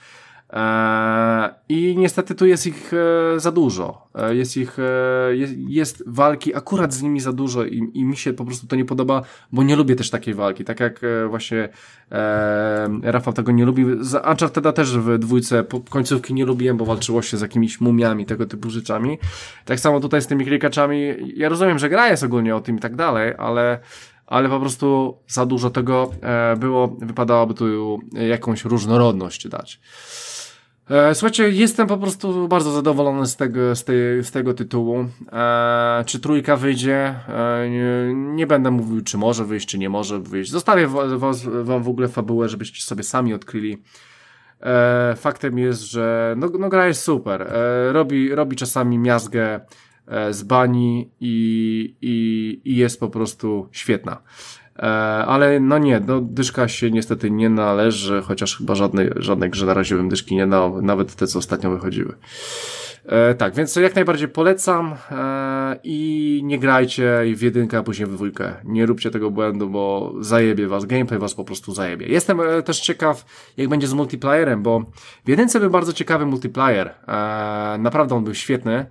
Eee, I niestety tu jest ich e, za dużo. E, jest ich, e, jest, jest walki akurat z nimi za dużo i, i mi się po prostu to nie podoba, bo nie lubię też takiej walki. Tak jak e, właśnie e, Rafał tego nie lubi. Z Uncharted'a też w dwójce po, końcówki nie lubiłem, bo walczyło się z jakimiś mumiami, tego typu rzeczami. Tak samo tutaj z tymi klikaczami. Ja rozumiem, że gra jest ogólnie o tym i tak dalej, ale ale po prostu za dużo tego e, było. Wypadałoby tu jakąś różnorodność dać. Słuchajcie, jestem po prostu bardzo zadowolony z tego, z tej, z tego tytułu. E, czy trójka wyjdzie? E, nie, nie będę mówił, czy może wyjść, czy nie może wyjść. Zostawię was, wam w ogóle fabułę, żebyście sobie sami odkryli. E, faktem jest, że no, no gra jest super. E, robi, robi czasami miazgę e, z bani i, i, i jest po prostu świetna. Ale no nie, no dyszka się niestety nie należy, chociaż chyba żadnej, żadnej grze na razie bym dyszki nie dał, nawet te, co ostatnio wychodziły. E, tak, więc jak najbardziej polecam e, i nie grajcie w jedynkę, a później w dwójkę. Nie róbcie tego błędu, bo zajebie was, gameplay was po prostu zajebie. Jestem e, też ciekaw, jak będzie z multiplayerem, bo w jedynce był bardzo ciekawy multiplayer. E, naprawdę on był świetny.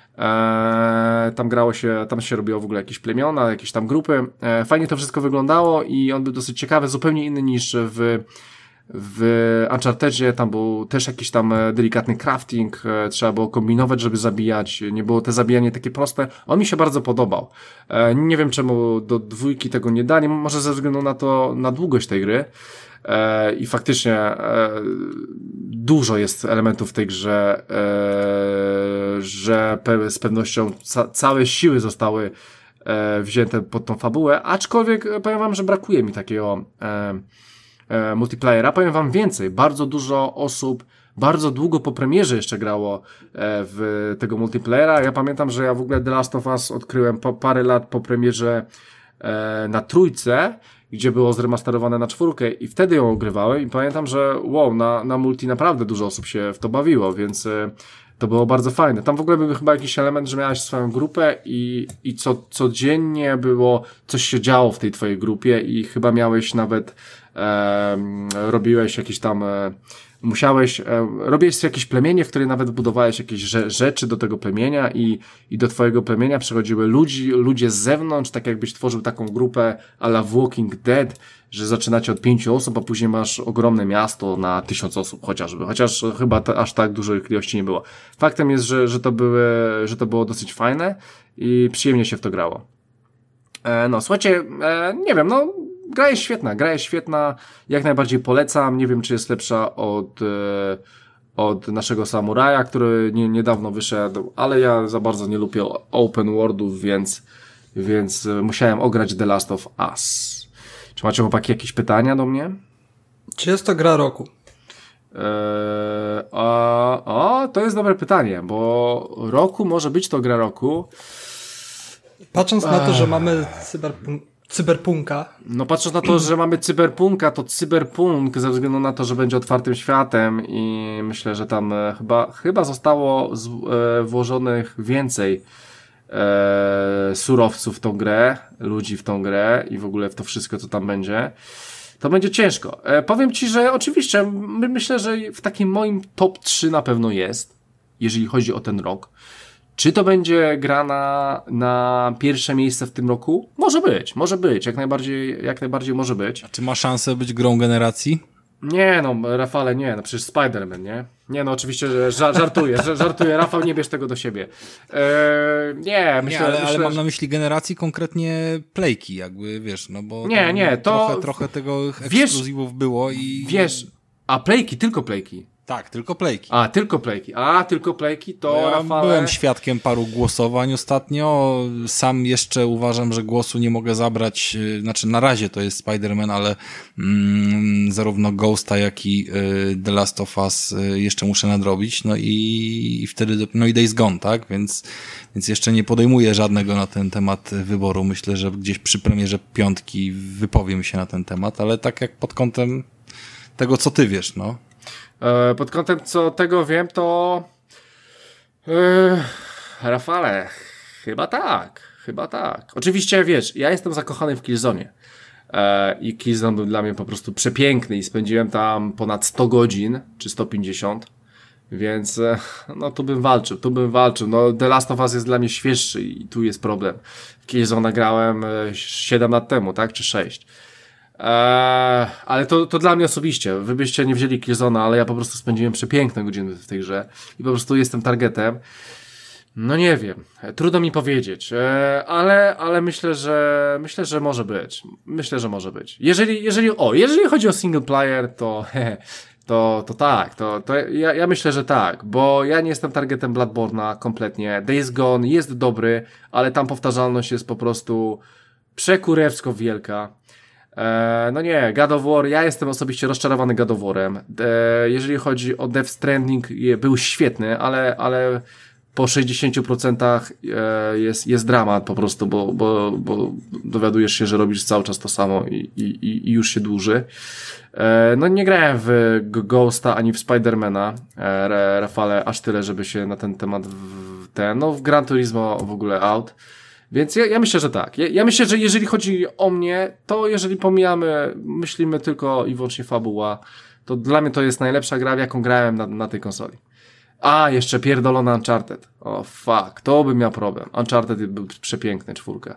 Eee, tam grało się, tam się robiło w ogóle jakieś plemiona, jakieś tam grupy. Eee, fajnie to wszystko wyglądało i on był dosyć ciekawy, zupełnie inny niż w, w Unchartedzie. Tam był też jakiś tam delikatny crafting, eee, trzeba było kombinować, żeby zabijać. Nie było te zabijanie takie proste. On mi się bardzo podobał. Eee, nie wiem czemu do dwójki tego nie dali, może ze względu na to, na długość tej gry. E, I faktycznie e, dużo jest elementów w tej grze, e, że pe z pewnością ca całe siły zostały e, wzięte pod tą fabułę, aczkolwiek powiem wam, że brakuje mi takiego e, e, multiplayera. Powiem wam więcej, bardzo dużo osób bardzo długo po premierze jeszcze grało e, w tego multiplayera. Ja pamiętam, że ja w ogóle The Last of Us odkryłem po parę lat po premierze e, na trójce, gdzie było zremasterowane na czwórkę i wtedy ją ogrywałem i pamiętam, że wow, na, na multi naprawdę dużo osób się w to bawiło, więc y, To było bardzo fajne. Tam w ogóle był chyba jakiś element, że miałeś swoją grupę i, i co, codziennie było, coś się działo w tej twojej grupie i chyba miałeś nawet, e, robiłeś jakieś tam, e, musiałeś, e, robiłeś jakieś plemienie, w której nawet budowałeś jakieś rze- rzeczy do tego plemienia i, i do twojego plemienia przychodziły ludzi, ludzie z zewnątrz, tak jakbyś tworzył taką grupę a la Walking Dead, że zaczynacie od pięciu osób, a później masz ogromne miasto na tysiąc osób chociażby, chociaż chyba ta, aż tak dużej ilości nie było. Faktem jest, że, że to były, że to było dosyć fajne i przyjemnie się w to grało. E, no, słuchajcie, e, nie wiem, no, gra jest świetna, gra jest świetna, jak najbardziej polecam, nie wiem, czy jest lepsza od, e, od naszego Samuraja, który nie, niedawno wyszedł, ale ja za bardzo nie lubię open worldów, więc, więc musiałem ograć The Last of Us. Czy macie, chłopaki, jakieś pytania do mnie? Czy jest to gra roku? Eee, o, o, to jest dobre pytanie, bo roku może być to gra roku. Patrząc na to, że mamy cyberpunk- cyberpunka. No patrząc na to, że mamy cyberpunka, to cyberpunk ze względu na to, że będzie otwartym światem i myślę, że tam e, chyba, chyba zostało z, e, włożonych więcej e, surowców w tą grę, ludzi w tą grę i w ogóle w to wszystko, co tam będzie. To będzie ciężko. E, powiem ci, że oczywiście my, myślę, że w takim moim top trzy na pewno jest, jeżeli chodzi o ten rok. Czy to będzie gra na, na pierwsze miejsce w tym roku? Może być, może być, jak najbardziej, jak najbardziej może być. A czy ma szansę być grą generacji? Nie no, Rafale, nie, no przecież Spider-Man, nie? Nie no, oczywiście, że ża- żartuję, żartuję, Rafał, nie bierz tego do siebie. Eee, nie, myślę, nie, ale, myślę, ale mam na myśli generacji konkretnie playki, jakby, wiesz, no bo nie, nie, to trochę, trochę tego wiesz, ekskluzywów było i... Wiesz, a playki, tylko playki. Tak, tylko playki. A, tylko playki. A, tylko playki, to ja Rafale... byłem świadkiem paru głosowań ostatnio. Sam jeszcze uważam, że głosu nie mogę zabrać. Znaczy, na razie to jest Spider-Man, ale mm, zarówno Ghosta, jak i y, The Last of Us y, jeszcze muszę nadrobić. No i, i wtedy, no i Days Gone, tak? Więc, więc jeszcze nie podejmuję żadnego na ten temat wyboru. Myślę, że gdzieś przy premierze piątki wypowiem się na ten temat, ale tak jak pod kątem tego, co ty wiesz, no. Pod kątem co tego wiem, to yy, Rafale, chyba tak, chyba tak. Oczywiście, wiesz, ja jestem zakochany w Killzone e, i Killzone był dla mnie po prostu przepiękny i spędziłem tam ponad sto godzin, czy sto pięćdziesiąt, więc e, no tu bym walczył, tu bym walczył. No The Last of Us jest dla mnie świeższy i tu jest problem. Killzone grałem siedem lat temu, tak, czy sześć. Eee, ale to, to dla mnie osobiście. Wy byście nie wzięli Killzone'a, ale ja po prostu spędziłem przepiękne godziny w tej grze i po prostu jestem targetem. No nie wiem, trudno mi powiedzieć, eee, ale, ale myślę, że myślę, że może być. Myślę, że może być. Jeżeli, jeżeli, o, jeżeli chodzi o single player, to he, to, to tak, to, to ja, ja myślę, że tak, bo ja nie jestem targetem Bloodborne'a kompletnie. Days Gone jest dobry, ale tam powtarzalność jest po prostu przekurewsko wielka. E, no nie, God of War, ja jestem osobiście rozczarowany God of War'em. E, jeżeli chodzi o Death Stranding, je, był świetny, ale, ale po sześćdziesiąt procent e, jest, jest dramat po prostu, bo, bo, bo dowiadujesz się, że robisz cały czas to samo i, i, i już się dłuży. E, no nie grałem w Ghosta ani w Spidermana, e, Rafale, aż tyle, żeby się na ten temat w, ten, no w Gran Turismo w ogóle out. Więc ja, ja myślę, że tak. Ja, ja myślę, że jeżeli chodzi o mnie, to jeżeli pomijamy, myślimy tylko i wyłącznie fabuła, to dla mnie to jest najlepsza gra, w jaką grałem na, na tej konsoli. A, jeszcze pierdolony Uncharted. O, oh, fuck, to bym miał problem. Uncharted był przepiękny, czwórka.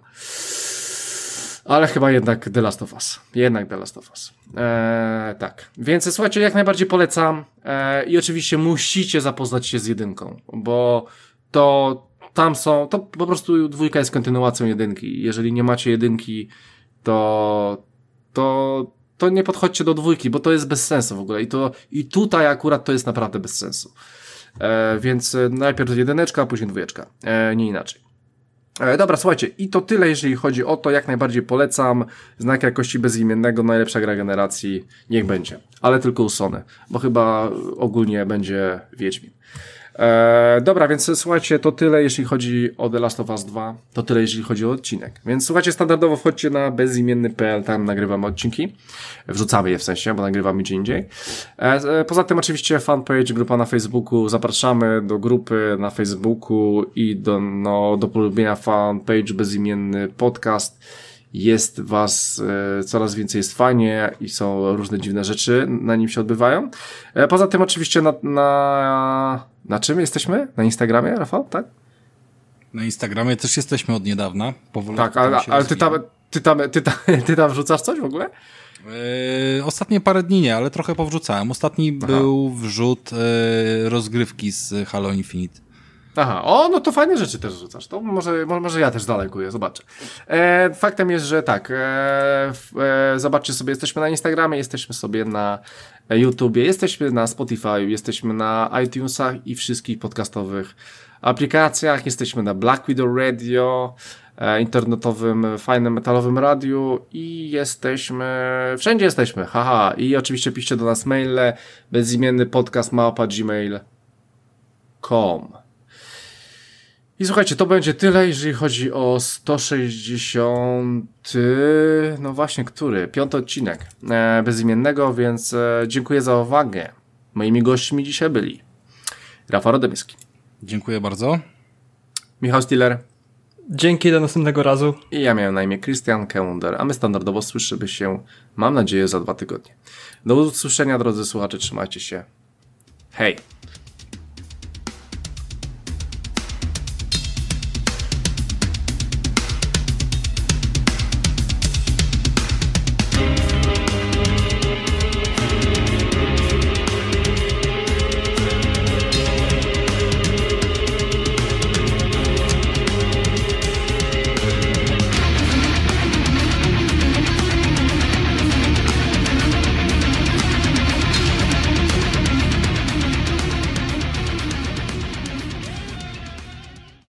Ale chyba jednak The Last of Us. Jednak The Last of Us. Eee, tak. Więc słuchajcie, jak najbardziej polecam. Eee, I oczywiście musicie zapoznać się z jedynką, bo to tam są, to po prostu dwójka jest kontynuacją jedynki. Jeżeli nie macie jedynki, to, to, to nie podchodźcie do dwójki, bo to jest bez sensu w ogóle. I to, i tutaj akurat to jest naprawdę bez sensu. E, więc najpierw jedyneczka, a później dwójeczka. E, nie inaczej. E, dobra, słuchajcie, i to tyle, jeżeli chodzi o to, jak najbardziej polecam. Znak jakości bezimiennego, najlepsza gra generacji, niech będzie. Ale tylko u Sony, bo chyba ogólnie będzie Wiedźmin. E, dobra, więc słuchajcie, to tyle jeśli chodzi o The Last of Us dwa, to tyle jeśli chodzi o odcinek. Więc słuchajcie, standardowo wchodźcie na bezimienny kropka p l, tam nagrywamy odcinki, wrzucamy je w sensie, bo nagrywamy gdzie indziej. E, poza tym oczywiście fanpage, grupa na Facebooku, zapraszamy do grupy na Facebooku i do, no, do polubienia fanpage bezimienny podcast. Jest was e, coraz więcej, jest fajnie i są różne dziwne rzeczy, na nim się odbywają. E, poza tym oczywiście na, na, na czym jesteśmy? Na Instagramie, Rafał, tak? Na Instagramie też jesteśmy od niedawna. Powoli tak, ale, ale ty, tam, ty, tam, ty, tam, ty tam wrzucasz coś w ogóle? Yy, ostatnie parę dni nie, ale trochę powrzucałem. Ostatni Aha. był wrzut yy, rozgrywki z Halo Infinite. Aha, o, no to fajne rzeczy też rzucasz. To może, może ja też zalajkuję, zobaczę. E, faktem jest, że tak, e, e, zobaczcie sobie, jesteśmy na Instagramie, jesteśmy sobie na YouTubie, jesteśmy na Spotify, jesteśmy na iTunesach i wszystkich podcastowych aplikacjach, jesteśmy na Black Widow Radio, e, internetowym, fajnym, metalowym radiu i jesteśmy, wszędzie jesteśmy, haha. I oczywiście piszcie do nas maile, bezimienny podcast małpa gmail kropka com. I słuchajcie, to będzie tyle, jeżeli chodzi o sto sześćdziesiąty, no właśnie, który? Piąty odcinek e, bezimiennego, więc e, dziękuję za uwagę. Moimi gośćmi dzisiaj byli Rafał Radomyski. Dziękuję bardzo. Michał Stiller. Dzięki, do następnego razu. I ja miałem na imię Christian Kender, a my standardowo słyszymy się, mam nadzieję, za dwa tygodnie. Do usłyszenia, drodzy słuchacze, trzymajcie się. Hej!